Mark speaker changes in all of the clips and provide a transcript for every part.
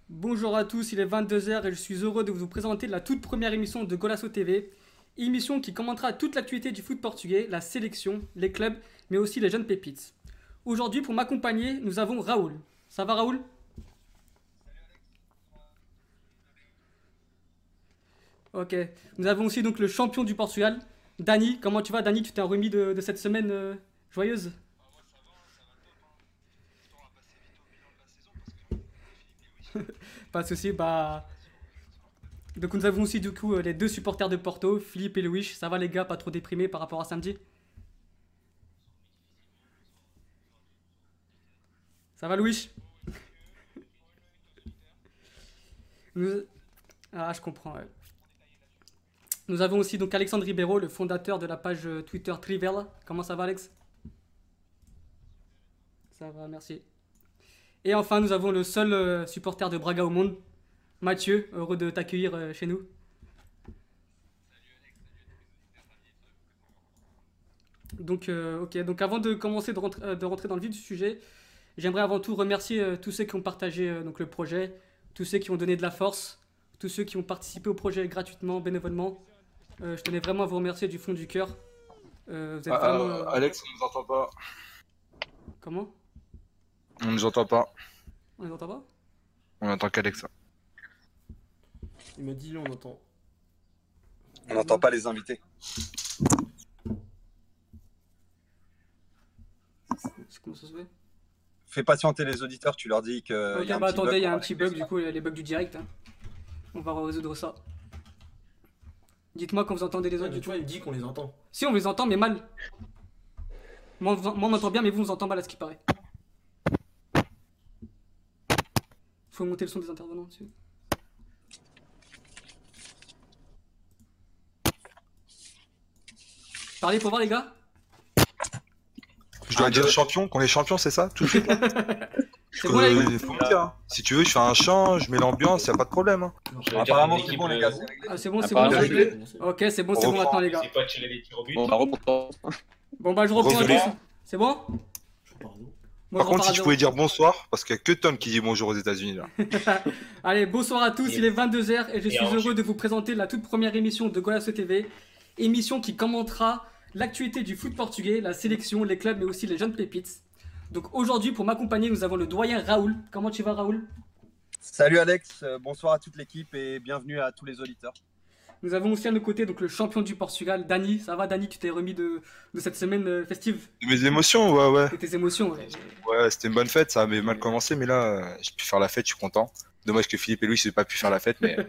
Speaker 1: Bonjour à tous, il est 22h et je suis heureux de vous présenter la toute première émission de Golasso TV. Émission qui commentera toute l'actualité du foot portugais, la sélection, les clubs, mais aussi les jeunes pépites. Aujourd'hui, pour m'accompagner, nous avons Raoul. Ça va Raoul? Ok. Nous avons aussi donc le champion du Portugal, Dani. Comment tu vas Dani? Tu t'es remis de cette semaine joyeuse? Pas de soucis, bah... Donc nous avons aussi du coup les deux supporters de Porto, Philippe et Louis. Ça va les gars, pas trop déprimés par rapport à samedi? Ça va Louis? Nous... Ah je comprends, ouais. Nous avons aussi donc Alexandre Ribeiro, le fondateur de la page Twitter Trivela. Comment ça va Alex? Ça va, merci. Et enfin nous avons le seul supporter de Braga au monde, Mathieu, heureux de t'accueillir chez nous. Donc, ok, donc avant de commencer de rentrer dans le vif du sujet, j'aimerais avant tout remercier tous ceux qui ont partagé donc le projet, tous ceux qui ont donné de la force, tous ceux qui ont participé au projet gratuitement, bénévolement. Je tenais vraiment à vous remercier du fond du cœur. Vous êtes vraiment...
Speaker 2: Alex, on nous entend pas.
Speaker 1: Comment?
Speaker 2: On nous entend pas.
Speaker 1: On les entend pas?
Speaker 2: On entend qu'Alex.
Speaker 3: Il m'a dit, on entend.
Speaker 4: On n'entend pas les invités.
Speaker 1: Comment ça se fait?
Speaker 4: Fais patienter les auditeurs, tu leur dis que.
Speaker 1: Ok, bah attendez, il y a un petit bug, du coup, il y a les bugs du direct. Hein. On va résoudre ça. Dites-moi quand vous entendez les autres.
Speaker 3: Mais tu vois, il dit qu'on les entend.
Speaker 1: Si, on les entend, mais mal. Moi, on m'entend bien, mais vous, on entend mal à ce qui paraît. Faut monter le son des intervenants dessus. Parlez pour voir, les gars.
Speaker 2: Je dois dire champion, qu'on est champion, c'est ça? Tout de suite là.
Speaker 1: C'est bon, les gars.
Speaker 2: Faut me dire, hein. Si tu veux, je fais un chant, je mets l'ambiance, y a pas de problème. Hein.
Speaker 4: Apparemment, c'est bon, les gars.
Speaker 1: Ah, c'est bon, c'est bon. Ok, c'est bon, c'est bon maintenant, les gars.
Speaker 5: C'est pas tirer des tirs au but.
Speaker 1: Bon, bah, je reprends
Speaker 2: Désolé.
Speaker 1: tous. C'est bon?
Speaker 3: Pardon.
Speaker 1: Moi,
Speaker 2: Par
Speaker 1: je
Speaker 2: contre,
Speaker 1: repars
Speaker 2: si
Speaker 1: à
Speaker 2: tu
Speaker 1: zéro.
Speaker 2: pouvais dire bonsoir, parce qu'il y a que Tom qui dit bonjour aux États-Unis là.
Speaker 1: Allez, bonsoir à tous, il est 22h et je suis
Speaker 5: ensuite-
Speaker 1: heureux de vous présenter la toute première émission de Golasso TV. Émission qui commentera l'actualité du foot portugais, la sélection, les clubs, mais aussi les jeunes pépites. Donc aujourd'hui, pour m'accompagner, nous avons le doyen Raoul. Comment tu vas, Raoul?
Speaker 4: Salut Alex, bonsoir à toute l'équipe et bienvenue à tous les auditeurs.
Speaker 1: Nous avons aussi à nos côtés donc, le champion du Portugal, Dani. Ça va, Dani? Tu t'es remis de cette semaine festive?
Speaker 2: De mes émotions, ouais.
Speaker 1: De tes émotions, ouais.
Speaker 2: Ouais, c'était une bonne fête, ça avait mal commencé, mais là, j'ai pu faire la fête, je suis content. Dommage que Philippe et Louis n'aient pas pu faire la fête, mais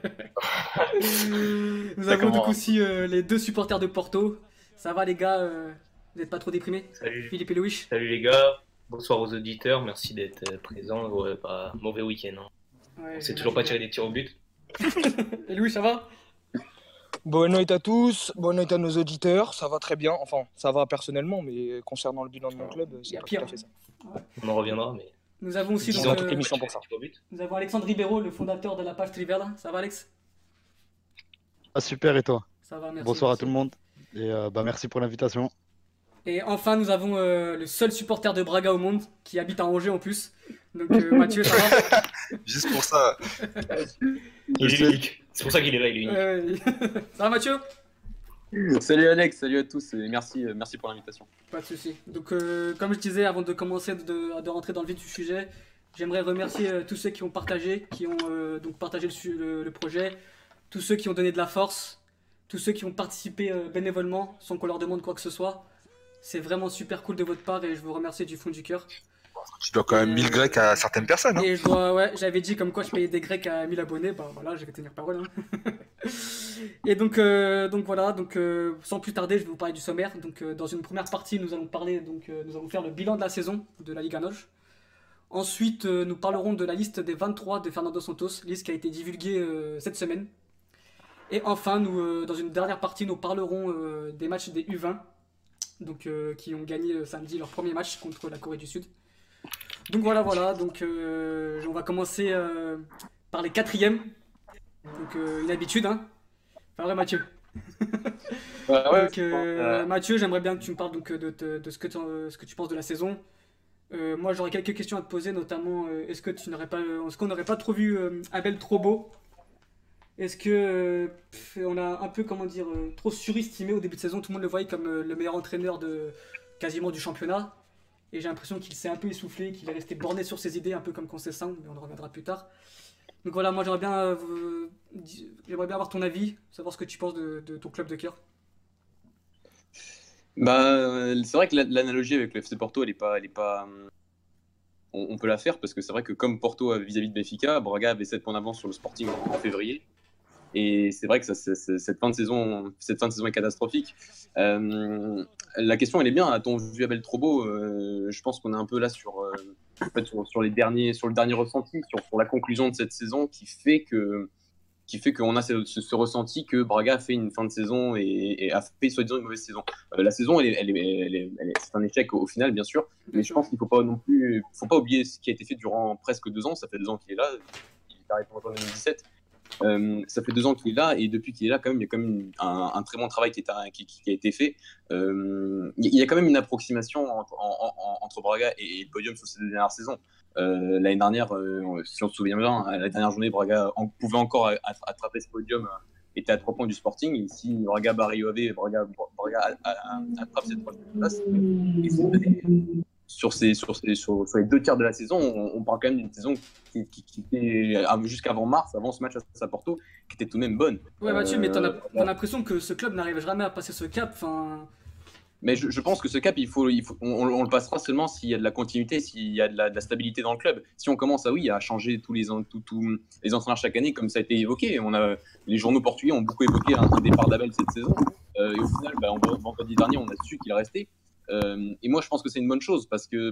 Speaker 1: Nous
Speaker 2: Ça
Speaker 1: avons donc
Speaker 2: commence.
Speaker 1: aussi les deux supporters de Porto. Ça va, les gars? Vous n'êtes pas trop déprimés?
Speaker 5: Salut.
Speaker 1: Philippe et Louis?
Speaker 5: Salut les gars, bonsoir aux auditeurs, merci d'être présents. Ouais, pas mauvais week-end. Hein.
Speaker 1: Ouais,
Speaker 5: On sait toujours pas tirer des tirs au but.
Speaker 1: Et Louis, ça va?
Speaker 6: Bonne nuit à tous, bonne nuit à nos auditeurs, ça va très bien, enfin ça va personnellement, mais concernant le bilan de mon club,
Speaker 1: Il y
Speaker 6: c'est
Speaker 1: a
Speaker 6: pas
Speaker 1: pire.
Speaker 6: tout à fait ça.
Speaker 5: On en reviendra, mais.
Speaker 1: Nous avons aussi
Speaker 6: Ils
Speaker 1: donc,
Speaker 6: ont toute l'émission pour ça.
Speaker 5: Tirer des tirs au but.
Speaker 1: nous avons Alexandre Ribeiro, le fondateur de la page Trivela. Ça va, Alex?
Speaker 7: Ah super, et toi?
Speaker 1: Ça va, merci.
Speaker 7: Bonsoir à
Speaker 1: merci.
Speaker 7: tout le monde et merci pour l'invitation.
Speaker 1: Et enfin, nous avons le seul supporter de Braga au monde qui habite à Angers en plus. Donc Mathieu, ça va?
Speaker 2: juste pour ça,
Speaker 5: Il est unique. C'est pour ça qu'il est là, il est unique.
Speaker 1: Ça va, Mathieu?
Speaker 8: Salut Alex, salut à tous et merci pour l'invitation.
Speaker 1: Pas de souci. Donc, comme je disais, avant de commencer de rentrer dans le vif du sujet, j'aimerais remercier tous ceux qui ont partagé, qui ont donc partagé le projet, tous ceux qui ont donné de la force, tous ceux qui ont participé bénévolement sans qu'on leur demande quoi que ce soit. C'est vraiment super cool de votre part et je vous remercie du fond du cœur.
Speaker 2: tu dois quand même 1000 grecs à certaines personnes. Hein.
Speaker 1: Et je dois, ouais, j'avais dit comme quoi je payais des Grecs à 1000 abonnés, bah voilà, je vais tenir parole. Hein. Et donc voilà, sans plus tarder, je vais vous parler du sommaire. Donc dans une première partie, nous allons parler, nous allons faire le bilan de la saison de la Liga NOS. Ensuite, nous parlerons de la liste des 23 de Fernando Santos, liste qui a été divulguée cette semaine. Et enfin, dans une dernière partie, nous parlerons des matchs des U20, qui ont gagné samedi leur premier match contre la Corée du Sud. Donc voilà, on va commencer par les quatrièmes. Donc une habitude, hein. Pas vrai, Mathieu? Donc, Mathieu, j'aimerais bien que tu me parles donc, de ce que tu penses de la saison. Moi, j'aurais quelques questions à te poser, notamment est-ce qu'on n'aurait pas trop vu Abel trop beau? Est-ce que on a un peu, comment dire, trop surestimé au début de saison? Tout le monde le voyait comme le meilleur entraîneur de quasiment du championnat. Et j'ai l'impression qu'il s'est un peu essoufflé, qu'il est resté borné sur ses idées, un peu comme Conceição, mais on en reviendra plus tard. Donc voilà, moi j'aimerais bien avoir ton avis, savoir ce que tu penses de ton club de cœur.
Speaker 8: C'est vrai que l'analogie avec le FC Porto, elle est pas. On peut la faire parce que c'est vrai que comme Porto vis-à-vis de Benfica, Braga avait 7 points d'avance sur le Sporting en février. Et c'est vrai que cette fin de saison est catastrophique. La question, elle est bien. A-t-on vu Abel Trobo? Je pense qu'on est un peu là sur le dernier ressenti, sur la conclusion de cette saison qui fait qu'on a ce ressenti que Braga a fait une fin de saison et a fait soi-disant une mauvaise saison. La saison, c'est un échec au final, bien sûr, mais je pense qu'il faut pas oublier ce qui a été fait durant presque 2 ans. Ça fait 2 ans qu'il est là. Il est arrêté en 2017. Ça fait 2 ans qu'il est là, et depuis qu'il est là, quand même, il y a quand même un très bon travail qui a été fait. Il y a quand même une approximation entre Braga et le podium sur ces 2 dernières saisons. L'année dernière, si on se souvient bien, à la dernière journée, Braga pouvait encore attraper ce podium, était à 3 points du Sporting. Et si Braga bat Rio Ave, Braga attrape cette 3e place. Et cette année, sur les 2 tiers de la saison, on parle quand même d'une saison qui était jusqu'avant mars, avant ce match à Porto, qui était tout de même bonne.
Speaker 1: Ouais, Mathieu, mais t'as l'impression que ce club n'arrive jamais à passer ce cap.
Speaker 8: Mais je pense que ce cap, on le passera seulement s'il y a de la continuité, s'il y a de la stabilité dans le club. Si on commence à changer tous les entraîneurs chaque année, comme ça a été évoqué, les journaux portugais ont beaucoup évoqué un départ d'Abel cette saison, et au final, vendredi dernier, on a su qu'il restait. Et moi, je pense que c'est une bonne chose parce que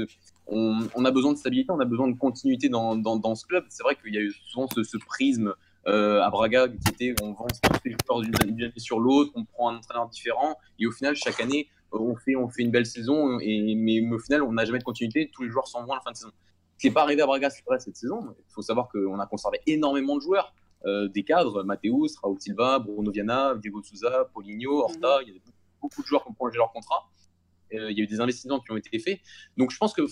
Speaker 8: on a besoin de stabilité, on a besoin de continuité dans ce club. C'est vrai qu'il y a eu souvent ce prisme à Braga qui était on vend les joueurs d'une année sur l'autre, on prend un entraîneur différent et au final, chaque année, on fait une belle saison, mais au final, on n'a jamais de continuité. Tous les joueurs s'en vont à la fin de saison. Ce qui n'est pas arrivé à Braga, c'est vrai, cette saison. Il faut savoir qu'on a conservé énormément de joueurs, des cadres, Mateus, Raul Silva, Bruno Viana, Diego Souza, Paulinho, Horta. Il y a beaucoup de joueurs qui ont prolongé leur contrat. Il y a eu des investissements qui ont été faits. Donc je pense qu'il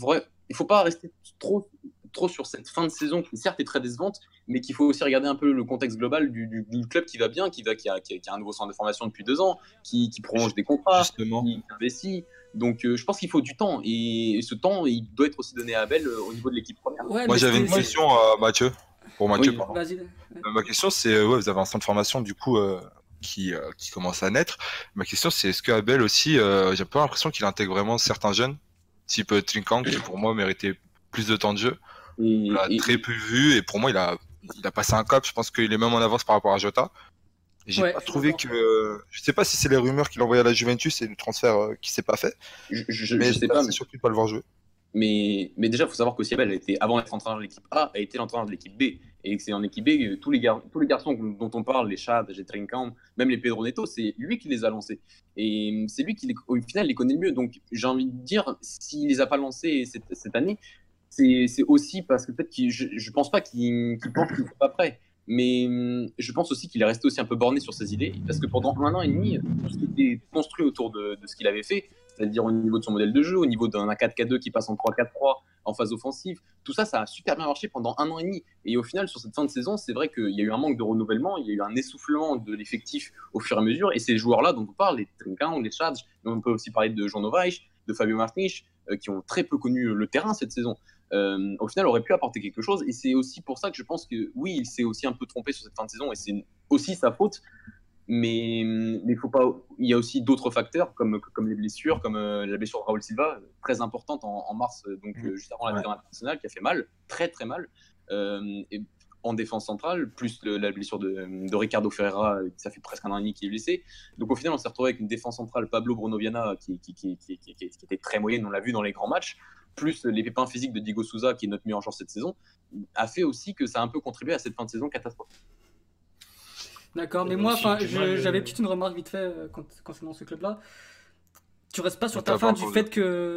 Speaker 8: ne faut pas rester trop sur cette fin de saison qui certes est très décevante, mais qu'il faut aussi regarder un peu le contexte global du club qui va bien, qui a un nouveau centre de formation depuis 2 ans, qui prolonge des contrats, qui investit. Donc je pense qu'il faut du temps, et ce temps il doit être aussi donné à Abel au niveau de l'équipe première.
Speaker 1: Ouais,
Speaker 2: Moi j'avais une question à Mathieu. Pour Mathieu,
Speaker 8: Oui.
Speaker 2: pardon.
Speaker 1: Vas-y.
Speaker 2: Ma question c'est, vous avez un centre de formation du coup qui commence à naître. Ma question c'est, est-ce que Abel aussi, j'ai pas l'impression qu'il intègre vraiment certains jeunes, type Trincang, qui pour moi méritait plus de temps de jeu. On l'a très peu vu, et pour moi il a passé un cap. Je pense qu'il est même en avance par rapport à Jota. Et j'ai pas trouvé que, je sais pas si c'est les rumeurs qu'il envoyait à la Juventus et le transfert qui s'est pas fait.
Speaker 8: Je sais pas,
Speaker 2: c'est surtout de pas le voir jouer.
Speaker 8: Mais déjà, il faut savoir qu'Abel a été, avant d'être entraîneur de l'équipe A, a été l'entraîneur de l'équipe B. Et que c'est en équipe B, tous les garçons dont on parle, les Chad, les Trincão, même les Pedro Neto, c'est lui qui les a lancés. Et c'est lui qui, au final, les connaît le mieux. Donc j'ai envie de dire, s'il les a pas lancés cette année, c'est aussi parce que peut-être je pense pas qu'il pense qu'ils sont pas prêts. Mais je pense aussi qu'il est resté aussi un peu borné sur ses idées, parce que pendant 1 an et demi, tout ce qui était construit autour de ce qu'il avait fait, c'est-à-dire au niveau de son modèle de jeu, au niveau d'un 4-4-2 qui passe en 3-4-3 en phase offensive, tout ça, ça a super bien marché pendant 1 an et demi. Et au final, sur cette fin de saison, c'est vrai qu'il y a eu un manque de renouvellement, il y a eu un essoufflement de l'effectif au fur et à mesure, et ces joueurs-là dont on parle, les Trincão, les Chad, on peut aussi parler de João Novaes, de Fabio Martins, qui ont très peu connu le terrain cette saison. Au final, aurait pu apporter quelque chose, et c'est aussi pour ça que je pense que oui, il s'est aussi un peu trompé sur cette fin de saison, et c'est aussi sa faute. Mais faut pas. Il y a aussi d'autres facteurs comme les blessures, comme la blessure de Raul Silva, très importante en mars, donc juste avant la trêve internationale, qui a fait mal, très très mal, et en défense centrale, plus la blessure de Ricardo Ferreira, ça fait presque 1 an et demi qu'il est blessé. Donc au final, on s'est retrouvé avec une défense centrale, Pablo Bruno Viana, qui était très moyenne, on l'a vu dans les grands matchs, plus les pépins physiques de Diego Souza, qui est notre meilleur joueur cette saison, a fait aussi que ça a un peu contribué à cette fin de saison catastrophique.
Speaker 1: D'accord, mais moi, j'avais peut-être une remarque vite fait concernant ce club-là. Tu restes pas sur ta fin du fait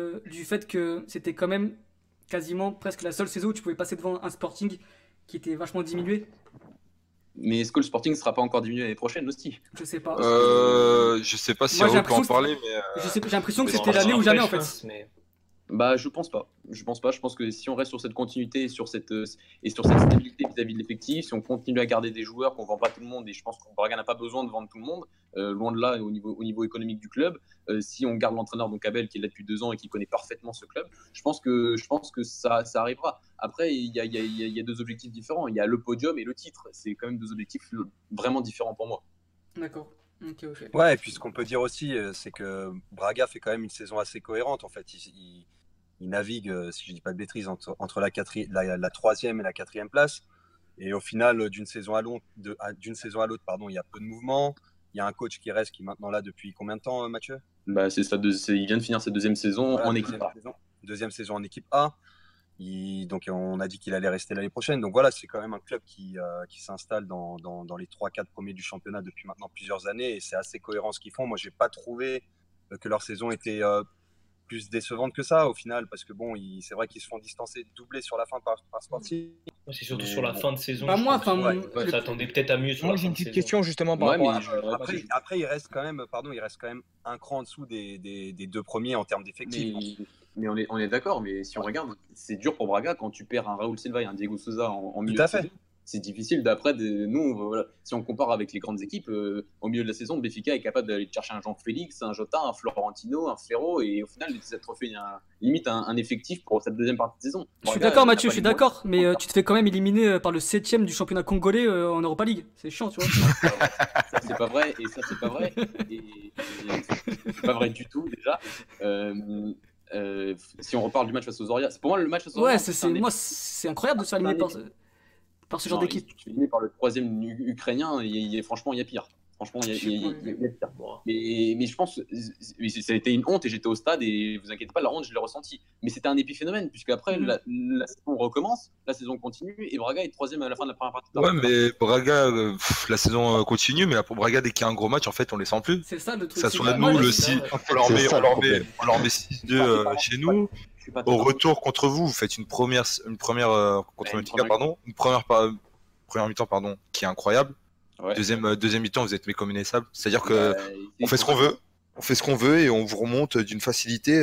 Speaker 1: que c'était quand même quasiment presque la seule saison où tu pouvais passer devant un Sporting qui était vachement diminué.
Speaker 8: Mais est-ce que le Sporting ne sera pas encore diminué l'année prochaine aussi?
Speaker 1: Je sais pas.
Speaker 2: Je sais pas si on peut en parler, mais
Speaker 1: j'ai l'impression que c'était l'année ou jamais en fait.
Speaker 8: Bah, je pense pas. Je pense pas. Je pense que si on reste sur cette continuité et sur cette stabilité vis-à-vis de l'effectif, si on continue à garder des joueurs, qu'on vend pas tout le monde, et je pense que Braga n'a pas besoin de vendre tout le monde, loin de là au niveau économique du club, si on garde l'entraîneur donc Abel qui est là depuis 2 ans et qui connaît parfaitement ce club, je pense que ça arrivera. Après, il y a deux objectifs différents. Il y a le podium et le titre. C'est quand même deux objectifs vraiment différents pour moi.
Speaker 1: D'accord. Ok, ok.
Speaker 4: Ouais, et puis ce qu'on peut dire aussi, c'est que Braga fait quand même une saison assez cohérente. En fait, il navigue, si je dis pas de bêtises, entre la troisième et la quatrième place. Et au final, d'une saison à l'autre, pardon, il y a peu de mouvement. Il y a un coach qui reste, qui est maintenant là depuis combien de temps, Mathieu?
Speaker 8: Bah, il vient de finir sa deuxième saison
Speaker 4: Voilà,
Speaker 8: en équipe A.
Speaker 4: Deuxième saison en équipe A. Donc on a dit qu'il allait rester l'année prochaine. Donc voilà, c'est quand même un club qui s'installe dans les 3-4 premiers du championnat depuis maintenant plusieurs années. Et c'est assez cohérent ce qu'ils font. Moi, je n'ai pas trouvé que leur saison était plus décevante que ça au final. Parce que bon, c'est vrai qu'ils se font distancer, doubler sur la fin par Sporting.
Speaker 5: C'est surtout
Speaker 8: Mais
Speaker 5: sur la
Speaker 8: bon.
Speaker 5: fin de saison.
Speaker 1: Bah,
Speaker 5: je
Speaker 1: moi,
Speaker 5: pense.
Speaker 1: enfin,
Speaker 5: Ouais, s'attendait peut-être à mieux sur
Speaker 6: Moi,
Speaker 5: la
Speaker 6: j'ai
Speaker 5: fin
Speaker 6: une
Speaker 5: de
Speaker 6: petite
Speaker 5: saison.
Speaker 6: question justement par
Speaker 8: Ouais,
Speaker 6: rapport
Speaker 8: mais
Speaker 6: à...
Speaker 4: Après, il reste quand même un cran en dessous des deux premiers en termes d'effectifs.
Speaker 8: Mais on est d'accord, mais si on regarde, c'est dur pour Braga quand tu perds un Raúl Silva et un Diego Souza en milieu
Speaker 4: Tout à
Speaker 8: de
Speaker 4: fait.
Speaker 8: saison. C'est difficile d'après. Nous, voilà, si on compare avec les grandes équipes, au milieu de la saison, Benfica est capable d'aller chercher un Jean-Félix, un Jota, un Florentino, un Ferro, et au final, ça te refait limite un effectif pour cette deuxième partie de saison.
Speaker 1: je suis
Speaker 8: Braga,
Speaker 1: d'accord,
Speaker 8: n'a
Speaker 1: Mathieu,
Speaker 8: pas
Speaker 1: je suis
Speaker 8: les moyens.
Speaker 1: d'accord, mais tu te fais quand même éliminer par le 7ème du championnat congolais en Europa League. C'est chiant, tu vois.
Speaker 8: Ça, c'est pas vrai, et ça, c'est pas vrai, et c'est pas vrai du tout, déjà. Si on reparle du match face aux Zoria, pour moi, le match face aux
Speaker 1: Ouais,
Speaker 8: Zoria,
Speaker 1: c'est incroyable de se faire éliminer par ce genre
Speaker 8: non,
Speaker 1: d'équipe.
Speaker 8: ils sont éliminés par le troisième ukrainien, franchement, il y a pire. Franchement, il y a pire.
Speaker 5: Bon,
Speaker 8: Mais je pense que ça a été une honte et j'étais au stade et vous inquiétez pas, la honte, je l'ai ressentie. Mais c'était un épiphénomène puisque après, la saison recommence, la saison continue et Braga est troisième à la fin de la première partie.
Speaker 2: Ouais, mais Braga, la saison continue, mais pour Braga, dès qu'il y a un gros match, en fait, on les sent plus.
Speaker 1: C'est ça le truc.
Speaker 2: Ça
Speaker 1: c'est
Speaker 2: soit
Speaker 1: que
Speaker 2: nous,
Speaker 1: moi,
Speaker 2: le
Speaker 1: je-
Speaker 2: 6,
Speaker 5: ouais.
Speaker 2: on leur
Speaker 7: C'est
Speaker 2: met,
Speaker 7: ça,
Speaker 2: on
Speaker 7: le
Speaker 2: leur
Speaker 7: problème.
Speaker 2: met, on leur met 6-2 chez nous.
Speaker 8: Je suis pas
Speaker 2: Au
Speaker 8: d'accord.
Speaker 2: retour contre vous, vous faites une première contre
Speaker 8: une
Speaker 2: Benfica,
Speaker 8: première-
Speaker 2: pardon, première mi-temps, pardon, qui est incroyable.
Speaker 8: Ouais.
Speaker 2: Deuxième mi-temps, vous êtes méconnaissables. C'est-à-dire que
Speaker 8: Bah,
Speaker 2: on fait ce qu'on veut. On fait ce qu'on veut et on vous remonte d'une facilité,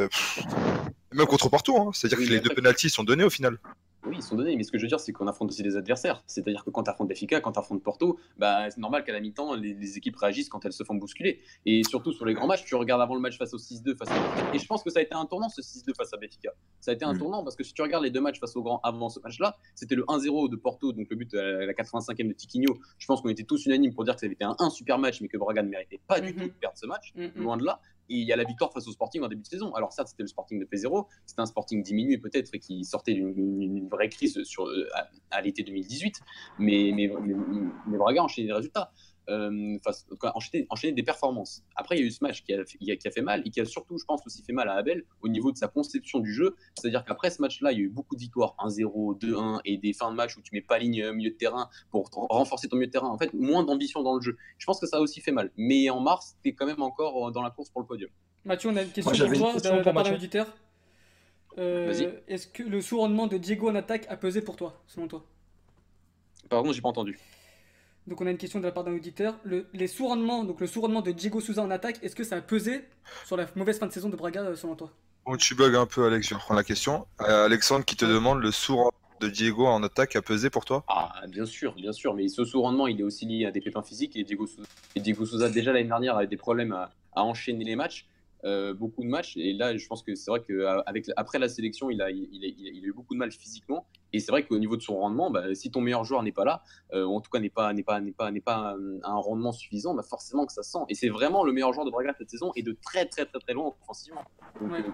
Speaker 2: même contre Porto. Hein. C'est-à-dire
Speaker 8: Oui,
Speaker 2: que
Speaker 8: mais
Speaker 2: les deux
Speaker 8: après-
Speaker 2: pénaltys sont donnés au final.
Speaker 8: Oui, ils sont donnés, mais ce que je veux dire, c'est qu'on affronte aussi des adversaires. C'est-à-dire que quand tu affrontes Benfica, quand tu affrontes Porto, bah, c'est normal qu'à la mi-temps, les équipes réagissent quand elles se font bousculer. Et surtout sur les grands matchs, tu regardes avant le match face au 6-2 face à Benfica. Et je pense que ça a été un tournant, ce 6-2 face à Benfica. Ça a été un tournant parce que si tu regardes les deux matchs face au grand avant ce match-là, c'était le 1-0 de Porto, donc le but à la 85e de Tiquinho. Je pense qu'on était tous unanimes pour dire que ça avait été un super match, mais que Braga ne méritait pas du tout de perdre ce match, loin de là. Et il y a la victoire face au Sporting en début de saison. Alors certes, c'était le Sporting de P0, c'était un Sporting diminué peut-être et qui sortait d'une vraie crise à l'été 2018, mais Braga enchaînait des résultats, enchaîner des performances. Après, il y a eu ce match qui a fait mal et qui a surtout, je pense, aussi fait mal à Abel au niveau de sa conception du jeu. C'est-à-dire qu'après ce match-là, il y a eu beaucoup de victoires, 1-0, 2-1 et des fins de match où tu mets pas ligne milieu de terrain pour renforcer ton milieu de terrain. En fait, moins d'ambition dans le jeu. Je pense que ça a aussi fait mal. Mais en mars, tu es quand même encore dans la course pour le podium.
Speaker 1: Mathieu, on a une question
Speaker 6: Moi, j'avais
Speaker 1: pour
Speaker 6: une
Speaker 1: toi
Speaker 6: question
Speaker 1: de
Speaker 6: pour
Speaker 1: la part d'un
Speaker 6: Mathieu.
Speaker 1: auditeur.
Speaker 8: Vas-y.
Speaker 1: Est-ce que le sous-rendement de Diego en attaque a pesé pour toi, selon toi?
Speaker 8: Pardon, j'ai pas entendu.
Speaker 1: Donc on a une question de la part d'un auditeur. Les sous-rendements, donc le sous-rendement de Diego Souza en attaque, est-ce que ça a pesé sur la mauvaise fin de saison de Braga, selon toi?
Speaker 2: Bon, tu bugs un peu, Alex. Je vais reprendre la question. Alexandre qui te demande le sourd de Diego en attaque a pesé pour toi?
Speaker 8: Ah, bien sûr, mais ce sous-rendement, il est aussi lié à des pépins physiques et Diego Souza déjà l'année dernière, avait des problèmes à enchaîner les matchs, beaucoup de matchs. Et là, je pense que c'est vrai qu'après la sélection, il a eu beaucoup de mal physiquement. Et c'est vrai qu'au niveau de son rendement, bah, si ton meilleur joueur n'est pas là, ou en tout cas n'est pas à un rendement suffisant, bah forcément que ça se sent. Et c'est vraiment le meilleur joueur de Braga cette saison et de très très très très loin offensivement. Donc,
Speaker 1: Ouais.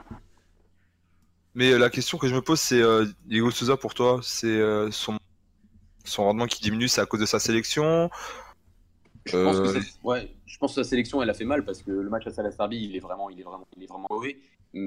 Speaker 2: Mais la question que je me pose, c'est Diego Souza pour toi, c'est son rendement qui diminue, c'est à cause de sa sélection?
Speaker 8: je pense que sa sélection, elle a fait mal parce que le match à Salas Serbie, il est vraiment mauvais.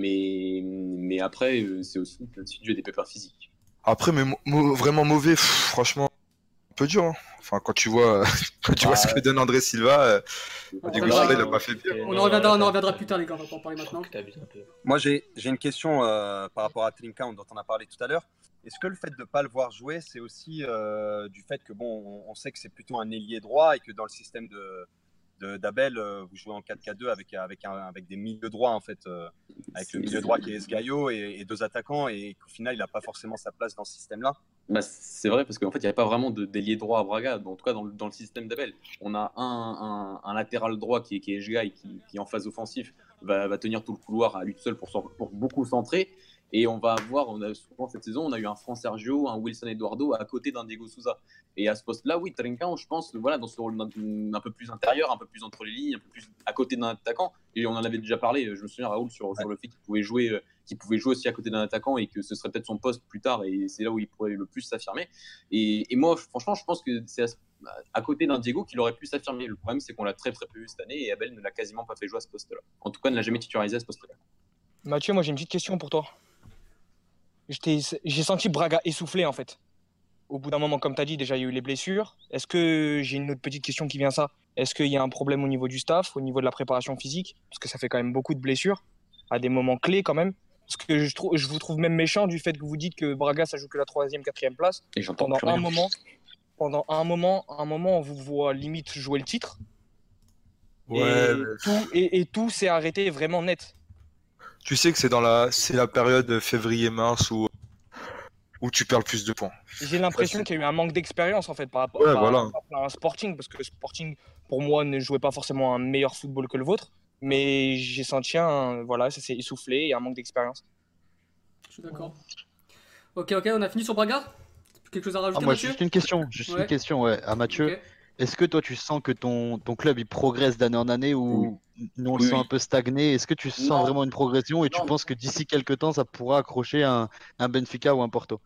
Speaker 8: Mais après, c'est aussi dû à des pépins physiques.
Speaker 2: Après, mais vraiment mauvais, franchement, un peu dur. Hein. Enfin, quand tu vois, ce que donne André Silva, Diego Souza, il a pas fait bien.
Speaker 1: On en reviendra plus tard, les gars, on va pas en parler maintenant.
Speaker 4: Moi, j'ai une question par rapport à Trinca dont on a parlé tout à l'heure. Est-ce que le fait de ne pas le voir jouer, c'est aussi du fait que, bon, on sait que c'est plutôt un ailier droit et que dans le système d'Abel, vous jouez en 4-4-2 avec des milieux droits, en fait, avec le milieu droit qui est Esgaio et deux attaquants, et qu'au final, il n'a pas forcément sa place dans ce système-là.
Speaker 8: Bah, c'est vrai, parce qu'en fait, il n'y avait pas vraiment d'ailier droit à Braga, en tout cas dans le système d'Abel. On a un latéral droit qui est Esgaï, qui en phase offensive va tenir tout le couloir à lui tout seul pour beaucoup centrer. Et souvent cette saison, on a eu un Fran Sergio, un Wilson Eduardo à côté d'un Diego Souza. Et à ce poste-là, oui, Trincão, je pense, voilà, dans ce rôle un peu plus intérieur, un peu plus entre les lignes, un peu plus à côté d'un attaquant. Et on en avait déjà parlé, je me souviens, Raoul, sur le fait qu'il pouvait jouer aussi à côté d'un attaquant et que ce serait peut-être son poste plus tard. Et c'est là où il pourrait le plus s'affirmer. Et moi, franchement, je pense que c'est à côté d'un Diego qu'il aurait pu s'affirmer. Le problème, c'est qu'on l'a très très peu vu cette année et Abel ne l'a quasiment pas fait jouer à ce poste-là. En tout cas, ne l'a jamais titularisé à ce poste-là.
Speaker 6: Mathieu, moi j'ai une petite question pour toi. J'ai senti Braga essoufflé en fait. Au bout d'un moment, comme tu as dit, déjà il y a eu les blessures. Est-ce que j'ai une autre petite question qui vient à ça? Est-ce qu'il y a un problème au niveau du staff, au niveau de la préparation physique? Parce que ça fait quand même beaucoup de blessures, à des moments clés quand même. Parce que je vous trouve même méchant du fait que vous dites que Braga ça joue que la 3e, 4e place.
Speaker 8: Et j'entends
Speaker 6: Pendant
Speaker 8: plus rien.
Speaker 6: pendant un moment, on vous voit limite jouer le titre.
Speaker 2: Ouais,
Speaker 6: Et tout s'est arrêté vraiment net.
Speaker 2: tu sais que c'est la période février-mars où tu perds le plus de points.
Speaker 6: J'ai l'impression qu'il y a eu un manque d'expérience en fait par rapport
Speaker 2: Ouais, voilà.
Speaker 6: à un Sporting, parce que Sporting, pour moi, ne jouait pas forcément un meilleur football que le vôtre, mais j'ai senti ça s'est essoufflé et un manque d'expérience.
Speaker 1: Je suis d'accord. Ok, on a fini sur Braga. Quelque chose à rajouter,
Speaker 7: Moi,
Speaker 1: Mathieu?
Speaker 7: juste une question, ouais, à Mathieu.
Speaker 1: Ok.
Speaker 7: Est-ce que toi, tu sens que ton club, il progresse d'année en année ou nous, on le
Speaker 8: Oui,
Speaker 7: sent
Speaker 8: oui.
Speaker 7: un peu stagné? Est-ce que tu sens
Speaker 8: Non.
Speaker 7: vraiment une progression et tu
Speaker 8: Non.
Speaker 7: penses que d'ici quelques temps, ça pourra accrocher un Benfica ou un Porto?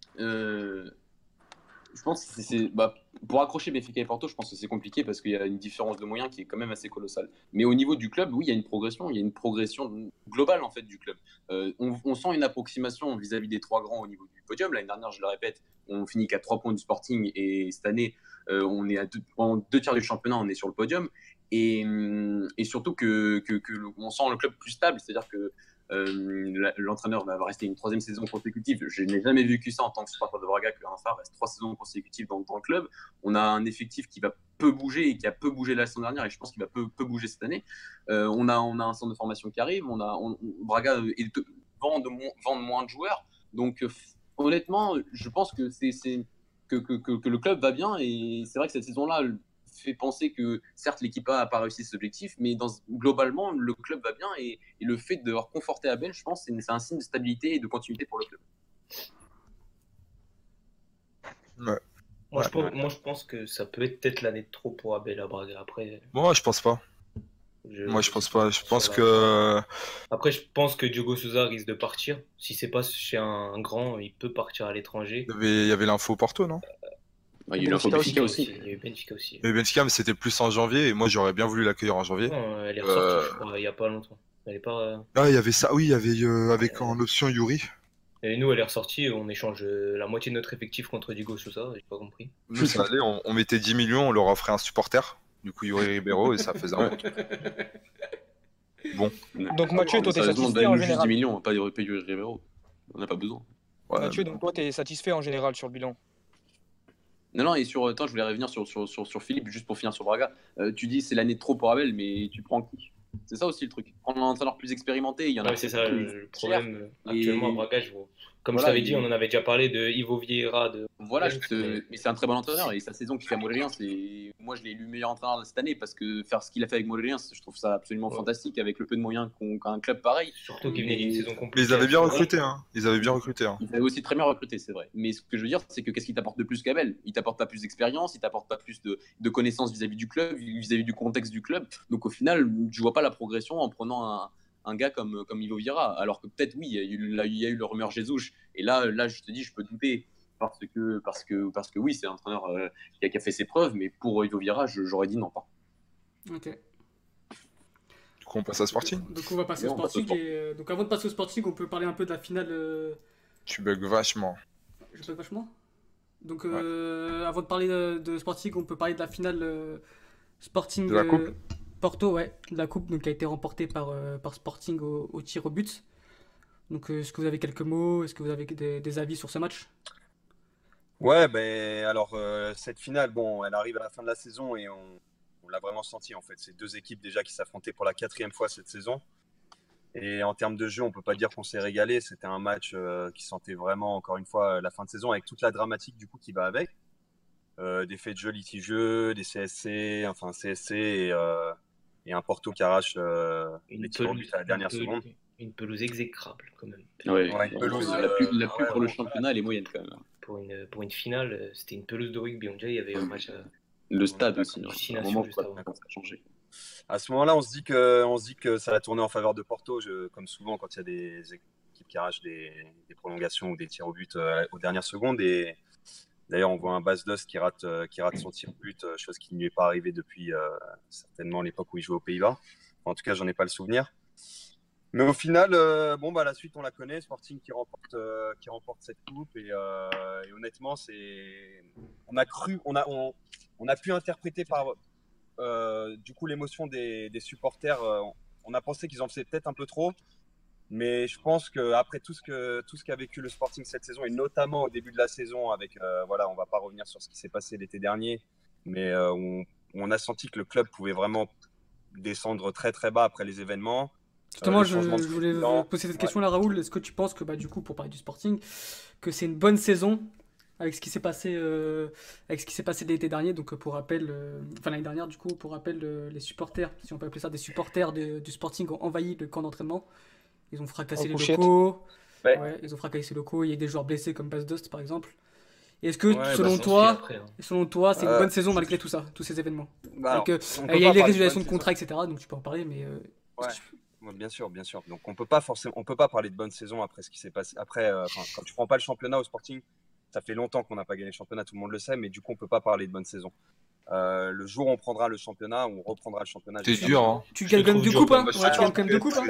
Speaker 8: Je pense que pour accrocher Benfica et Porto, je pense que c'est compliqué parce qu'il y a une différence de moyens qui est quand même assez colossale. Mais au niveau du club, oui, il y a une progression globale en fait du club. On sent une approximation vis-à-vis des trois grands au niveau du podium. L'année dernière, je le répète, on finit qu'à 3 points du Sporting et cette année, on est en 2 tiers du championnat, on est sur le podium. Et surtout on sent le club plus stable, c'est-à-dire que l'entraîneur va rester une 3e saison consécutive. Je n'ai jamais vécu ça en tant que supporter de Braga qu'un phare reste 3 saisons consécutives dans le club. On a un effectif qui va peu bouger et qui a peu bougé la saison dernière et je pense qu'il va peu bouger cette année. On a un centre de formation qui arrive. Braga vend moins de joueurs. Donc honnêtement, je pense que que le club va bien et c'est vrai que cette saison-là fait penser que certes l'équipe A n'a pas réussi cet objectif, mais globalement le club va bien et le fait d'avoir conforté Abel, je pense, c'est un signe de stabilité et de continuité pour le club.
Speaker 2: Ouais.
Speaker 5: Moi, je pense que ça peut être peut-être l'année de trop pour Abel à Braga. Après,
Speaker 2: Moi, je pense pas. Moi, je pense pas. Je pense que.
Speaker 5: Après, je pense que Diogo Souza risque de partir. Si c'est pas chez un grand, il peut partir à l'étranger.
Speaker 2: Il y avait l'info Porto, non?
Speaker 8: Il y a eu l'info Benfica aussi.
Speaker 5: Il y a eu Benfica aussi.
Speaker 2: Mais Benfica, mais c'était plus en janvier et moi, j'aurais bien voulu l'accueillir en janvier.
Speaker 5: Non, elle est ressortie, je crois, il y a pas longtemps. Elle est pas.
Speaker 2: Ah, il y avait ça. Oui, il y avait avec en option Yuri.
Speaker 5: Et nous, elle est ressortie, on échange la moitié de notre effectif contre Diogo Souza, j'ai pas compris.
Speaker 2: Nous, ça allait, on mettait 10 millions, on leur offrait un supporter. Du coup, Yuri Ribeiro, et ça faisait un bon truc. Bon.
Speaker 6: Donc Mathieu, toi, t'es
Speaker 8: Sérieusement,
Speaker 6: satisfait en
Speaker 8: donne-nous juste 10
Speaker 6: général.
Speaker 8: millions, on va pas payer Yuri Ribeiro. On n'a pas besoin.
Speaker 2: Ouais,
Speaker 6: Mathieu, donc toi, t'es satisfait en général sur le bilan.
Speaker 8: Non, et attends, je voulais revenir sur Philippe, juste pour finir sur Braga. Tu dis c'est l'année de trop pour Abel, mais tu prends qui? C'est ça aussi le truc. Prendre un entraîneur plus expérimenté, il y en a.
Speaker 5: Ouais, c'est ça le problème. Actuellement à Braga, comme
Speaker 8: Voilà,
Speaker 5: je t'avais dit, on en avait déjà parlé de Ivo Vieira.
Speaker 8: Voilà, mais c'est un très bon entraîneur et sa saison qu'il fait à Montréal, moi je l'ai élu meilleur entraîneur de cette année parce que faire ce qu'il a fait avec Montréal, je trouve ça absolument fantastique avec le peu de moyens qu'a un club pareil.
Speaker 5: Surtout qu'il venait d'une saison
Speaker 2: Mais
Speaker 5: compliquée.
Speaker 2: ils avaient bien recruté, hein. Ils avaient bien recruté, hein.
Speaker 8: Il avait aussi très bien recruté, c'est vrai. Mais ce que je veux dire, c'est que qu'est-ce qu'il t'apporte de plus qu'Abel? Il t'apporte pas plus d'expérience, il t'apporte pas plus de connaissances vis-à-vis du club, vis-à-vis du contexte du club. Donc au final, je vois pas la progression en prenant un gars comme Ivo Vieira. Alors que peut-être, oui, il y a eu le rumeur Jesus. Et là, je te dis, je peux douter. Parce que oui, c'est un entraîneur qui a fait ses preuves. Mais pour Ivo Vieira, j'aurais dit non pas.
Speaker 1: Ok.
Speaker 2: Du coup, on passe à Sporting.
Speaker 1: Donc on va passer au
Speaker 8: on passe au
Speaker 1: Sporting. Donc avant de passer au Sporting, on peut parler un peu de la finale.
Speaker 2: Tu bugs vachement.
Speaker 1: Je sais vachement. Donc avant de parler de Sporting, on peut parler de la finale Sporting
Speaker 2: De la coupe.
Speaker 1: Porto, ouais, de la coupe, donc qui a été remportée par Sporting au tir au but. Donc est-ce que vous avez quelques mots? Est-ce que vous avez des avis sur ce match?
Speaker 4: Ouais, ben alors cette finale, bon, elle arrive à la fin de la saison et on l'a vraiment senti en fait. C'est deux équipes déjà qui s'affrontaient pour la 4e fois cette saison. Et en termes de jeu, on peut pas dire qu'on s'est régalé. C'était un match qui sentait vraiment, encore une fois, la fin de saison avec toute la dramatique du coup qui va avec. Des faits de jeu litigieux, des CSC, enfin CSC et un Porto qui arrache les tirs au but à la dernière seconde.
Speaker 5: Une pelouse exécrable quand même.
Speaker 8: Ouais,
Speaker 4: Ouais, une pelouse,
Speaker 8: la plus
Speaker 4: ouais,
Speaker 8: pour le championnat, elle est moyenne quand même.
Speaker 5: Pour une finale, c'était une pelouse de rugby. On dirait il y avait un match à
Speaker 8: Le stade aussi, hein. À un moment,
Speaker 5: juste
Speaker 8: ça
Speaker 5: avant.
Speaker 8: a changé.
Speaker 4: À ce moment-là, on se dit que ça va tourner en faveur de Porto, comme souvent quand il y a des équipes qui arrachent des prolongations ou des tirs au but aux dernières secondes. Et d'ailleurs, on voit un Bas Dost qui rate son tir au but, chose qui ne lui est pas arrivée depuis certainement l'époque où il jouait aux Pays-Bas. En tout cas, j'en ai pas le souvenir. Mais au final, la suite, on la connaît. Sporting qui remporte cette coupe. Et honnêtement, on a pu interpréter par du coup l'émotion des supporters. On a pensé qu'ils en faisaient peut-être un peu trop. Mais je pense qu'après tout ce qu'a vécu le Sporting cette saison, et notamment au début de la saison, avec, on va pas revenir sur ce qui s'est passé l'été dernier, mais on a senti que le club pouvait vraiment descendre très très bas après les événements.
Speaker 1: Justement,
Speaker 4: Le
Speaker 1: je
Speaker 4: changement de
Speaker 1: voulais
Speaker 4: président.
Speaker 1: poser cette question-là, Raoul. Est-ce que tu penses que, du coup, pour parler du Sporting, que c'est une bonne saison avec ce qui s'est passé, l'été dernier? Donc, pour rappel, l'année dernière, du coup, pour rappel, les supporters, si on peut appeler ça des supporters du Sporting, ont envahi le camp d'entraînement. Ils ont fracassé les
Speaker 6: couchette.
Speaker 1: locaux.
Speaker 4: Ouais.
Speaker 1: Ouais, ils ont fracassé les locaux. Il y a eu des joueurs blessés comme Bas Dost, par exemple. Et est-ce que,
Speaker 4: Ouais,
Speaker 1: selon
Speaker 5: Ça
Speaker 1: toi,
Speaker 5: suit après, hein.
Speaker 1: c'est une
Speaker 4: Euh,
Speaker 1: bonne saison malgré tout ça, tous ces événements?
Speaker 4: Alors,
Speaker 1: Avec,
Speaker 4: on peut
Speaker 1: il y a
Speaker 4: pas
Speaker 1: eu les
Speaker 4: parler de
Speaker 1: résiliations
Speaker 4: bonne
Speaker 1: de contrats, etc. Donc tu peux en parler, mais
Speaker 4: Ouais. Ouais, bien sûr. Donc on peut pas parler de bonne saison après ce qui s'est passé. Après, quand tu prends pas le championnat au Sporting, ça fait longtemps qu'on n'a pas gagné le championnat, tout le monde le sait, mais du coup on peut pas parler de bonne saison. Le jour où on prendra le championnat, on reprendra le championnat.
Speaker 2: C'est dur, hein.
Speaker 1: tu
Speaker 5: Je
Speaker 1: gagnes
Speaker 5: te
Speaker 1: quand même
Speaker 5: trouve
Speaker 1: deux
Speaker 5: dur
Speaker 1: coupes,
Speaker 5: quand
Speaker 1: hein?
Speaker 5: même.
Speaker 1: Ouais, tu gagnes quand même deux coupes, hein?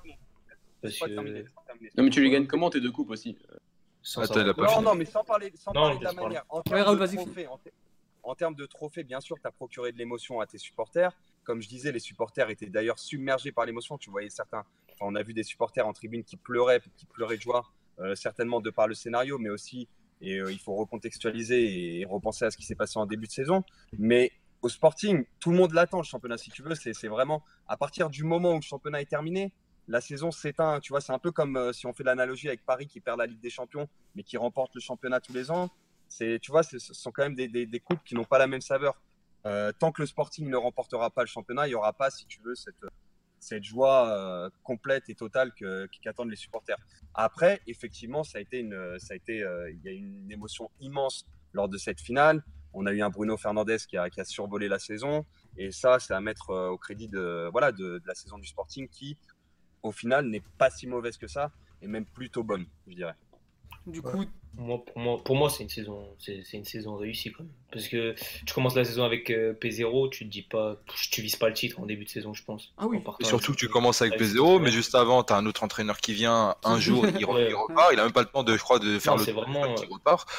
Speaker 5: Parce que
Speaker 8: Non, mais tu les gagnes comment tes deux coupes aussi?
Speaker 5: sans
Speaker 2: Attends,
Speaker 5: savoir
Speaker 2: il a pas
Speaker 5: quoi.
Speaker 2: fini.
Speaker 4: Non, mais sans parler de la
Speaker 5: laisse parler.
Speaker 4: manière. En
Speaker 1: Ouais,
Speaker 4: termes
Speaker 1: Raoul,
Speaker 4: de
Speaker 1: vas-y,
Speaker 4: trophées, en termes de trophées, bien sûr, tu as procuré de l'émotion à tes supporters. Comme je disais, les supporters étaient d'ailleurs submergés par l'émotion. Tu voyais on a vu des supporters en tribune qui pleuraient de joie, certainement de par le scénario, mais aussi, il faut recontextualiser et repenser à ce qui s'est passé en début de saison. Mais au Sporting, tout le monde l'attend, le championnat, si tu veux. C'est vraiment à partir du moment où le championnat est terminé, la saison s'éteint. Tu vois, c'est un peu comme si on fait l'analogie avec Paris qui perd la Ligue des Champions, mais qui remporte le championnat tous les ans. Tu vois, ce sont quand même des coupes qui n'ont pas la même saveur. Tant que le Sporting ne remportera pas le championnat, il n'y aura pas, si tu veux, cette joie complète et totale qu'attendent les supporters. Après, effectivement, il y a une émotion immense lors de cette finale. On a eu un Bruno Fernandes qui a survolé la saison, et ça, c'est à mettre au crédit de la saison du Sporting qui, au final, n'est pas si mauvaise que ça, et même plutôt bonne, je dirais.
Speaker 1: Du coup,
Speaker 5: Pour moi, c'est une saison réussie quand même. Parce que tu commences la saison avec P0, tu te dis pas, tu vises pas le titre en début de saison, je pense.
Speaker 1: Ah oui.
Speaker 5: En partant
Speaker 2: Et surtout que tu
Speaker 5: avec-
Speaker 2: commences avec P0, mais juste avant, t'as un autre entraîneur qui vient un jour, il
Speaker 5: Ouais.
Speaker 2: repart, il a même pas le temps de, je crois, de faire
Speaker 5: Non,
Speaker 2: le
Speaker 5: c'est
Speaker 2: tour
Speaker 5: vraiment-
Speaker 2: qui repart.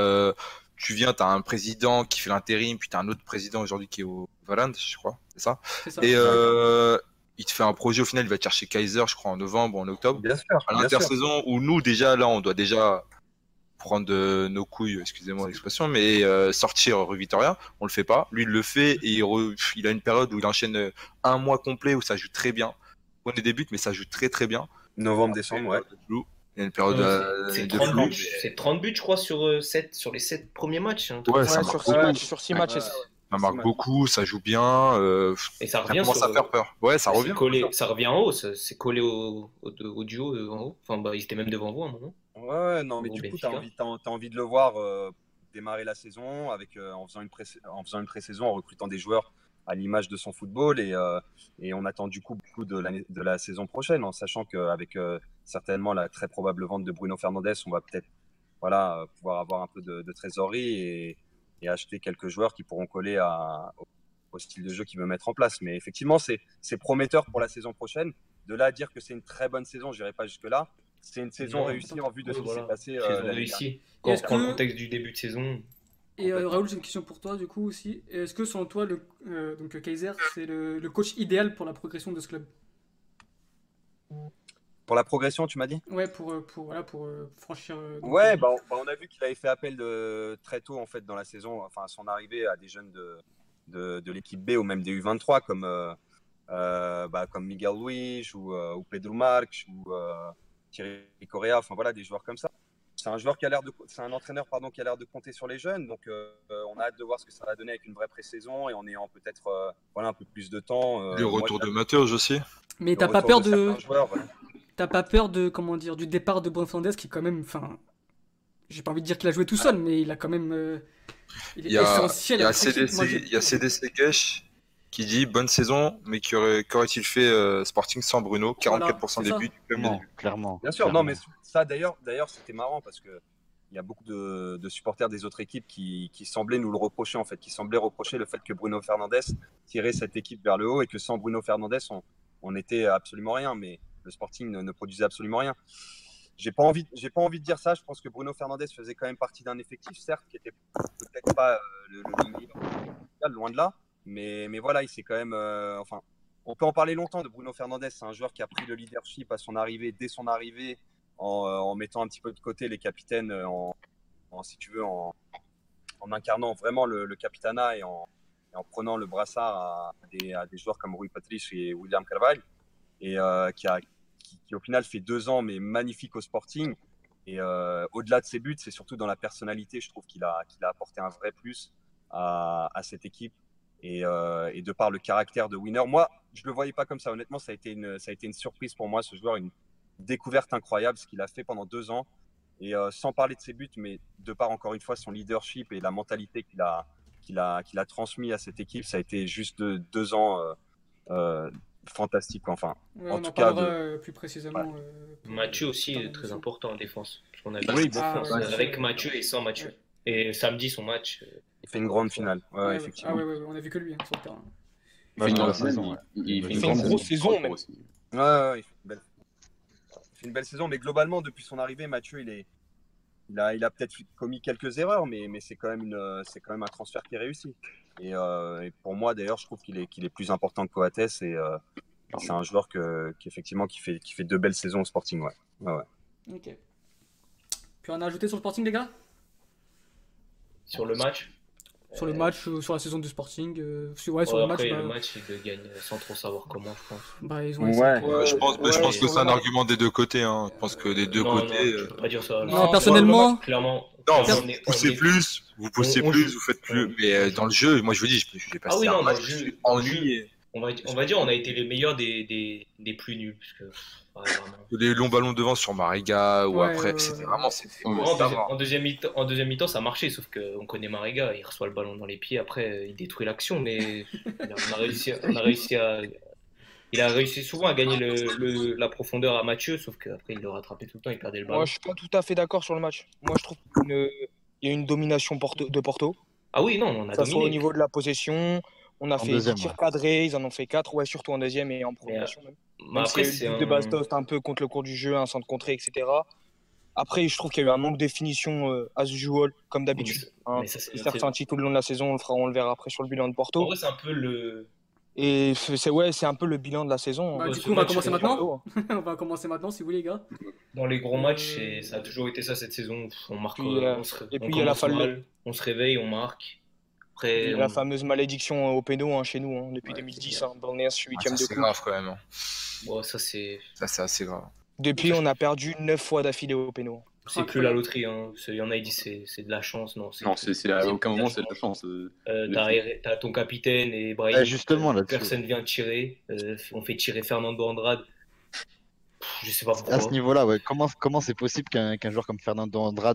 Speaker 2: Tu viens, t'as un président qui fait l'intérim, puis t'as un autre président aujourd'hui qui est au Valence, je crois, c'est ça.
Speaker 1: c'est ça.
Speaker 2: Et il te fait un projet, au final, il va te chercher Kaiser, je crois, en novembre ou en octobre.
Speaker 4: Bien sûr,
Speaker 2: À
Speaker 4: bien sûr.
Speaker 2: l'intersaison, où nous, déjà, là, on doit déjà prendre nos couilles, excusez-moi l'expression, mais sortir Rue Victoria, on le fait pas. Lui, il le fait et il a une période où il enchaîne un mois complet où ça joue très bien. On est des buts, mais ça joue très très bien.
Speaker 4: Novembre, décembre, ouais.
Speaker 2: Il y a une période
Speaker 5: C'est
Speaker 2: de
Speaker 5: 30
Speaker 2: flou.
Speaker 5: buts, c'est 30 buts, je crois, sur les 7 premiers matchs. Hein,
Speaker 2: Ouais,
Speaker 6: Ouais,
Speaker 2: ça
Speaker 6: sur
Speaker 2: marque
Speaker 6: 6
Speaker 2: beaucoup.
Speaker 6: matchs, sur 6 matchs.
Speaker 2: Ça marque beaucoup, ça joue bien.
Speaker 5: Et ça
Speaker 2: Ça
Speaker 5: revient
Speaker 2: commence
Speaker 5: sur,
Speaker 2: à faire peur. Ouais, ça revient.
Speaker 5: ça revient en haut, c'est collé au duo en haut. Enfin, ils étaient même devant vous à un moment.
Speaker 4: Ouais, non, mais
Speaker 5: Au
Speaker 4: du coup,
Speaker 5: Benfica.
Speaker 4: t'as envie de le voir démarrer la saison en faisant une pré-saison, en recrutant des joueurs à l'image de son football et on attend du coup beaucoup de la saison prochaine, en sachant qu'avec certainement la très probable vente de Bruno Fernandes, on va peut-être pouvoir avoir un peu de trésorerie et acheter quelques joueurs qui pourront coller au style de jeu qu'il veut mettre en place. Mais effectivement, c'est prometteur pour la saison prochaine. De là à dire que c'est une très bonne saison, j'irai pas jusque-là. C'est une saison
Speaker 5: Non,
Speaker 4: réussie en vue de
Speaker 5: Ouais,
Speaker 4: ce qui
Speaker 5: voilà.
Speaker 4: s'est passé
Speaker 5: Saison
Speaker 4: l'année dernière.
Speaker 5: réussie.
Speaker 1: Et
Speaker 5: Quand on
Speaker 1: est-ce
Speaker 5: reprend le
Speaker 1: que-
Speaker 5: contexte du début de saison,
Speaker 1: Et Raoul, j'ai une question pour toi du coup aussi. Est-ce que selon toi, donc Kaiser, c'est le coach idéal pour la progression de ce club?
Speaker 4: Pour la progression, tu m'as dit?
Speaker 1: Ouais, pour franchir. Donc,
Speaker 4: Ouais, on a vu qu'il avait fait appel très tôt en fait dans la saison, enfin à son arrivée, à des jeunes de l'équipe B ou même des U23 comme Miguel Luis ou Pedro Marques ou Thierry Correa, enfin voilà, des joueurs comme ça. C'est un entraîneur qui a l'air de compter sur les jeunes, donc on a hâte de voir ce que ça va donner avec une vraie pré-saison et en ayant peut-être un peu plus de temps.
Speaker 2: Le retour de Matheus aussi.
Speaker 1: Mais t'as pas peur t'as pas peur de comment dire du départ de Bruno Fernandes qui quand même, enfin, j'ai pas envie de dire qu'il a joué tout seul, mais il a quand même, il est essentiel.
Speaker 2: Il y a CDC Gesh qui dit bonne saison, mais qu'aurait-il fait Sporting sans Bruno? 44% des buts du club.
Speaker 7: Non, clairement.
Speaker 4: Bien sûr,
Speaker 7: clairement.
Speaker 4: non, mais ça d'ailleurs c'était marrant parce que il y a beaucoup de supporters des autres équipes qui semblaient nous le reprocher en fait, qui semblaient reprocher le fait que Bruno Fernandes tirait cette équipe vers le haut et que sans Bruno Fernandes on n'était absolument rien, mais le Sporting ne produisait absolument rien. J'ai pas envie de dire ça. Je pense que Bruno Fernandes faisait quand même partie d'un effectif, certes, qui était peut-être pas le meilleur, loin de là, mais voilà, il s'est quand même. Enfin, on peut en parler longtemps de Bruno Fernandes. C'est un joueur qui a pris le leadership dès son arrivée, en mettant un petit peu de côté les capitaines, si tu veux, en incarnant vraiment le capitanat et en prenant le brassard à des joueurs comme Rui Patrice et William Carvalho, et qui au final fait 2 ans mais magnifique au Sporting. Et au-delà de ses buts, c'est surtout dans la personnalité, je trouve qu'il a apporté un vrai plus à cette équipe, et de par le caractère de winner. Moi, je le voyais pas comme ça, honnêtement. Ça a été une surprise pour moi, ce joueur, une découverte incroyable, ce qu'il a fait pendant 2 ans, et sans parler de ses buts, mais de par encore une fois son leadership et la mentalité qu'il a transmis à cette équipe, ça a été juste 2 ans fantastique, enfin.
Speaker 1: Ouais,
Speaker 4: en
Speaker 1: on
Speaker 4: tout
Speaker 1: en
Speaker 4: cas,
Speaker 1: parlera plus précisément.
Speaker 5: Mathieu aussi est très important en défense. Parce qu'on a vu avec Mathieu et sans Mathieu. Et samedi, son match.
Speaker 4: Il fait une grande finale. Ouais, effectivement.
Speaker 1: Ah ouais, on a vu que lui sur le terrain.
Speaker 8: Il fait une grande saison.
Speaker 6: Il fait une grosse saison, même.
Speaker 4: Ouais, il fait une belle saison, mais globalement, depuis son arrivée, Mathieu, il a peut-être commis quelques erreurs, mais c'est quand même un transfert qui est réussi. Et pour moi, d'ailleurs, je trouve qu'il est plus important que Coates, et c'est un joueur qui fait 2 belles saisons au Sporting, ouais.
Speaker 1: Ok. Puis on a ajouté sur le Sporting, les gars?
Speaker 5: Sur le match?
Speaker 1: Sur le match, sur la saison du Sporting, sur le match.
Speaker 5: Après, le match, ils le gagnent sans trop savoir comment, je pense.
Speaker 1: Bah, ils ont
Speaker 2: je pense que c'est un argument des 2 côtés. Hein. Je pense que des 2 côtés.
Speaker 5: Non, tu peux pas dire ça.
Speaker 1: Non, personnellement.
Speaker 5: Clairement.
Speaker 2: Non, vous poussez plus, vous faites plus. Mais dans le jeu, moi je vous dis, j'ai passé un match, je suis ennuyé.
Speaker 5: On va dire, on a été les meilleurs des plus nuls. Parce que,
Speaker 2: des longs ballons devant sur Mariga ou après, c'était vraiment.
Speaker 5: En deuxième mi-temps, ça marchait, sauf qu'on connaît Mariga, il reçoit le ballon dans les pieds, après il détruit l'action, mais il a réussi souvent à gagner la profondeur à Mathieu, sauf qu'après il le rattrapait tout le temps, il perdait le ballon.
Speaker 6: Moi, je suis pas tout à fait d'accord sur le match. Moi, je trouve qu'il y a une domination de Porto.
Speaker 5: Ah oui, non, on a
Speaker 6: ça
Speaker 5: dominé.
Speaker 6: soit au niveau de la possession, on a fait 10 tirs cadrés, ils en ont fait 4, ouais, surtout en deuxième et en prolongation même.
Speaker 5: Après,
Speaker 6: c'est de base d'ost un peu contre le cours du jeu, un centre contré, etc. Après, je trouve qu'il y a eu un manque de définition as usual, comme d'habitude. Il s'est ressenti tout le long de la saison, on le verra après sur le bilan de Porto.
Speaker 5: En vrai, c'est un peu le...
Speaker 6: Et c'est un peu le bilan de la saison.
Speaker 1: Bah, du coup, on va commencer maintenant. On va commencer maintenant, si vous voulez, les gars.
Speaker 5: Dans les gros matchs, ça a toujours été ça cette saison. On marque,
Speaker 6: et puis il y a
Speaker 5: on se réveille, on marque.
Speaker 6: Après, la fameuse malédiction au péno chez nous, depuis 2010. Bornéas, 8ème de coupe.
Speaker 2: C'est grave quand même.
Speaker 5: Bon, ça, c'est
Speaker 2: assez grave.
Speaker 6: Depuis, on a perdu 9 fois d'affilée au péno.
Speaker 5: C'est plus la loterie. Il y en a qui disent c'est de la chance. Non,
Speaker 8: à aucun moment c'est de la chance.
Speaker 5: T'as ton capitaine et Brahim.
Speaker 7: Justement,
Speaker 5: personne vient tirer. On fait tirer Fernando Andrade. Je sais pas pourquoi.
Speaker 7: À ce niveau-là, ouais. Comment c'est possible qu'un joueur comme Fernando Andrade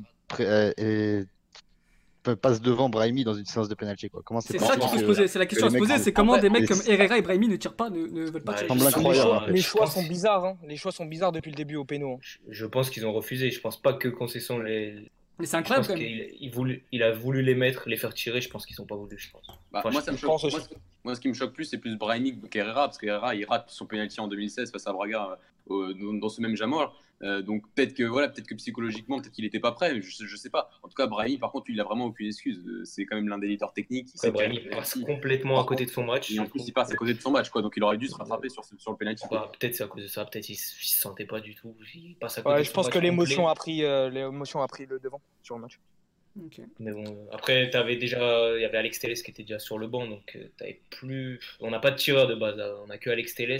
Speaker 7: passe devant Brahimi dans une séance de pénalty, quoi? Comment
Speaker 1: c'est ça qu'il faut se poser, c'est la question à se poser, c'est comment des mecs comme Herrera et Brahimi ne tirent pas, ne veulent pas tirer.
Speaker 6: Les choix sont bizarres, les choix sont bizarres depuis le début au péno.
Speaker 5: Je pense qu'ils ont refusé, je pense pas que concession les...
Speaker 1: Mais c'est incroyable quand même.
Speaker 5: Il a voulu les mettre, les faire tirer, je pense qu'ils ont pas voulu, je pense.
Speaker 8: Moi, ce qui me choque plus, c'est plus Brahimi qu'Herrera, parce qu'Herrera, il rate son penalty en 2016 face à Braga dans ce même Jamor. Donc peut-être que psychologiquement, peut-être qu'il n'était pas prêt, je sais pas. En tout cas, Brahimi, par contre, il a vraiment aucune excuse. C'est quand même l'un des leaders techniques.
Speaker 5: Brahimi passe complètement à côté de son match.
Speaker 8: Et en plus, il passe à côté de son match, quoi. Donc il aurait dû se rattraper sur le penalty.
Speaker 5: Peut-être c'est à cause de ça, peut-être il se sentait pas du tout. Il passe à côté de
Speaker 6: je pense que l'émotion a pris le devant sur le match.
Speaker 1: Ok.
Speaker 5: Mais bon, après, il y avait Alex Telles qui était déjà sur le banc, donc t'avais plus. On n'a pas de tireur de base, là. On n'a que Alex Telles.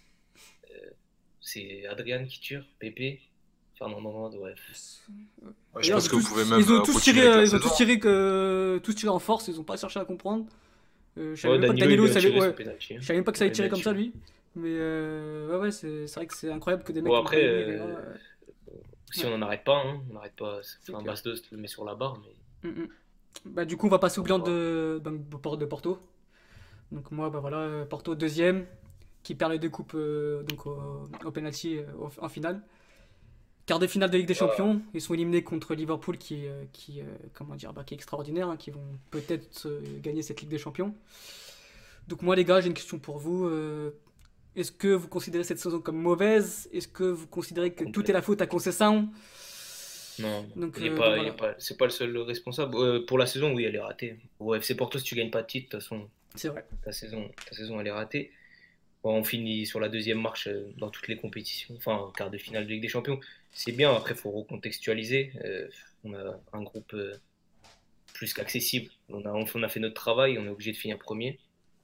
Speaker 5: C'est Adrian qui tire, Pépé, Fernand Mendes, bref.
Speaker 2: Ouais, je
Speaker 1: D'ailleurs,
Speaker 2: pense que vous pouvez même
Speaker 1: ils ont tous
Speaker 2: continuer
Speaker 1: tiré,
Speaker 2: avec la
Speaker 1: ils ont tous
Speaker 2: saison.
Speaker 1: tiré, tous tiré en force, ils ont pas cherché à comprendre. Je savais
Speaker 5: Ouais,
Speaker 1: même pas que
Speaker 5: Danilo,
Speaker 1: Danilo
Speaker 5: il a
Speaker 1: savait,
Speaker 5: tiré
Speaker 1: ouais,
Speaker 5: son penalty.
Speaker 1: je savais même pas que ça allait tirer comme ça
Speaker 5: Penalty.
Speaker 1: lui. Mais ouais, c'est vrai que c'est incroyable que des mecs
Speaker 5: Bon,
Speaker 1: comme
Speaker 5: après,
Speaker 1: Brahimi, Herrera,
Speaker 5: si
Speaker 1: ouais.
Speaker 5: on n'en arrête pas, hein, on n'arrête pas.
Speaker 1: C'est
Speaker 5: Enfin,
Speaker 1: clair.
Speaker 5: Bastos le met sur la barre, mais.
Speaker 1: Bah, du coup, on va passer au bilan
Speaker 5: Voilà.
Speaker 1: de Porto. Donc, moi, bah voilà, Porto deuxième, qui perd les deux coupes donc au penalty en finale. Quart de finale de Ligue des Champions, ils sont éliminés contre Liverpool comment dire, qui est extraordinaire, hein, qui vont peut-être gagner cette Ligue des Champions. Donc moi les gars, j'ai une question pour vous. Est-ce que vous considérez cette saison comme mauvaise? Est-ce que vous considérez que tout est la faute à Conceição?
Speaker 5: Non,
Speaker 1: Donc,
Speaker 5: il est
Speaker 1: donc
Speaker 5: pas,
Speaker 1: voilà,
Speaker 5: c'est pas le seul responsable. Pour la saison, oui, elle est ratée. Au FC Porto, si tu gagnes pas de titre, de toute façon,
Speaker 1: c'est vrai.
Speaker 5: ta saison, elle est ratée. Bon, on finit sur la deuxième marche dans toutes les compétitions, enfin, quart de finale de Ligue des Champions. C'est bien, après, il faut recontextualiser. On a un groupe plus qu'accessible. On a fait notre travail, on est obligé de finir premier.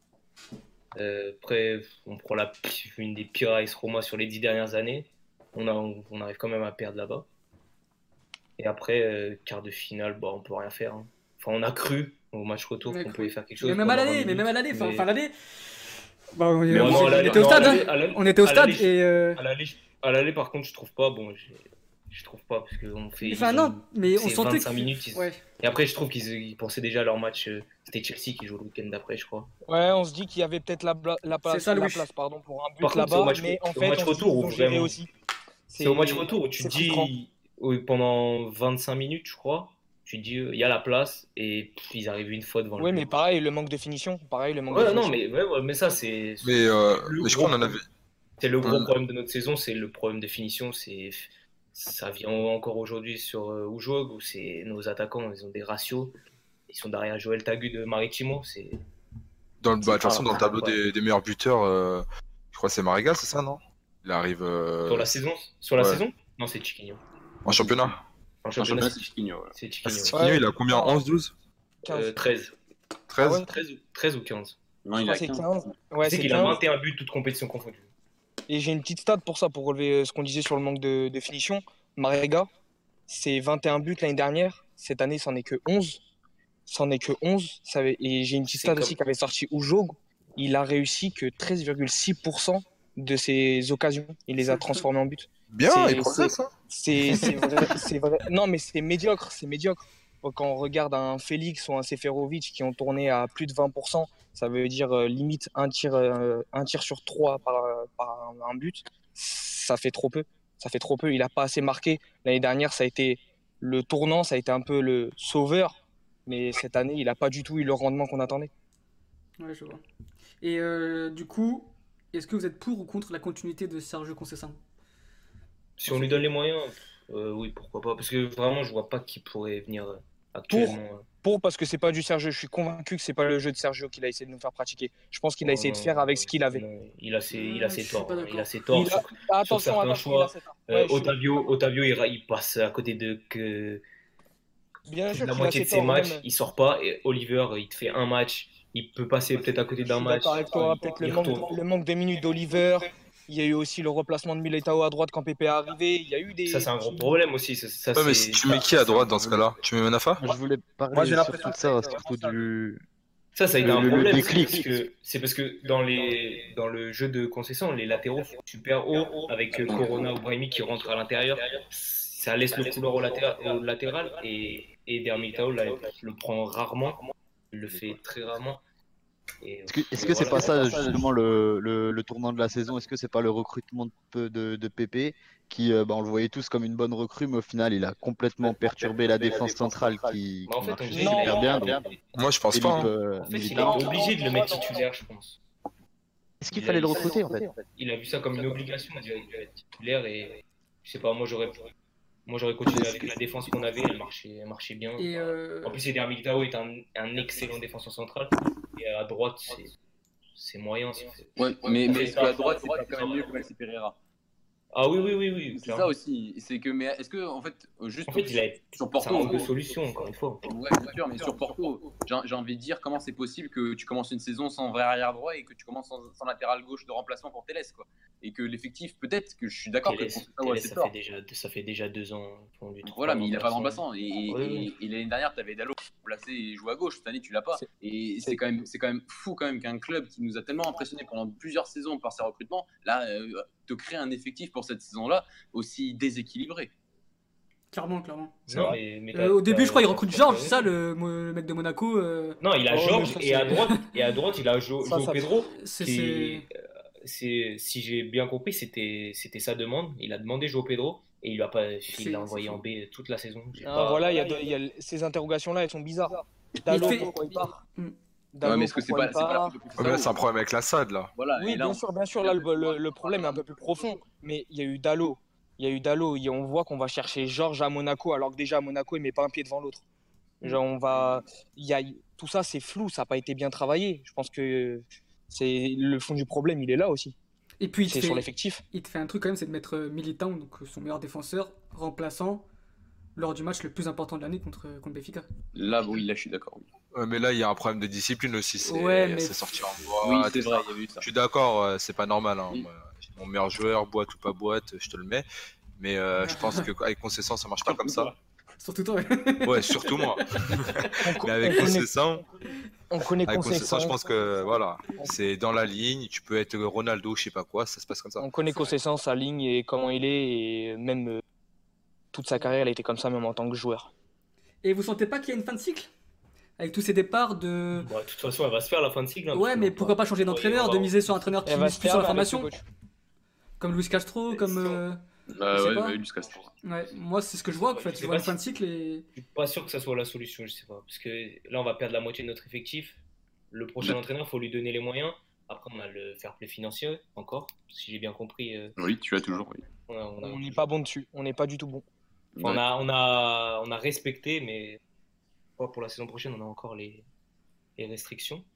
Speaker 5: Après, on prend une des pires AS Roma sur les 10 dernières années. On arrive quand même à perdre là-bas. Et après, quart de finale, bah, on peut rien faire, hein. Enfin, on a cru au match retour
Speaker 1: On a
Speaker 5: qu'on
Speaker 1: cru.
Speaker 5: pouvait faire quelque
Speaker 1: Mais
Speaker 5: chose
Speaker 1: même à
Speaker 5: pendant 20
Speaker 1: l'année, mais même à l'année,
Speaker 5: minutes.
Speaker 1: enfin l'année. Bah,
Speaker 8: Mais
Speaker 1: on,
Speaker 8: non,
Speaker 1: on
Speaker 5: à l'aller-
Speaker 1: était au
Speaker 5: non,
Speaker 1: stade,
Speaker 5: à
Speaker 1: hein.
Speaker 5: l'aller- à l'aller-
Speaker 1: On était au
Speaker 5: à
Speaker 1: stade
Speaker 5: l'aller,
Speaker 1: et
Speaker 5: à l'aller, par contre, je trouve pas. Bon, je trouve pas parce qu'on fait.
Speaker 1: enfin non, mais on
Speaker 5: c'est
Speaker 1: sentait
Speaker 5: 25 minutes.
Speaker 1: ouais.
Speaker 5: Et après, je trouve qu'ils pensaient déjà à leur match. C'était Chelsea qui joue le week-end d'après, je crois.
Speaker 6: Ouais, on se dit qu'il y avait peut-être la
Speaker 1: C'est
Speaker 6: place,
Speaker 1: ça, Louis.
Speaker 6: pardon, pour un but
Speaker 5: Par contre, c'est
Speaker 6: là-bas, mais en
Speaker 5: au
Speaker 6: fait,
Speaker 5: match
Speaker 6: on se dit
Speaker 5: retour
Speaker 6: qu'ils
Speaker 5: où
Speaker 6: ont géré
Speaker 5: vraiment.
Speaker 6: aussi.
Speaker 5: C'est au match retour où tu
Speaker 6: C'est
Speaker 5: te
Speaker 6: frustrant.
Speaker 5: dis, pendant 25 minutes, je crois, tu te dis, il y a la place et ils arrivent une fois devant le
Speaker 6: Oui,
Speaker 5: but.
Speaker 6: mais pareil, le manque de finition.
Speaker 5: Ouais, non, mais ça, c'est
Speaker 2: Mais
Speaker 5: le
Speaker 2: je crois qu'on en
Speaker 5: gros
Speaker 2: avait.
Speaker 5: c'est le gros
Speaker 2: on-
Speaker 5: problème de notre saison, c'est le problème de finition. Ça vient encore aujourd'hui sur Ujog, où c'est nos attaquants, ils ont des ratios. Ils sont derrière Joël Tagu de Maritimo.
Speaker 2: De toute façon, dans le tableau
Speaker 5: Ouais.
Speaker 2: des meilleurs buteurs, je crois que c'est Mariga, c'est ça, non? Il arrive
Speaker 5: Sur la saison? Sur la
Speaker 2: ouais.
Speaker 5: saison? Non, c'est Chiquinho.
Speaker 2: En championnat.
Speaker 5: En
Speaker 8: En
Speaker 5: championnat,
Speaker 8: championnat, c'est Chiquinho. Ouais.
Speaker 5: c'est
Speaker 2: Ah,
Speaker 5: Chiquinho.
Speaker 2: c'est Chiquinho, il a combien? 11, 12?
Speaker 5: 13.
Speaker 2: 13?
Speaker 6: Ah ouais.
Speaker 5: 13 ou 15.
Speaker 8: Non,
Speaker 6: Je
Speaker 8: il
Speaker 6: crois
Speaker 8: a
Speaker 6: que c'est
Speaker 8: 15.
Speaker 6: 15.
Speaker 5: Je
Speaker 6: Ouais,
Speaker 5: sais
Speaker 6: c'est
Speaker 5: qu'il a
Speaker 6: 15.
Speaker 5: 21 buts, toutes compétitions confondues.
Speaker 6: Et j'ai une petite stat pour ça, pour relever ce qu'on disait sur le manque de finition. Marega, c'est 21 buts l'année dernière. Cette année, c'en est que 11. Et j'ai une petite
Speaker 5: C'est
Speaker 6: stat
Speaker 5: comme-
Speaker 6: aussi qui avait sorti Ujog. Il a réussi que 13,6% de ses occasions. Il les a transformées en buts.
Speaker 2: Bien,
Speaker 6: C'est-
Speaker 2: il progresse, hein.
Speaker 6: C'est vrai. Non, mais c'est médiocre. Quand on regarde un Félix ou un Seferovic qui ont tourné à plus de 20%, ça veut dire limite un tir sur 3 par un but. Ça fait trop peu. Il n'a pas assez marqué. L'année dernière, ça a été le tournant, ça a été un peu le sauveur. Mais cette année, il n'a pas du tout eu le rendement qu'on attendait.
Speaker 1: Ouais, je vois. Et du coup, est-ce que vous êtes pour ou contre la continuité de Sergio Conceição?
Speaker 5: Si on lui donne les moyens, oui, pourquoi pas. Parce que vraiment, je vois pas qui pourrait venir actuellement.
Speaker 6: Parce que c'est pas du Sergio. Je suis convaincu que c'est pas le jeu de Sergio qu'il a essayé de nous faire pratiquer. Je pense qu'il a
Speaker 5: Oh,
Speaker 6: essayé de
Speaker 5: non,
Speaker 6: faire avec ce qu'il avait.
Speaker 5: non, il a ses
Speaker 1: je suis
Speaker 5: torts.
Speaker 1: pas
Speaker 5: Hein.
Speaker 1: d'accord.
Speaker 5: Il a ses torts
Speaker 6: Il a-
Speaker 5: sur
Speaker 6: Attention,
Speaker 5: certains
Speaker 6: il a
Speaker 5: choix.
Speaker 6: ses torts. Ouais, je suis-
Speaker 5: Otavio, il passe à côté de
Speaker 6: Bien
Speaker 5: plus
Speaker 6: sûr
Speaker 5: de la
Speaker 6: qu'il a
Speaker 5: moitié
Speaker 6: ses
Speaker 5: de ses
Speaker 6: torts,
Speaker 5: matchs.
Speaker 6: même.
Speaker 5: Il sort pas. Et Oliver, il te fait un match. Il peut passer peut-être à côté
Speaker 6: Je
Speaker 5: d'un
Speaker 6: suis
Speaker 5: match.
Speaker 6: d'accord avec toi. Peut-être
Speaker 5: Il retourne.
Speaker 6: le manque de minutes d'Oliver. Il y a eu aussi le replacement de Militao à droite quand Pépé est arrivé. Il y a eu des.
Speaker 5: Ça, c'est un gros problème aussi. Ça,
Speaker 2: Ouais, mais
Speaker 5: c'est-
Speaker 2: si tu mets qui à droite dans ce cas-là? Tu mets Manafa?
Speaker 7: Je voulais parler
Speaker 4: Moi, j'ai
Speaker 7: surtout
Speaker 4: l'impression
Speaker 7: de ça,
Speaker 4: que
Speaker 7: surtout du.
Speaker 5: Ça a été un
Speaker 7: Le
Speaker 5: problème.
Speaker 7: déclic.
Speaker 5: C'est parce que dans le jeu de concession, les latéraux sont super hauts avec Corona ou Brahimi qui rentrent à l'intérieur. Ça laisse le couloir au latéral et Eder Militao là, le prend rarement. Il le fait très rarement.
Speaker 7: Est-ce que c'est pas ça justement le tournant de la saison? Est-ce que c'est pas le recrutement de Pépé qui, on le voyait tous comme une bonne recrue, mais au final il a complètement perturbé la défense centrale qui
Speaker 5: En fait,
Speaker 7: marchait
Speaker 5: on dirait
Speaker 7: super bien. Donc,
Speaker 2: Moi, je pense pas, hein.
Speaker 5: En fait, il
Speaker 7: Militao.
Speaker 5: est obligé de le mettre titulaire, je pense.
Speaker 7: Est-ce qu'il fallait le recruter en fait?
Speaker 5: Il a vu ça comme une obligation de être titulaire et je sais pas, moi j'aurais continué avec la défense qu'on avait, elle marchait bien.
Speaker 1: Et
Speaker 5: En plus, Eder Militao est un excellent défenseur central et à droite, c'est moyen.
Speaker 8: Ouais, mais est-ce qu'à droite, c'est pas quand même mieux que Maxi Pereira?
Speaker 5: Ah oui, oui, oui, oui.
Speaker 8: C'est
Speaker 5: clairement.
Speaker 8: ça aussi. C'est que, mais est-ce que, en fait, juste
Speaker 5: En fait, il a
Speaker 8: sur
Speaker 5: c'est
Speaker 8: Porto,
Speaker 5: un manque de solution, encore une fois.
Speaker 8: ouais, bien sûr, mais sur Porto, j'ai envie de dire comment c'est possible que tu commences une saison sans vrai arrière droit et que tu commences sans latéral gauche de remplacement pour Telles, quoi. Et que l'effectif, peut-être que je suis d'accord que
Speaker 5: Telles,
Speaker 8: Conceição a
Speaker 5: Telles,
Speaker 8: assez tort.
Speaker 5: ça fait déjà 2 ans qu'on lui trouve
Speaker 8: Voilà,
Speaker 5: pas de
Speaker 8: mais il n'a pas de
Speaker 5: remplaçant.
Speaker 8: remplaçant.
Speaker 5: Oui, oui.
Speaker 8: Et l'année dernière, tu avais Dalot pour remplacer et jouer à gauche. Cette année, tu l'as pas.
Speaker 6: C'est-
Speaker 8: Et
Speaker 6: c'est-
Speaker 8: c'est quand même fou quand même qu'un club qui nous a tellement impressionné pendant plusieurs saisons par ses recrutements, là, te crée un effectif pour cette saison-là aussi déséquilibré.
Speaker 1: Clairement, clairement.
Speaker 5: Non, mais
Speaker 1: Au début, je crois, il
Speaker 5: t'as
Speaker 1: recrute
Speaker 5: tout à fait
Speaker 1: Georges, c'est ça,
Speaker 5: raison.
Speaker 1: le mec de Monaco.
Speaker 5: Non, il a
Speaker 6: Oh, mais
Speaker 5: Georges
Speaker 6: ça,
Speaker 5: et à
Speaker 6: c'est-
Speaker 5: droite, il a
Speaker 6: Ça,
Speaker 5: João
Speaker 6: ça-
Speaker 5: Pedro
Speaker 1: C'est.
Speaker 5: qui si j'ai bien compris, c'était sa demande. Il a demandé João Pedro et il l'a envoyé en B toute la saison. J'ai
Speaker 6: Ah,
Speaker 5: pas-
Speaker 6: voilà, il y a ces interrogations-là, elles sont bizarres.
Speaker 1: Il
Speaker 6: Dalot,
Speaker 1: fait-
Speaker 6: pourquoi il part
Speaker 1: Hmm.
Speaker 8: Ouais,
Speaker 6: Dalot,
Speaker 8: mais est-ce que c'est
Speaker 6: pourquoi
Speaker 8: pas,
Speaker 6: il
Speaker 8: c'est pas la
Speaker 6: part
Speaker 8: faute de
Speaker 2: Ouais, mais là, c'est
Speaker 8: Conceição?
Speaker 2: un problème avec la SAD, là.
Speaker 8: Voilà,
Speaker 6: Oui,
Speaker 8: et là,
Speaker 6: bien sûr, là, le problème est un peu plus profond. Mais il y a eu Dalot. On voit qu'on va chercher Georges à Monaco, alors que déjà à Monaco, il met pas un pied devant l'autre. Genre, tout ça, c'est flou, ça n'a pas été bien travaillé. Je pense que c'est le fond du problème, il est là aussi.
Speaker 1: Et puis,
Speaker 6: C'est sur l'effectif.
Speaker 1: il te fait un truc quand même, c'est de mettre Militant, donc son meilleur défenseur, remplaçant lors du match le plus important de l'année contre Benfica.
Speaker 8: là, oui, là, je suis d'accord. Oui,
Speaker 2: Ouais, mais là, il y a un problème de discipline aussi.
Speaker 1: Ouais, mais-
Speaker 2: C'est sorti en
Speaker 8: oui
Speaker 2: boîte.
Speaker 8: c'est
Speaker 2: et
Speaker 8: vrai,
Speaker 2: ça.
Speaker 8: il y a eu ça.
Speaker 2: Je suis d'accord, c'est pas normal. Hein.
Speaker 8: Oui.
Speaker 2: Moi, mon meilleur joueur, boîte ou pas boîte, je te le mets. Mais je pense qu'avec Conceição, ça marche pas comme ça.
Speaker 1: Surtout toi.
Speaker 2: Ouais, surtout moi.
Speaker 6: On,
Speaker 2: Mais avec
Speaker 6: on connaît,
Speaker 2: Conceição,
Speaker 6: on connaît
Speaker 2: avec Conceição,
Speaker 6: Conceição.
Speaker 2: je pense que voilà, c'est dans la ligne. Tu peux être Ronaldo, je sais pas quoi, ça se passe comme ça.
Speaker 6: On connaît Conceição, sa ligne et comment il est. Et même toute sa carrière, elle a été comme ça, même en tant que joueur.
Speaker 1: Et vous sentez pas qu'il y a une fin de cycle avec tous ces départs de.
Speaker 5: Bon, de toute façon, elle va se faire la fin de cycle. hein,
Speaker 1: Ouais,
Speaker 5: parce
Speaker 1: mais
Speaker 5: qu'on
Speaker 1: pourquoi
Speaker 5: va-
Speaker 1: pas changer d'entraîneur,
Speaker 5: on
Speaker 1: de
Speaker 5: va-
Speaker 1: miser sur un entraîneur qui
Speaker 6: Elle va
Speaker 1: mise
Speaker 6: se
Speaker 1: plus
Speaker 6: faire
Speaker 1: sur la
Speaker 6: avec le
Speaker 1: formation,
Speaker 6: coach.
Speaker 1: comme Luis Castro, comme. Je sais
Speaker 8: Ouais,
Speaker 1: pas.
Speaker 8: ouais, Lucas Castro.
Speaker 1: Ouais, moi c'est ce que je vois en fait.
Speaker 5: Je
Speaker 1: Je
Speaker 5: sais
Speaker 1: vois
Speaker 5: pas
Speaker 1: une fin de
Speaker 5: si-
Speaker 1: cycle et.
Speaker 5: Je suis pas sûr que ça soit la solution, je sais pas. Parce que là, on va perdre la moitié de notre effectif. Le prochain entraîneur, il faut lui donner les moyens. Après, on a le fair play financier encore, si j'ai bien compris.
Speaker 8: Oui, tu as toujours, oui.
Speaker 6: On n'est pas bon dessus. On n'est pas du tout bon.
Speaker 5: Enfin, on a respecté, mais pour la saison prochaine, on a encore les restrictions.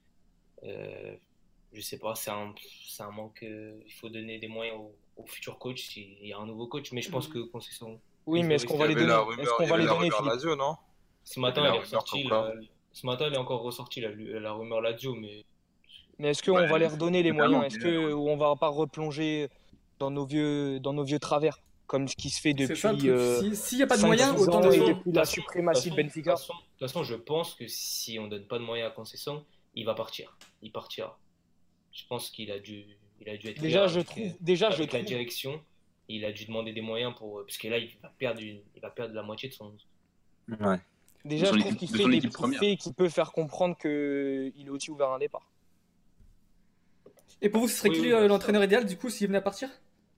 Speaker 5: Je sais pas, c'est un manque. Il faut donner des moyens au futur coach s'il y a un nouveau coach. Mais je pense que Conceição,
Speaker 6: Oui, mais est-ce qu'on va
Speaker 2: Il y
Speaker 6: les
Speaker 2: avait
Speaker 6: donner
Speaker 2: la rumeur,
Speaker 6: Est-ce qu'on
Speaker 2: il y
Speaker 6: va
Speaker 2: avait
Speaker 6: les
Speaker 2: la
Speaker 6: donner,
Speaker 2: rumeur
Speaker 6: Philippe
Speaker 2: Lazio, non?
Speaker 5: ce matin,
Speaker 2: Il y
Speaker 5: il
Speaker 2: avait
Speaker 5: est
Speaker 2: la rumeur
Speaker 5: ressorti.
Speaker 2: comme quoi.
Speaker 5: Ce matin, il est encore ressorti la rumeur Lazio, mais
Speaker 6: Mais est-ce qu'on
Speaker 8: Ouais,
Speaker 6: va les redonner les
Speaker 8: totalement,
Speaker 6: moyens? Est-ce que on va pas replonger dans nos vieux travers, comme ce qui se fait
Speaker 1: C'est ça le
Speaker 6: depuis
Speaker 1: truc. S'il n'y a pas de
Speaker 6: 5-6
Speaker 1: moyens,
Speaker 6: ans
Speaker 1: autant
Speaker 6: et
Speaker 1: de.
Speaker 6: depuis la suprématie de Benfica.
Speaker 5: De toute façon, je pense que si on donne pas de moyens à Conceição, il va partir. Il partira. Je pense qu'il a dû être
Speaker 6: Déjà,
Speaker 5: clair
Speaker 6: je trouve,
Speaker 5: avec la direction. Il a dû demander des moyens parce que là, il va perdre la moitié de son 11.
Speaker 4: Ouais.
Speaker 6: déjà,
Speaker 8: De son
Speaker 6: je trouve
Speaker 8: équipe-
Speaker 6: qu'il
Speaker 8: de
Speaker 6: fait
Speaker 8: son
Speaker 6: des
Speaker 8: équipe
Speaker 6: petits
Speaker 8: première.
Speaker 6: faits qui peut faire comprendre qu'il est aussi ouvert à un départ.
Speaker 1: Et pour vous, ce serait
Speaker 5: Oui,
Speaker 1: qui
Speaker 5: oui, bah,
Speaker 1: l'entraîneur idéal du coup s'il venait à partir?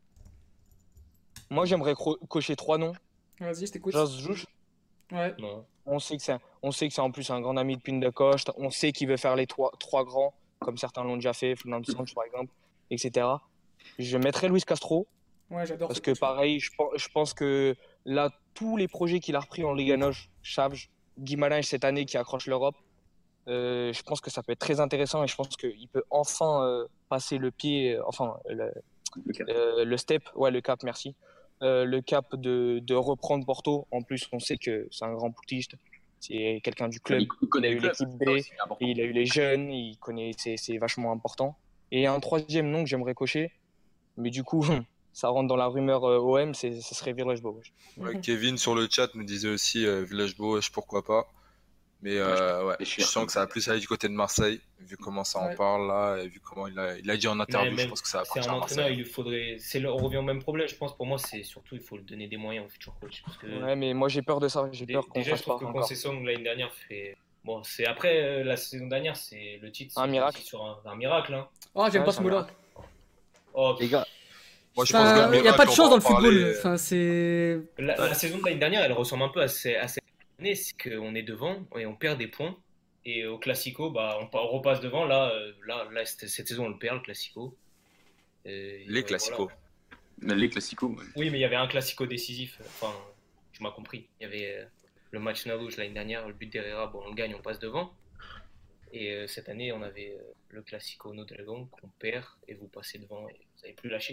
Speaker 6: Moi, j'aimerais cocher 3 noms.
Speaker 1: Vas-y, je t'écoute.
Speaker 6: Jos Juge.
Speaker 1: Ouais.
Speaker 5: Non.
Speaker 6: On sait que c'est en plus un grand ami de Pindacoste. On sait qu'il veut faire les trois grands, comme certains l'ont déjà fait, Fernando Santos par exemple, etc. Je mettrais Luis Castro,
Speaker 1: Ouais, j'adore.
Speaker 6: parce
Speaker 1: ce
Speaker 6: que
Speaker 1: coach.
Speaker 6: pareil, je pense que là, tous les projets qu'il a repris en Liga NOS, Chaves, Guimarães cette année qui accroche l'Europe, je pense que ça peut être très intéressant et je pense qu'il peut enfin passer le pied,
Speaker 8: Le cap.
Speaker 6: le step, ouais, le cap, merci. Le cap de reprendre Porto. En plus, on sait que c'est un grand poutiste. C'est quelqu'un du club.
Speaker 8: Il connaît
Speaker 6: Il a
Speaker 8: le
Speaker 6: eu
Speaker 8: club.
Speaker 6: l'équipe
Speaker 8: c'est ça
Speaker 6: B,
Speaker 8: aussi qui est important.
Speaker 6: et il a eu les jeunes, il connaît, c'est vachement important. Et un troisième nom que j'aimerais cocher, mais du coup, ça rentre dans la rumeur OM, ce serait Villas-Boas.
Speaker 2: Ouais, Kevin sur le chat nous disait aussi Village-Boas, pourquoi pas. Mais ouais,
Speaker 8: c'est
Speaker 2: je
Speaker 8: cher,
Speaker 2: sens que ça va plus aller du côté de Marseille, vu comment ça en
Speaker 1: Ouais.
Speaker 2: parle là, et vu comment il a dit en interview, je pense que ça va
Speaker 5: c'est
Speaker 2: partir
Speaker 5: un
Speaker 2: à
Speaker 5: entraîneur,
Speaker 2: Marseille.
Speaker 5: il lui faudrait. On revient au même problème, je pense. Pour moi, c'est surtout il faut lui donner des moyens au futur coach. Parce que
Speaker 6: Ouais, mais moi j'ai peur de ça. J'ai peur qu'on
Speaker 5: déjà, je
Speaker 6: fasse pas
Speaker 5: trouve que
Speaker 6: encore.
Speaker 5: Conceição l'année dernière fait. Bon, c'est après la saison dernière, c'est le titre.
Speaker 6: Un
Speaker 5: c'est
Speaker 6: miracle.
Speaker 5: aussi sur un miracle. Hein.
Speaker 1: Oh, j'aime
Speaker 6: Ouais,
Speaker 1: pas
Speaker 6: c'est
Speaker 1: ce
Speaker 6: un
Speaker 1: mot-là.
Speaker 6: miracle.
Speaker 5: Oh,
Speaker 7: Les gars,
Speaker 2: Moi je pense que
Speaker 1: Enfin,
Speaker 2: le
Speaker 1: il n'y a pas de
Speaker 2: miracle,
Speaker 1: chance
Speaker 2: on
Speaker 1: dans
Speaker 2: va
Speaker 1: le
Speaker 2: en
Speaker 1: football.
Speaker 2: parler.
Speaker 1: Enfin, c'est.
Speaker 5: la saison de l'année dernière, elle ressemble un peu à cette année, c'est qu'on est devant et on perd des points. Et au Classico, bah, on repasse devant. Là, cette saison, on le perd, le Classico.
Speaker 2: Les classicos.
Speaker 8: Mais les classicos. Ouais.
Speaker 5: Oui, mais il y avait un Classico décisif. Enfin, tu m'as compris. Il y avait le match Narouge l'année dernière, le but d'Herrera, bon, on le gagne, on passe devant. Et cette année, on avait le Classico No Dragon qu'on perd et vous passez devant et vous n'avez plus lâché.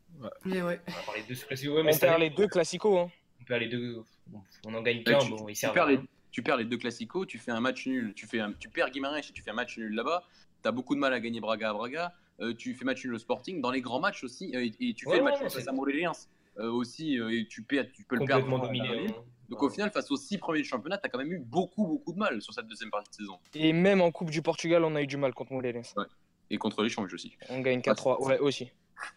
Speaker 1: Mais ouais.
Speaker 5: On va parler de deux classicos. Ouais, mais
Speaker 6: On
Speaker 5: cette
Speaker 6: perd
Speaker 5: année,
Speaker 6: les 2 classicos. Hein.
Speaker 5: on perd les deux. Bon, on en gagne
Speaker 8: Bah,
Speaker 5: qu'un,
Speaker 8: tu,
Speaker 5: bon, ils
Speaker 8: tu
Speaker 5: servent
Speaker 8: perds
Speaker 5: à rien.
Speaker 8: tu perds les deux classicos, tu fais un match nul, tu perds Guimarães et tu fais un match nul là-bas. Tu as beaucoup de mal à gagner Braga à Braga. Tu fais match nul au Sporting. Dans les grands matchs aussi, et tu fais
Speaker 5: Ouais,
Speaker 8: le match
Speaker 5: ouais,
Speaker 8: nul
Speaker 5: non,
Speaker 8: face
Speaker 5: c'est
Speaker 8: à Moreirense aussi, et tu peux le perdre
Speaker 5: complètement
Speaker 8: à
Speaker 5: dominé.
Speaker 8: l'arrivée.
Speaker 5: Hein.
Speaker 8: Donc au final, face aux 6 premiers du championnat, tu as quand même eu beaucoup de mal sur cette deuxième partie de saison.
Speaker 6: Et même en Coupe du Portugal, on a eu du mal contre Moreirense.
Speaker 8: Ouais. Et contre les Changes aussi.
Speaker 6: On gagne 4-3. Ouais, aussi.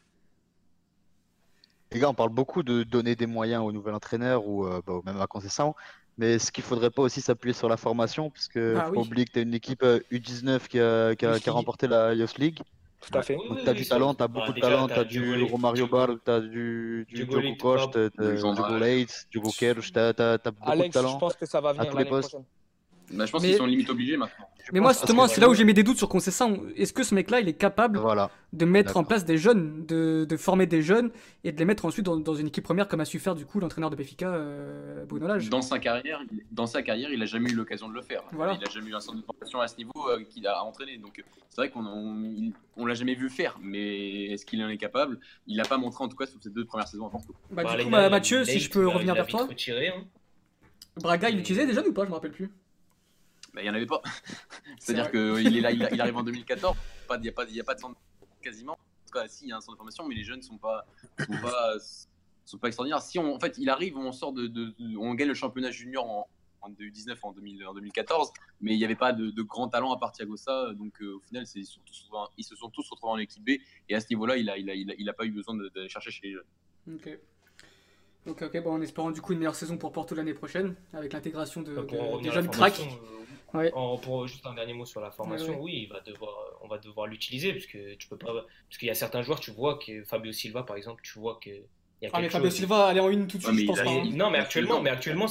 Speaker 7: Les gars, on parle beaucoup de donner des moyens au nouvel entraîneur ou même à Conceição, mais est-ce qu'il faudrait pas aussi s'appuyer sur la formation? Parce que
Speaker 1: Bah
Speaker 7: faut pas
Speaker 1: oui.
Speaker 7: oublier que tu as une équipe U19 qui a remporté la Youth League.
Speaker 6: Tout à fait.
Speaker 5: Oui,
Speaker 7: Donc
Speaker 5: oui,
Speaker 7: tu as
Speaker 5: oui,
Speaker 7: du
Speaker 5: ça.
Speaker 7: talent, tu as
Speaker 5: Bah,
Speaker 7: beaucoup de
Speaker 5: déjà,
Speaker 7: talent,
Speaker 5: t'as
Speaker 7: tu as du
Speaker 5: Diogo
Speaker 7: Romario
Speaker 5: Diogo-
Speaker 7: Barro, tu as du
Speaker 5: Diogo
Speaker 7: Diogo
Speaker 5: Leite,
Speaker 7: Costa,
Speaker 5: pas-
Speaker 7: Diogo Leite, Diogo Queiroz, tu as beaucoup de
Speaker 6: Alex, je
Speaker 7: talent
Speaker 6: pense que ça va
Speaker 7: à
Speaker 6: venir
Speaker 7: tous les
Speaker 6: l'année
Speaker 7: postes.
Speaker 6: prochaine.
Speaker 8: Bah, je pense
Speaker 1: Mais-
Speaker 8: qu'ils sont limite obligés maintenant.
Speaker 1: Mais moi,
Speaker 7: pense parce
Speaker 1: justement,
Speaker 7: que
Speaker 1: c'est là où
Speaker 7: sinon-
Speaker 1: j'ai mis des doutes sur Conceição. Est-ce que ce mec-là, il est capable
Speaker 7: Voilà.
Speaker 1: de mettre en
Speaker 7: D'accord.
Speaker 1: place des jeunes, de former des jeunes et de les mettre ensuite dans une équipe première comme a su faire du coup l'entraîneur de Benfica, Bruno Lage.
Speaker 8: Dans sa carrière, il a jamais eu l'occasion de le faire.
Speaker 1: Voilà.
Speaker 8: Il a jamais eu un centre de formation à ce niveau qu'il a entraîné. Donc c'est vrai qu'on l'a jamais vu faire. Mais est-ce qu'il en est capable? Il n'a pas montré en tout cas sur ces 2 premières saisons à Porto.
Speaker 1: Bah,
Speaker 5: Bah,
Speaker 1: du coup,
Speaker 5: Leite,
Speaker 1: Mathieu, si je peux
Speaker 5: il
Speaker 1: revenir
Speaker 5: a
Speaker 1: vers
Speaker 5: vite
Speaker 1: toi,
Speaker 5: retiré, hein.
Speaker 1: Braga, il utilisait des jeunes ou pas? Je me rappelle plus.
Speaker 8: Bah, il n'y en avait pas.
Speaker 1: C'est
Speaker 8: C'est-à-dire qu'il est là, il arrive en 2014. Il n'y a pas de centre quasiment. En tout cas, si, il y a un centre de formation, mais les jeunes sont pas extraordinaires. Si en fait, il arrive, on sort on gagne le championnat junior en 2019 en 2014, mais il n'y avait pas de grand talent à part Thiago Sa. Donc au final, ils se sont tous retrouvés en équipe B. Et à ce niveau-là, il a pas eu besoin d'aller chercher chez les jeunes.
Speaker 1: Ok, bon, en espérant du coup une meilleure saison pour Porto l'année prochaine, avec l'intégration
Speaker 5: Pour en
Speaker 1: des
Speaker 5: revenir à la
Speaker 1: jeunes cracks.
Speaker 5: formation,
Speaker 1: Ouais.
Speaker 5: pour juste un dernier mot sur la formation,
Speaker 1: Ouais.
Speaker 5: oui, on va devoir l'utiliser parce que tu peux pas, parce qu'il y a certains joueurs, tu vois que Fabio Silva par exemple, tu vois que il y a
Speaker 1: Ah, mais
Speaker 5: quelque
Speaker 1: Fabio
Speaker 5: chose.
Speaker 1: Silva, aller en une tout de
Speaker 8: Ouais,
Speaker 1: suite,
Speaker 8: mais
Speaker 1: je pense
Speaker 8: il a-
Speaker 1: pas. hein.
Speaker 5: Non, mais
Speaker 8: il a
Speaker 5: actuellement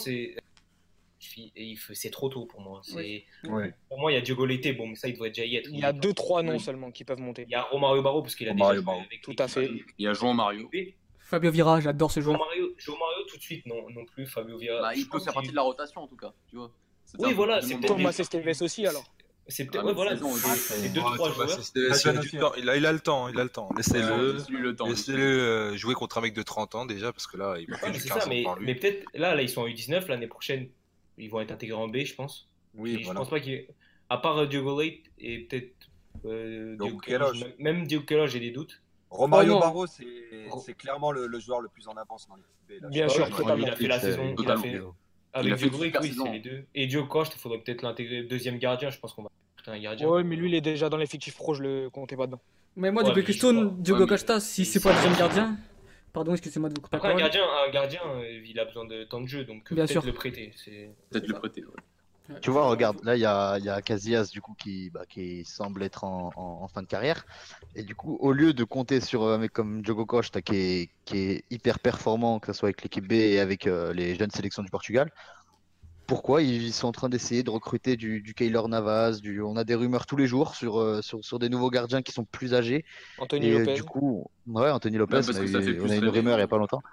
Speaker 5: c'est trop tôt pour moi.
Speaker 1: Oui.
Speaker 5: Pour moi, il y a Diogo Leite, bon, mais ça il devrait déjà y être.
Speaker 6: Il y a 2-3 noms seulement qui peuvent monter.
Speaker 5: Il y a Romario Barro parce qu'il a
Speaker 8: Romario
Speaker 5: déjà
Speaker 8: Barro.
Speaker 5: joué avec
Speaker 6: Tout à fait.
Speaker 8: Il y a João Mario.
Speaker 1: Fabio Vieira, j'adore ce joueur.
Speaker 5: João Mario tout de suite, non plus. Fabio Vieira.
Speaker 8: Bah, il
Speaker 5: je
Speaker 8: peut
Speaker 5: pense
Speaker 8: faire partie
Speaker 5: qu'il-
Speaker 8: de la rotation en tout cas. Tu vois.
Speaker 5: Oui, voilà, c'est peut-être
Speaker 6: Thomas
Speaker 5: des-
Speaker 6: Esteves aussi alors.
Speaker 5: C'est
Speaker 8: Ah,
Speaker 5: peut-être,
Speaker 8: mais
Speaker 5: ouais, voilà,
Speaker 8: saison,
Speaker 5: c'est deux,
Speaker 2: Ouais,
Speaker 5: trois
Speaker 2: Thomas
Speaker 5: joueurs.
Speaker 2: Esteves, il a du temps. Il a le temps. Laissez-le.
Speaker 8: Laisse-lui le temps.
Speaker 2: Laissez-le jouer contre un mec de 30 ans déjà, parce que là, il va
Speaker 5: Ouais,
Speaker 2: faire
Speaker 5: mais
Speaker 2: du
Speaker 5: c'est
Speaker 2: 15
Speaker 5: ça,
Speaker 2: ans
Speaker 5: mais
Speaker 2: par lui.
Speaker 5: peut-être là, ils sont en U19, l'année prochaine, ils vont être intégrés en B, je pense.
Speaker 4: Oui,
Speaker 5: Et je
Speaker 4: voilà.
Speaker 5: pense pas qu'il. À part Diogo Leite et peut-être. Diogo
Speaker 4: Queiroz.
Speaker 5: Queiroz, même Diogo Queiroz, j'ai des doutes.
Speaker 4: Romario
Speaker 1: Oh non.
Speaker 4: Barro, c'est clairement le joueur le plus en avance dans l'équipe B. là.
Speaker 6: Bien
Speaker 5: Ouais,
Speaker 6: sûr,
Speaker 5: je crois
Speaker 6: totalement.
Speaker 5: qu'il a fait la saison. Il a
Speaker 8: totalement.
Speaker 5: fait.
Speaker 8: Il
Speaker 5: Avec
Speaker 8: a fait
Speaker 5: Diogo
Speaker 8: une
Speaker 5: Leite,
Speaker 8: super
Speaker 5: oui,
Speaker 8: saison.
Speaker 5: c'est les deux. Et Diogo Costa, il faudrait peut-être l'intégrer deuxième gardien. Je pense qu'on va recruter un gardien.
Speaker 6: Ouais, mais lui, il est déjà dans l'effectif pro, je le comptais pas dedans.
Speaker 1: Mais moi,
Speaker 5: Ouais,
Speaker 1: depuis
Speaker 5: mais
Speaker 1: que je
Speaker 5: je
Speaker 1: tourne
Speaker 5: crois-
Speaker 1: Diogo
Speaker 8: ouais, mais-
Speaker 1: Costa, si c'est pas le deuxième gardien. Pardon, excusez-moi de vous couper la
Speaker 5: Après,
Speaker 1: parole.
Speaker 5: un gardien, il a besoin de temps de jeu, donc
Speaker 1: Bien
Speaker 5: peut-être
Speaker 1: sûr.
Speaker 5: le prêter. C'est...
Speaker 8: Peut-être le prêter. Ouais.
Speaker 7: Tu vois, regarde, là, il y a Casillas, du coup, qui semble être en fin de carrière. Et du coup, au lieu de compter sur un mec comme Diogo Costa, qui est hyper performant, que ce soit avec l'équipe B et avec les jeunes sélections du Portugal, pourquoi ils sont en train d'essayer de recruter du Keylor Navas, on a des rumeurs tous les jours sur des nouveaux gardiens qui sont plus âgés.
Speaker 6: Anthony
Speaker 7: Et
Speaker 6: Lopez.
Speaker 7: du coup, ouais, Anthony Lopez,
Speaker 8: Bah, parce que ça fait
Speaker 7: on
Speaker 8: plus
Speaker 7: a une
Speaker 8: rêver.
Speaker 7: rumeur il n'y a pas longtemps.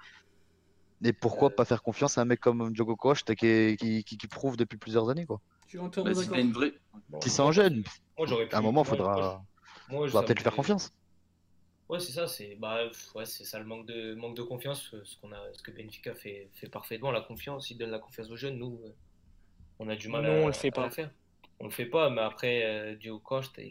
Speaker 7: Et pourquoi pas faire confiance à un mec comme Diogo Costa qui prouve depuis plusieurs années, quoi.
Speaker 1: Je suis entièrement
Speaker 8: Bah, si
Speaker 1: d'accord.
Speaker 8: t'as une vraie.
Speaker 5: Bon,
Speaker 7: Qui sont jeunes.
Speaker 5: Moi, j'aurais pu.
Speaker 7: À un moment,
Speaker 5: moi,
Speaker 7: faudra
Speaker 5: ça
Speaker 7: peut-être lui faire
Speaker 5: me-
Speaker 7: confiance.
Speaker 5: Ouais, c'est ça, c'est ça le manque de confiance, ce que Benfica fait parfaitement, la confiance, il donne la confiance aux jeunes, nous, on a du mal
Speaker 6: Non, on
Speaker 5: à
Speaker 6: le fait
Speaker 5: à
Speaker 6: pas.
Speaker 5: la faire. On le fait pas, mais après, Diogo Costa,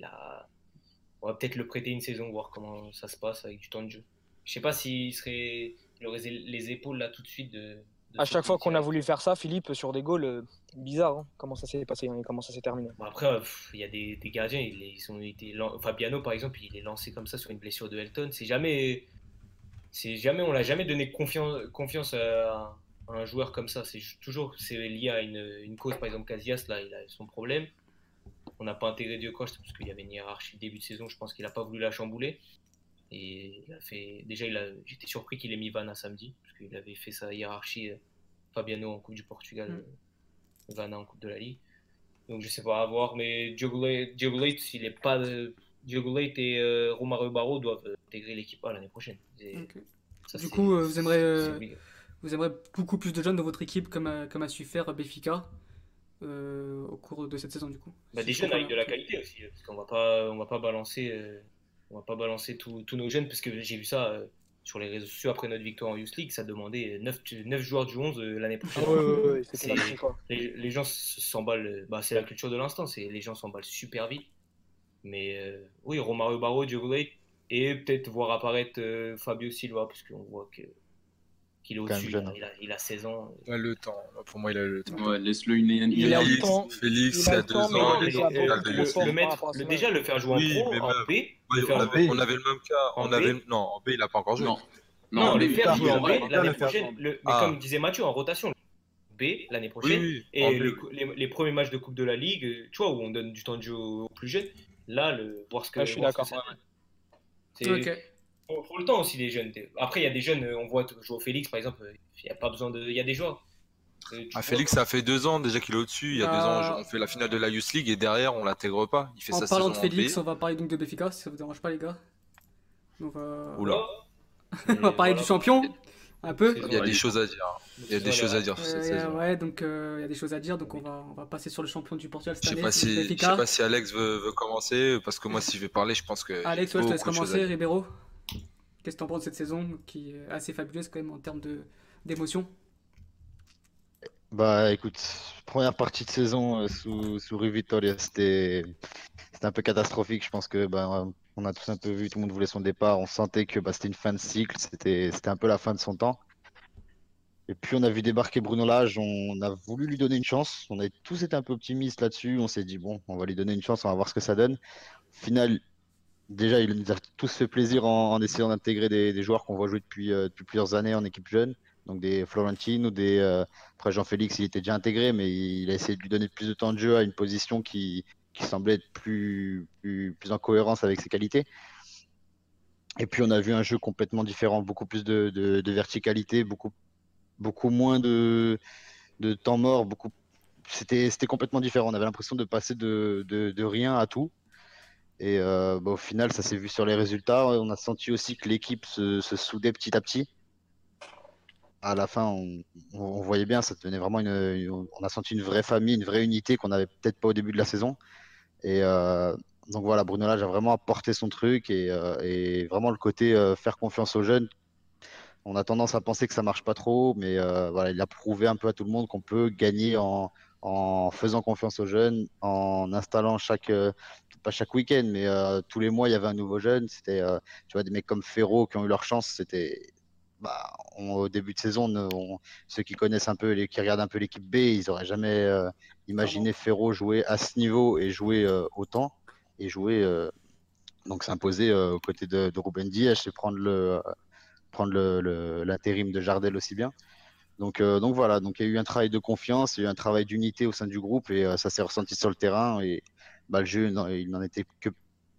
Speaker 5: on va peut-être le prêter une saison, voir comment ça se passe avec du temps de jeu. Je sais pas il aurait les épaules là tout de suite de
Speaker 6: À chaque fois qu'on a
Speaker 5: sortir.
Speaker 6: voulu faire ça, Philippe, sur des goals, bizarre, hein, comment ça s'est passé et comment ça s'est terminé.
Speaker 5: Bon, après, il y a des gardiens, ils ont été Fabiano par exemple, il est lancé comme ça sur une blessure de Elton. On l'a jamais donné confiance à un joueur comme ça. C'est lié à une cause, par exemple Casillas, là, il a son problème. On n'a pas intégré Diogo Costa parce qu'il y avait une hiérarchie le début de saison. Je pense qu'il n'a pas voulu la chambouler. Et il a fait. Déjà, j'étais surpris qu'il ait mis Vanna samedi parce qu'il avait fait sa hiérarchie Fabiano en Coupe du Portugal, Vanna en Coupe de la Ligue. Donc je sais pas à voir, mais Diogo Leite, s'il est pas Diogo Leite et Romario Barro doivent intégrer l'équipe A l'année prochaine.
Speaker 1: Ok.
Speaker 5: Ça,
Speaker 1: Du
Speaker 5: c'est-
Speaker 1: coup, vous aimeriez,
Speaker 5: c'est obligé.
Speaker 1: vous aimeriez beaucoup plus de jeunes dans votre équipe comme a su faire Benfica au cours de cette saison du coup.
Speaker 5: Bah,
Speaker 1: Si
Speaker 5: des
Speaker 1: je
Speaker 5: jeunes
Speaker 1: comprends
Speaker 5: avec de
Speaker 1: bien.
Speaker 5: la qualité aussi, parce qu'on va pas balancer tous nos jeunes, parce que j'ai vu ça sur les réseaux sociaux après notre victoire en Youth League, ça demandait 9 joueurs du 11 l'année
Speaker 6: Ah
Speaker 5: prochaine.
Speaker 6: ouais, c'était
Speaker 5: C'est-
Speaker 6: la folie, quoi.
Speaker 5: les gens s'emballent, c'est la culture de l'instant, les gens s'emballent super vite. Mais oui, Romario Barro, Diogo Leite, et peut-être voir apparaître Fabio Silva, parce qu'on voit qu'il est
Speaker 7: Quand même
Speaker 5: au-dessus,
Speaker 7: jeune, hein.
Speaker 5: il a 16 ans.
Speaker 2: Il a le temps. Pour moi, il a le temps.
Speaker 8: Ouais, laisse-le une
Speaker 6: Il a le
Speaker 2: Félix,
Speaker 6: temps.
Speaker 2: Félix,
Speaker 6: Il a
Speaker 2: il a
Speaker 6: le temps,
Speaker 2: 2
Speaker 6: mais
Speaker 2: ans,
Speaker 6: il est
Speaker 2: il
Speaker 6: déjà
Speaker 2: est
Speaker 6: beaucoup
Speaker 2: de
Speaker 6: trop
Speaker 2: Youth
Speaker 6: fort
Speaker 2: League.
Speaker 6: par rapport à son âge.
Speaker 5: Déjà, le faire jouer en
Speaker 2: Oui,
Speaker 5: pro,
Speaker 2: mais
Speaker 5: en
Speaker 2: même.
Speaker 5: B,
Speaker 2: Oui,
Speaker 5: le faire
Speaker 2: on
Speaker 5: jouer
Speaker 2: avait le même cas.
Speaker 5: en B.
Speaker 2: Non, en B, il a pas encore joué.
Speaker 8: Non.
Speaker 5: Non, le faire jouer en B
Speaker 4: il va
Speaker 5: l'année
Speaker 4: le faire
Speaker 5: prochaine,
Speaker 4: jouer
Speaker 5: mais
Speaker 2: Ah.
Speaker 5: comme disait Mathieu, en rotation. B l'année prochaine,
Speaker 2: Oui,
Speaker 5: et
Speaker 2: en B,
Speaker 5: les premiers matchs de Coupe de la Ligue, tu vois, où on donne du temps de jeu aux plus jeunes, là, voir ce que,
Speaker 6: Ouais, je suis
Speaker 5: voir ce que
Speaker 6: d'accord.
Speaker 5: ça donne. C'est
Speaker 1: Ok.
Speaker 5: pour le temps aussi, les jeunes. Après, il y a des jeunes, on voit jouer au Félix, par exemple, il n'y a pas besoin de. Il y a des joueurs. Tu vois,
Speaker 2: Félix, ça fait 2 ans déjà qu'il est au-dessus. Il y a 2 ans, on fait la finale de la Youth League et derrière, on l'intègre pas. Il fait
Speaker 1: En
Speaker 2: sa
Speaker 1: parlant
Speaker 2: saison
Speaker 1: de
Speaker 2: en B.
Speaker 1: Félix, on va parler donc de Benfica, si ça vous dérange pas, les gars. On va,
Speaker 2: Oula,
Speaker 1: on va parler du champion, un peu.
Speaker 5: C'est
Speaker 2: il y a
Speaker 5: bon,
Speaker 2: des choses à dire. Il y a des choses à dire sur cette saison.
Speaker 1: Ouais, donc il y a des choses à dire, donc on va passer sur le champion du Portugal cette
Speaker 2: Je sais
Speaker 1: année,
Speaker 2: pas
Speaker 1: c'est le
Speaker 2: si, je sais
Speaker 1: Benfica.
Speaker 2: pas si Alex veut commencer, parce que moi, si je vais parler, je pense que
Speaker 1: Alex,
Speaker 2: j'ai
Speaker 1: ouais, je te laisse
Speaker 2: beaucoup de choses à
Speaker 1: commencer,
Speaker 2: dire.
Speaker 1: Ribeiro. Qu'est-ce que t'en penses de cette saison qui est assez fabuleuse quand même en termes d'émotion?
Speaker 7: Bah écoute, première partie de saison sous Rui Vitória, c'était un peu catastrophique. Je pense que on a tous un peu vu, tout le monde voulait son départ. On sentait que c'était une fin de cycle, c'était un peu la fin de son temps. Et puis on a vu débarquer Bruno Lage, on a voulu lui donner une chance. On a tous été un peu optimistes là-dessus. On s'est dit bon, on va lui donner une chance, on va voir ce que ça donne. Au final, déjà, il nous a tous fait plaisir en essayant d'intégrer des joueurs qu'on voit jouer depuis plusieurs années en équipe jeune. Donc des Florentine ou après Jean-Félix, il était déjà intégré, mais il a essayé de lui donner plus de temps de jeu à une position qui semblait être plus en cohérence avec ses qualités. Et puis on a vu un jeu complètement différent, beaucoup plus de verticalité, beaucoup moins de temps mort, c'était complètement différent. On avait l'impression de passer de rien à tout. Et au final, ça s'est vu sur les résultats. On a senti aussi que l'équipe se soudait petit à petit. À la fin, on voyait bien, ça devenait vraiment on a senti une vraie famille, une vraie unité qu'on n'avait peut-être pas au début de la saison. Et donc voilà, Bruno Lage a vraiment apporté son truc et vraiment le côté faire confiance aux jeunes. On a tendance à penser que ça marche pas trop, mais voilà, il a prouvé un peu à tout le monde qu'on peut gagner en faisant confiance aux jeunes, en installant pas chaque week-end, mais tous les mois, il y avait un nouveau jeune. C'était, tu vois, des mecs comme Ferro qui ont eu leur chance. Au début de saison, ceux qui connaissent un peu, qui regardent un peu l'équipe B, ils n'auraient jamais imaginé Ferro jouer à ce niveau et jouer autant et donc s'imposer aux côtés de Ruben Dias et prendre l'intérim de Jardel aussi bien. Donc voilà, donc il y a eu un travail de confiance, il y a eu un travail d'unité au sein du groupe et ça s'est ressenti sur le terrain et le jeu il n'en était que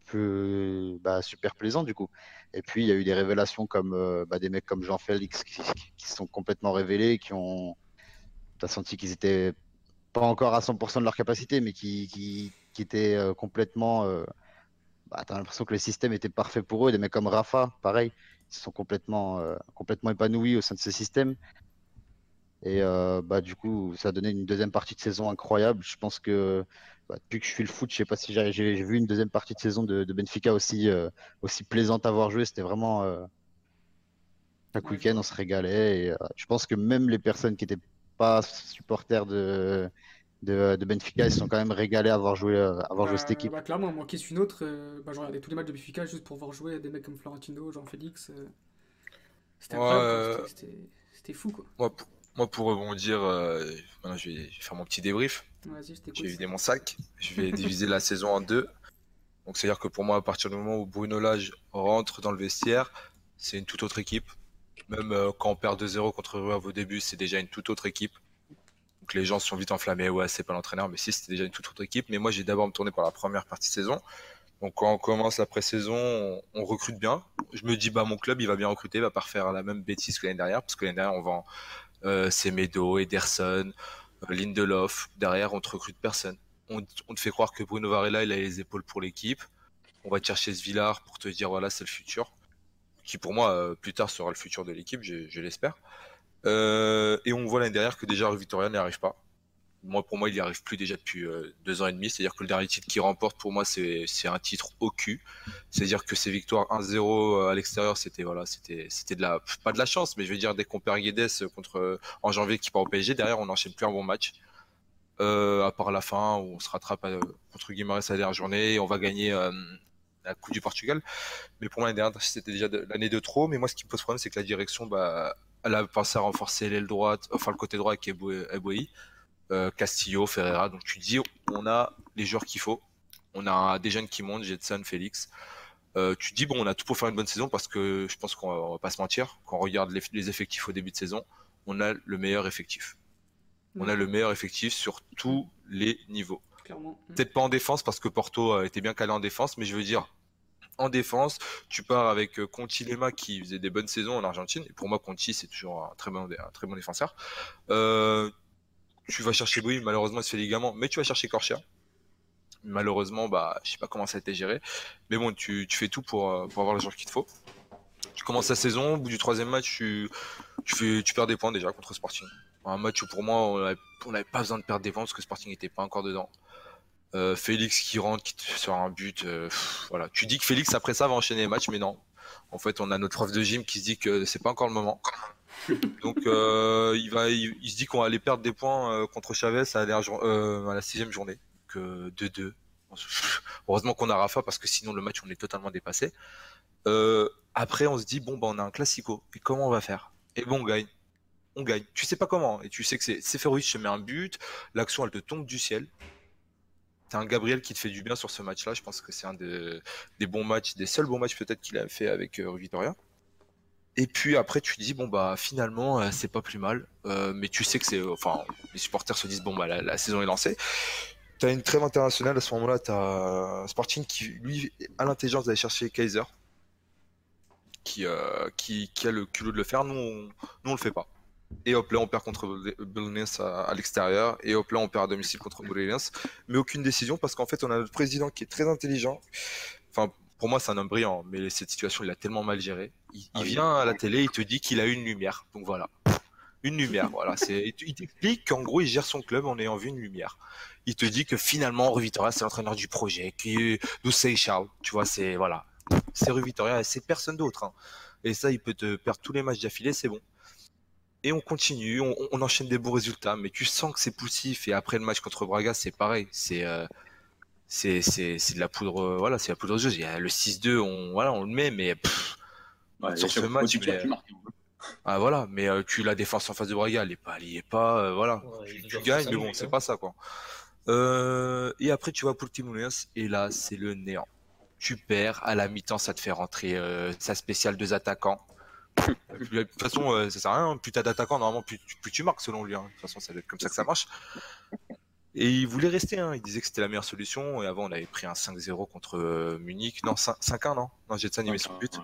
Speaker 7: super plaisant du coup. Et puis il y a eu des révélations comme des mecs comme Jean-Félix qui sont complètement révélés, t'as senti qu'ils étaient pas encore à 100% de leur capacité, mais qui étaient complètement. T'as l'impression que le système était parfait pour eux. Des mecs comme Rafa, pareil, ils se sont complètement épanouis au sein de ce système. Et du coup, ça a donné une deuxième partie de saison incroyable. Je pense que depuis que je suis le foot, je sais pas si j'ai vu une deuxième partie de saison de Benfica aussi plaisante à voir jouer. C'était vraiment chaque
Speaker 1: Ouais, je
Speaker 7: week-end,
Speaker 1: vois.
Speaker 7: on se régalait. Et je pense que même les personnes qui n'étaient pas supporters de Benfica, ils se sont quand même régalés à avoir joué cette équipe.
Speaker 1: Clairement, moi qui suis neutre, je regardais tous les matchs de Benfica juste pour voir jouer des mecs comme Florentino, Jean-Félix. C'était
Speaker 2: Moi,
Speaker 1: incroyable, quoi. C'était fou, quoi.
Speaker 2: pour rebondir, maintenant je vais faire mon petit débrief.
Speaker 1: Vas-y, je
Speaker 2: Je
Speaker 1: t'écoute.
Speaker 2: vais vider mon sac. Je vais diviser la saison en deux. Donc c'est-à-dire que pour moi, à partir du moment où Bruno Lage rentre dans le vestiaire, c'est une toute autre équipe. Même quand on perd 2-0 contre Ruav au début, c'est déjà une toute autre équipe. Donc les gens sont vite enflammés, ouais, c'est pas l'entraîneur, mais si, c'était déjà une toute autre équipe. Mais moi, j'ai d'abord me tourner par la première partie de saison. Donc quand on commence la pré-saison, on recrute bien. Je me dis, mon club, il va bien recruter, il va pas refaire la même bêtise que l'année dernière, parce que l'année dernière, on vend Semedo, Ederson, Lindelof. Derrière, on te recrute personne. On te fait croire que Bruno Varela, il a les épaules pour l'équipe. On va te chercher ce Villar pour te dire, voilà, c'est le futur. Qui pour moi, plus tard, sera le futur de l'équipe, je l'espère. Et on voit l'année dernière que déjà Victoria n'y arrive pas. Pour moi, il n'y arrive plus déjà depuis 2 ans et demi. C'est-à-dire que le dernier titre qu'il remporte, pour moi, c'est un titre au cul. C'est-à-dire que ses victoires 1-0 à l'extérieur, c'était pas de la chance, mais je veux dire, dès qu'on perd Guedes en janvier qui part au PSG, derrière, on n'enchaîne plus un bon match. À part la fin où on se rattrape contre Guimarães la dernière journée et on va gagner la Coupe du Portugal. Mais pour moi, l'année dernière, c'était déjà l'année de trop. Mais moi, ce qui me pose problème, c'est que la direction, elle a pensé à renforcer l'aile droite, enfin le côté droit avec Eboué, Castillo, Ferreira. Donc tu dis, on a les joueurs qu'il faut. On a des jeunes qui montent, Jetson, Félix. Tu dis, bon, on a tout pour faire une bonne saison parce que je pense qu'on va pas se mentir. Quand on regarde les effectifs au début de saison, on a le meilleur effectif. On a le meilleur effectif sur tous les niveaux.
Speaker 1: Clairement.
Speaker 2: Peut-être pas en défense parce que Porto était bien calé en défense, mais je veux dire, en défense, tu pars avec Conti Lema qui faisait des bonnes saisons en Argentine. Et pour moi, Conti, c'est toujours un très bon défenseur. Tu vas chercher Bouy, malheureusement, il se fait ligament, mais tu vas chercher Corchia. Malheureusement, je sais pas comment ça a été géré. Mais bon, tu fais tout pour avoir le joueur qu'il te faut. Tu commences la saison, au bout du 3e match, tu perds des points déjà contre Sporting. Un match où pour moi, on n'avait pas besoin de perdre des points parce que Sporting n'était pas encore dedans. Félix qui rentre, qui sur un but. Voilà. Tu dis que Félix, après ça, va enchaîner les matchs, mais non. En fait, on a notre prof de gym qui se dit que c'est pas encore le moment. Donc, il se dit qu'on va aller perdre des points contre Chavez à la 6e journée. Que 2-2. Heureusement qu'on a Rafa parce que sinon, le match, on est totalement dépassé. Après, on se dit, bon, on a un classico. Et comment on va faire? Et bon, on gagne. On gagne. Tu sais pas comment. Et tu sais que Seferovic se met un but. L'action, elle te tombe du ciel. T'as un Gabriel qui te fait du bien sur ce match-là. Je pense que c'est un des bons matchs, des seuls bons matchs peut-être qu'il a fait avec Rui Vitória. Et puis après, tu te dis, finalement, c'est pas plus mal. Mais tu sais que les supporters se disent, la saison est lancée. T'as une trêve internationale à ce moment-là. T'as Sporting qui, lui, a l'intelligence d'aller chercher Kaiser. Qui a le culot de le faire. Nous, on le fait pas. Et hop là, on perd contre Belenenses à l'extérieur. Et hop là, on perd à domicile contre Belenenses. Mais aucune décision parce qu'en fait, on a notre président qui est très intelligent. Enfin, pour moi, c'est un homme brillant. Mais cette situation, il l'a tellement mal gérée. Il vient à la télé, il te dit qu'il a une lumière. Donc voilà. Une lumière, voilà. Il t'explique qu'en gros, il gère son club en ayant vu une lumière. Il te dit que finalement, Rui Vitória, c'est l'entraîneur du projet. Doucet Charles. Tu vois, c'est Rui Vitória, c'est personne d'autre. Hein. Et ça, il peut te perdre tous les matchs d'affilée, c'est bon. Et on continue, on enchaîne des bons résultats, mais tu sens que c'est poussif. Et après le match contre Braga, c'est pareil. C'est de la poudre, c'est la poudre aux yeux. Il y a le 6-2, on le met, mais sur ce match, mais la défense en face de Braga, elle est pas, voilà. Tu gagnes, mais bon, c'est pas ça, quoi. Et après, tu vas pour Portimonense, et là, c'est le néant. Tu perds, à la mi-temps, ça te fait rentrer sa spéciale 2 attaquants. De toute façon, ça sert à rien. Plus t'as d'attaquants, normalement, plus tu marques selon lui. Hein. De toute façon, ça doit être comme ça que ça marche. Et il voulait rester. Hein. Il disait que c'était la meilleure solution. Et avant, on avait pris un 5-0 contre Munich. Non, 5-1, non. Non, Jetson, il met son but.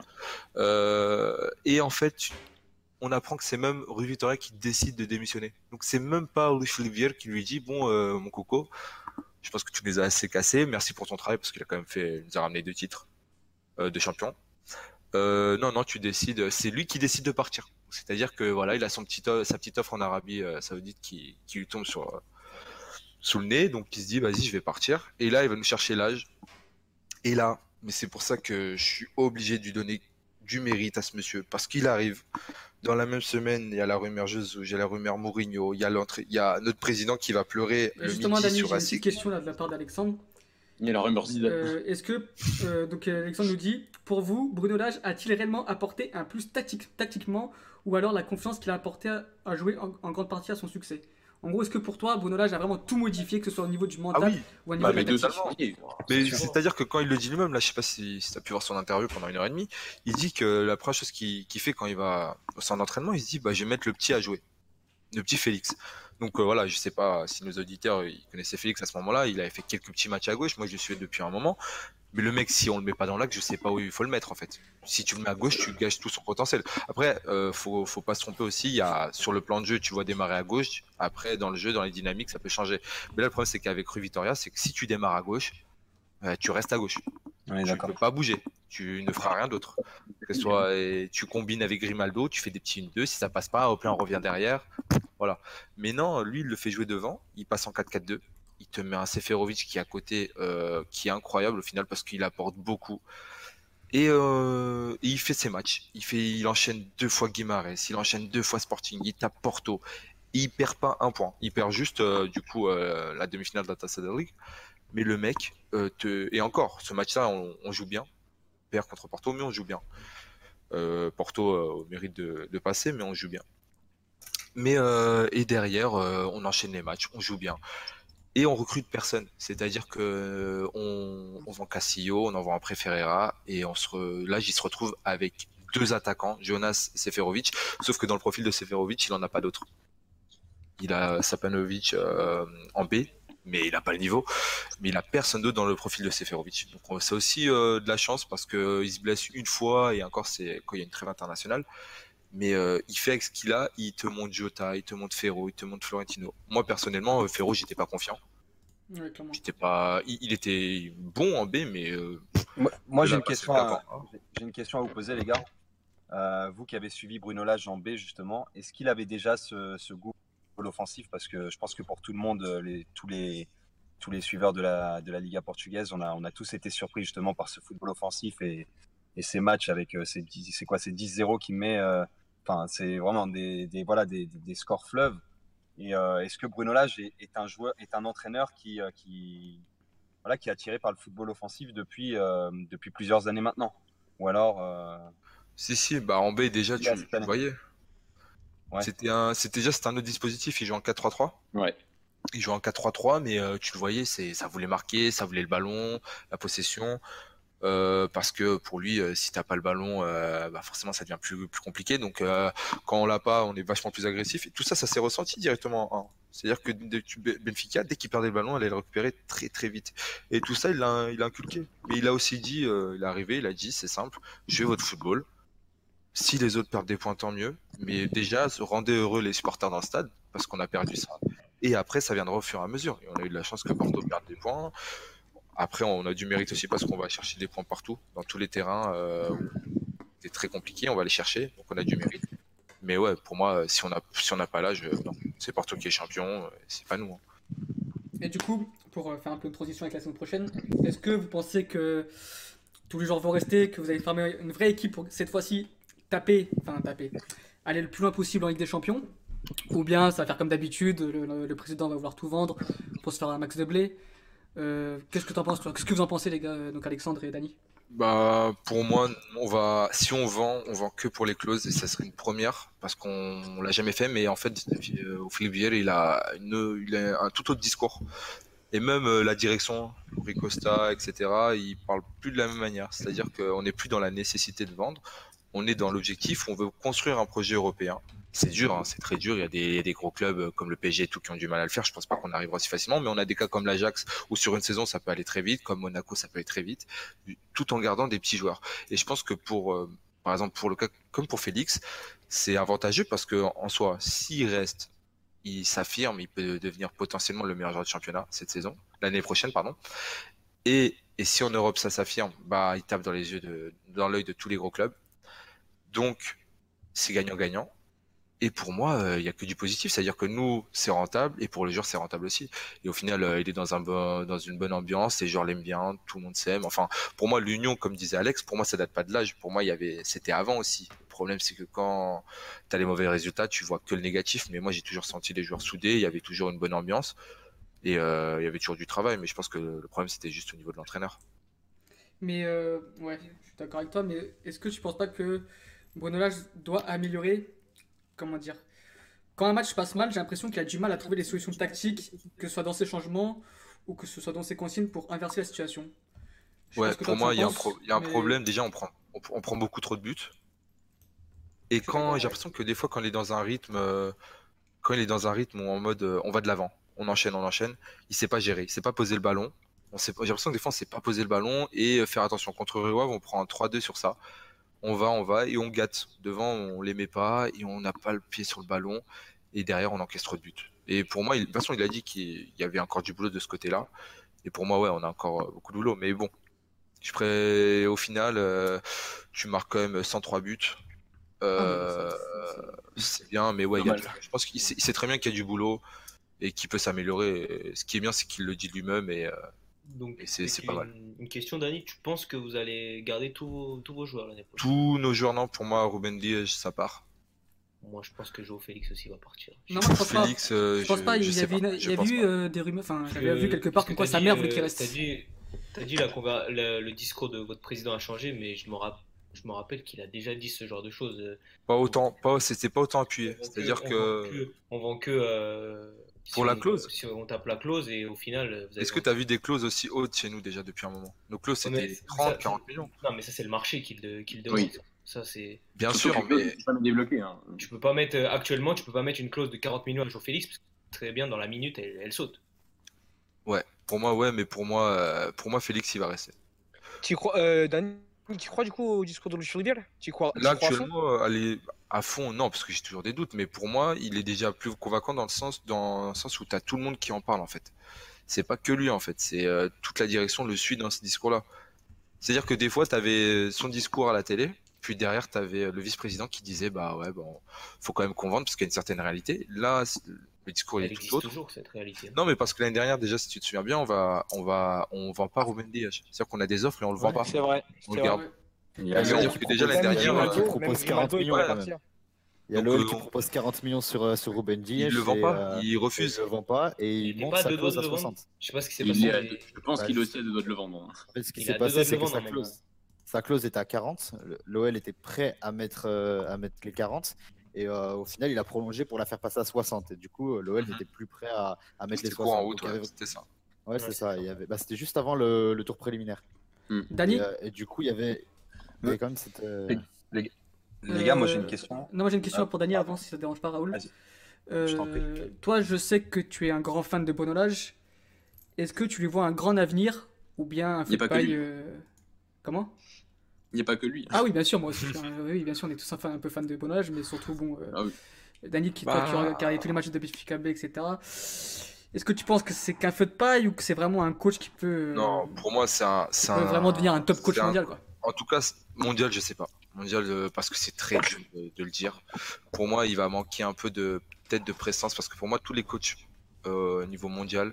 Speaker 2: Et en fait, on apprend que c'est même Rui Vitória qui décide de démissionner. Donc, c'est même pas Luis Olivier qui lui dit, bon, mon coco, je pense que tu les as assez cassés. Merci pour ton travail parce qu'il a quand même il nous a ramené 2 titres de champion. Non, tu décides. C'est lui qui décide de partir. C'est-à-dire que voilà, il a sa petite offre en Arabie Saoudite qui lui tombe sous le nez, donc il se dit vas-y, je vais partir. Et là, il va nous chercher l'âge. Et là, mais c'est pour ça que je suis obligé de lui donner du mérite à ce monsieur, parce qu'il arrive. Dans la même semaine, il y a la rumeur Jesus, il y a la rumeur Mourinho, il y a notre président qui va pleurer le
Speaker 1: justement,
Speaker 2: midi
Speaker 1: Dani,
Speaker 2: sur
Speaker 1: j'ai une
Speaker 2: Racing.
Speaker 1: petite question là de la part d'Alexandre.
Speaker 8: Il y a la rumeur Zidane.
Speaker 1: Est-ce que, donc Alexandre nous dit, pour vous, Bruno Lage a-t-il réellement apporté un plus tactiquement, ou alors la confiance qu'il a apporté à jouer en grande partie à son succès? En gros, est-ce que pour toi, Bruno Lage a vraiment tout modifié, que ce soit au niveau du mental ou au niveau de la tactique?
Speaker 2: Mais c'est-à-dire que quand il le dit lui-même, là, je sais pas si tu as pu voir son interview pendant 1h30, il dit que la première chose qu'il fait quand il va au centre d'entraînement, il se dit je vais mettre le petit à jouer, le petit Félix. Donc voilà, je sais pas si nos auditeurs ils connaissaient Félix à ce moment-là, il avait fait quelques petits matchs à gauche, moi je le suivais depuis un moment. Mais le mec, si on le met pas dans l'axe, je sais pas où il faut le mettre en fait. Si tu le mets à gauche, tu gâches tout son potentiel. Après, faut pas se tromper aussi. Il y a sur le plan de jeu, tu vois démarrer à gauche. Après, dans le jeu, dans les dynamiques, ça peut changer. Mais là, le problème, c'est qu'avec Rui Vitória, c'est que si tu démarres à gauche, tu restes à gauche. Tu ne peux pas bouger. Tu ne feras rien d'autre. Que ce soit, tu combines avec Grimaldo, tu fais des petits 1-2. Si ça passe pas, hop là, on revient derrière. Voilà. Mais non, lui, il le fait jouer devant, il passe en 4-4-2. Il te met un Seferovic qui est à côté, qui est incroyable au final parce qu'il apporte beaucoup. Et il fait ses matchs. Il enchaîne 2 fois Guimarães, il enchaîne 2 fois Sporting, il tape Porto. Il perd pas un point. Il perd juste du coup la demi-finale de la Taça da Liga. Mais le mec, et encore, ce match-là, on joue bien. On perd contre Porto, mais on joue bien. Porto au mérite de passer, mais on joue bien. Et derrière, on enchaîne les matchs, on joue bien. Et on recrute personne. C'est-à-dire que on vend Cassillo, on en vend un Ferreira, et là, j'y se retrouve avec 2 attaquants, Jonas et Seferovic. Sauf que dans le profil de Seferovic, il en a pas d'autres. Il a Sapanovic en B, mais il n'a pas le niveau. Mais il a personne d'autre dans le profil de Seferovic. Donc c'est aussi de la chance parce qu'il se blesse une fois et encore c'est quand il y a une trêve internationale. Mais il fait avec ce qu'il a, il te montre Jota, il te montre Ferro, il te montre Florentino. Moi personnellement, Ferro, j'étais pas confiant.
Speaker 1: Ouais, clairement.
Speaker 2: Il était bon en B, mais
Speaker 4: Moi,
Speaker 2: de
Speaker 4: j'ai
Speaker 2: là
Speaker 4: une
Speaker 2: à passer
Speaker 4: question
Speaker 2: le
Speaker 4: à,
Speaker 2: cap, hein.
Speaker 4: j'ai une question à vous poser, les gars. Vous qui avez suivi Bruno Lage en B, justement, est-ce qu'il avait déjà ce goût pour l'offensif? Parce que je pense que pour tout le monde, tous les suiveurs de la Liga portugaise, on a tous été surpris justement par ce football offensif et ces matchs avec ces 10-0 qu'il met. Enfin, c'est vraiment voilà, des scores fleuves. Et est-ce que Bruno Lage est un entraîneur voilà, qui est attiré par le football offensif depuis plusieurs années maintenant? Ou alors,
Speaker 2: Si, bah en B déjà,
Speaker 4: il est à
Speaker 2: tu
Speaker 4: cette
Speaker 2: le
Speaker 4: année.
Speaker 2: voyais.
Speaker 4: Ouais.
Speaker 2: C'était un autre dispositif, il joue en 4-3-3.
Speaker 8: Ouais.
Speaker 2: Il joue en 4-3-3, mais tu le voyais, ça voulait marquer, ça voulait le ballon, la possession. Parce que pour lui, si t'as pas le ballon, bah forcément ça devient plus compliqué. Donc quand on l'a pas, on est vachement plus agressif. Et tout ça, ça s'est ressenti directement en 1. C'est-à-dire que Benfica, dès qu'il perdait le ballon, allait le récupérer très très vite. Et tout ça, il l'a inculqué. Mais il a aussi dit, il est arrivé, il a dit, c'est simple, jouez votre football. Si les autres perdent des points, tant mieux. Mais déjà, rendez heureux les supporters dans le stade, parce qu'on a perdu ça. Et après, ça viendra au fur et à mesure. Et on a eu de la chance que Porto perde des points. Après, on a du mérite aussi parce qu'on va chercher des points partout, dans tous les terrains. C'est très compliqué, on va les chercher, donc on a du mérite. Mais ouais, pour moi, si on n'a pas l'âge, non, c'est Porto qui est champion, c'est pas nous, hein.
Speaker 1: Et du coup, pour faire un peu une transition avec la saison prochaine, est-ce que vous pensez que tous les joueurs vont rester, que vous allez former une vraie équipe pour cette fois-ci taper, aller le plus loin possible en Ligue des Champions? Ou bien ça va faire comme d'habitude, le président va vouloir tout vendre pour se faire un max de blé? Qu'est-ce que t'en penses, toi? Qu'est-ce que vous en pensez, les gars, donc Alexandre et Dani?
Speaker 2: Bah, pour moi, si on vend que pour les clauses et ça serait une première parce qu'on l'a jamais fait. Mais en fait, au Philippe Vieira, il a un tout autre discours. Et même la direction, Rui Costa, etc., ils parlent plus de la même manière. C'est-à-dire qu'on n'est plus dans la nécessité de vendre, on est dans l'objectif, on veut construire un projet européen. C'est dur, hein, c'est très dur. Il y a des gros clubs comme le PSG et tout qui ont du mal à le faire. Je pense pas qu'on arrivera aussi facilement, mais on a des cas comme l'Ajax où sur une saison ça peut aller très vite, comme Monaco ça peut aller très vite, tout en gardant des petits joueurs. Et je pense que par exemple, pour le cas comme pour Félix, c'est avantageux parce que en soi, s'il reste, il s'affirme, il peut devenir potentiellement le meilleur joueur de championnat cette saison, l'année prochaine, pardon. Et si en Europe ça s'affirme, bah il tape dans l'œil de tous les gros clubs. Donc c'est gagnant-gagnant. Et pour moi, il y a que du positif, c'est-à-dire que nous, c'est rentable, et pour les joueurs, c'est rentable aussi. Et au final, il est dans une bonne ambiance, les joueurs l'aiment bien, tout le monde s'aime. Enfin, pour moi, l'union, comme disait Alex, pour moi, ça date pas de l'âge. Pour moi, c'était avant aussi. Le problème, c'est que quand tu as les mauvais résultats, tu vois que le négatif. Mais moi, j'ai toujours senti les joueurs soudés, il y avait toujours une bonne ambiance, et il y avait toujours du travail. Mais je pense que le problème, c'était juste au niveau de l'entraîneur.
Speaker 1: Mais ouais, je suis d'accord avec toi, mais est-ce que tu penses pas que Bruno Lage doit améliorer, comment dire, quand un match passe mal, j'ai l'impression qu'il a du mal à trouver des solutions tactiques, que ce soit dans ses changements ou que ce soit dans ses consignes pour inverser la situation. Je sais pas
Speaker 2: Ouais,
Speaker 1: ce que
Speaker 2: pour
Speaker 1: toi tu en
Speaker 2: moi,
Speaker 1: penses,
Speaker 2: il y a un
Speaker 1: mais
Speaker 2: problème. Déjà, on prend beaucoup trop de buts. Et
Speaker 1: je suis
Speaker 2: quand
Speaker 1: d'accord,
Speaker 2: j'ai
Speaker 1: ouais.
Speaker 2: l'impression que des fois, quand il est dans un rythme où en mode on va de l'avant, on enchaîne, il sait pas gérer, il sait pas poser le ballon. J'ai l'impression que des fois, on sait pas poser le ballon et faire attention. Contre Rio Ave, on prend un 3-2 sur ça. On va et on gâte. Devant, on les met pas et on n'a pas le pied sur le ballon. Et derrière, on encaisse trop de buts. Et pour moi, de toute façon, il a dit qu'il y avait encore du boulot de ce côté-là. Et pour moi, ouais, on a encore beaucoup de boulot. Mais bon, au final, tu marques quand même 103 buts.
Speaker 1: Ah, mais
Speaker 2: C'est bien, mais ouais,
Speaker 8: Dommage.
Speaker 2: je pense il sait très bien qu'il y a du boulot et qu'il peut s'améliorer. Et ce qui est bien, c'est qu'il le dit lui-même
Speaker 5: Donc,
Speaker 2: et c'est pas mal.
Speaker 5: une question, Dani, tu penses que vous allez garder tous vos joueurs l'année prochaine?
Speaker 2: Tous nos joueurs, non, pour moi, Ruben Dias, ça part.
Speaker 5: Moi, je pense que Joao Félix aussi va partir.
Speaker 1: Non, moi, je pense pas.
Speaker 2: Félix,
Speaker 1: Je pense pas,
Speaker 2: je
Speaker 1: il y
Speaker 2: sais
Speaker 1: avait,
Speaker 2: pas.
Speaker 1: il
Speaker 2: Je
Speaker 1: y avait
Speaker 2: pense
Speaker 1: eu
Speaker 2: pas.
Speaker 1: des rumeurs, enfin,
Speaker 5: Parce
Speaker 1: j'avais vu quelque part
Speaker 5: parce
Speaker 1: comme
Speaker 5: que
Speaker 1: quoi
Speaker 5: t'as
Speaker 1: sa
Speaker 5: dit,
Speaker 1: mère voulait qu'il reste.
Speaker 5: t'as dit le discours de votre président a changé, mais je me rappelle qu'il a déjà dit ce genre de choses.
Speaker 2: Pas autant, c'était pas autant appuyé. C'est-à-dire
Speaker 5: On vend que
Speaker 2: pour la clause.
Speaker 5: si on tape la clause et au final, vous avez
Speaker 2: Est-ce que tu as vu des clauses aussi hautes chez nous déjà depuis un moment? Nos clauses
Speaker 5: Ouais, mais
Speaker 2: c'était 30, 40 millions.
Speaker 5: Non, mais ça, c'est le marché qui le demande.
Speaker 8: Oui.
Speaker 5: Ça, c'est.
Speaker 2: Bien
Speaker 8: Surtout
Speaker 2: sûr,
Speaker 8: que
Speaker 2: mais
Speaker 8: c'est jamais débloqué. Hein.
Speaker 5: Tu peux pas mettre, actuellement, tu peux pas mettre une clause de 40 millions à Joao Félix, parce que très bien, dans la minute, elle saute.
Speaker 2: ouais, pour moi, ouais, mais pour moi, Félix il va rester.
Speaker 6: Tu crois, Dani, tu crois du coup au discours de Luis Rivière? Tu crois
Speaker 2: Là
Speaker 6: à fond?
Speaker 2: actuellement, aller à fond, non, parce que j'ai toujours des doutes, mais pour moi, il est déjà plus convaincant dans le sens où tu as tout le monde qui en parle en fait. C'est pas que lui en fait, c'est toute la direction le suit dans ce discours-là. C'est-à-dire que des fois, tu avais son discours à la télé, puis derrière, tu avais le vice-président qui disait bah ouais, bon, faut quand même qu'on vende parce qu'il y a une certaine réalité. Là, le discours il
Speaker 5: Elle
Speaker 2: est tout
Speaker 5: existe
Speaker 2: autre.
Speaker 5: toujours, cette réalité.
Speaker 2: Non, mais parce que l'année dernière, déjà, si tu te souviens bien, on vend pas Ruben Dias. C'est-à-dire qu'on a des offres et on le vend pas.
Speaker 6: C'est vrai.
Speaker 2: On
Speaker 6: c'est
Speaker 2: le garde.
Speaker 6: vrai.
Speaker 3: Il y a
Speaker 2: C'est-à-dire
Speaker 3: l'OL
Speaker 2: que déjà l'année
Speaker 6: Même
Speaker 2: dernière,
Speaker 6: Ronaldo,
Speaker 7: qui propose
Speaker 6: même
Speaker 7: 40
Speaker 6: Ronaldo, il
Speaker 7: millions,
Speaker 6: va
Speaker 7: quand même.
Speaker 6: partir.
Speaker 7: Il y a
Speaker 2: Donc,
Speaker 7: l'OL qui propose 40 millions sur Ruben Dias.
Speaker 2: il le vend
Speaker 7: et,
Speaker 2: pas, il
Speaker 7: il
Speaker 2: refuse.
Speaker 7: le vend pas et
Speaker 5: Il
Speaker 7: il
Speaker 5: était
Speaker 7: monte
Speaker 5: pas à
Speaker 7: sa
Speaker 5: 2 doigts
Speaker 7: clause
Speaker 5: de
Speaker 7: à
Speaker 5: le vendre.
Speaker 7: 60.
Speaker 5: Je sais pas ce qui s'est
Speaker 8: Il
Speaker 5: passé.
Speaker 8: est-
Speaker 5: mais-
Speaker 8: je pense
Speaker 7: Bah,
Speaker 8: qu'il
Speaker 7: je-
Speaker 8: aussi a deux doigts de le vendre. Hein.
Speaker 7: En fait, ce qui
Speaker 5: Il
Speaker 7: s'est
Speaker 5: a 2 doigts
Speaker 7: passé,
Speaker 5: de
Speaker 7: c'est
Speaker 5: le
Speaker 7: que
Speaker 5: vendre, normalement.
Speaker 7: sa clause était à 40. L'OL était prêt à mettre les 40. Et au final, il a prolongé pour la faire passer à 60. Et du coup, l'OL n'était plus prêt à mettre les
Speaker 2: C'était court en
Speaker 7: 60.
Speaker 2: route,
Speaker 7: Donc, il y
Speaker 2: ouais,
Speaker 7: avait-
Speaker 2: c'était ça.
Speaker 7: Ouais, c'est
Speaker 5: Ouais,
Speaker 7: ça.
Speaker 5: c'est
Speaker 7: Il y avait... bah, c'était juste avant le tour préliminaire.
Speaker 1: Dani,
Speaker 7: Et du coup, il y avait quand même cette.
Speaker 4: Les gars, moi j'ai une question.
Speaker 1: Non, moi j'ai une question
Speaker 4: Ah,
Speaker 1: pour Dani
Speaker 4: pardon.
Speaker 1: avant, si ça te dérange pas, Raoul.
Speaker 4: Vas-y. Je t'en prie.
Speaker 1: Toi, je sais que tu es un grand fan de Bonolage. Est-ce que tu lui vois un grand avenir ou bien un
Speaker 8: Il y a pas que
Speaker 1: football
Speaker 8: lui.
Speaker 1: Comment?
Speaker 8: Il n'y a pas que lui.
Speaker 1: Ah oui, bien sûr, moi aussi. Oui, bien sûr, on est tous un peu fans de Bonolage, mais surtout, bon,
Speaker 8: Ah oui.
Speaker 1: Dani, toi,
Speaker 2: Bah.
Speaker 1: qui regarde tous les matchs de Benfica B, etc. Est-ce que tu penses que c'est qu'un feu de paille ou que c'est vraiment un coach qui peut,
Speaker 2: Non, pour moi,
Speaker 1: qui peut vraiment devenir un top coach
Speaker 2: c'est
Speaker 1: mondial, quoi?
Speaker 2: En tout cas, mondial, je sais pas. Mondial, parce que c'est très dur de le dire. Pour moi, il va manquer un peu peut-être de prestance, parce que pour moi, tous les coachs au niveau mondial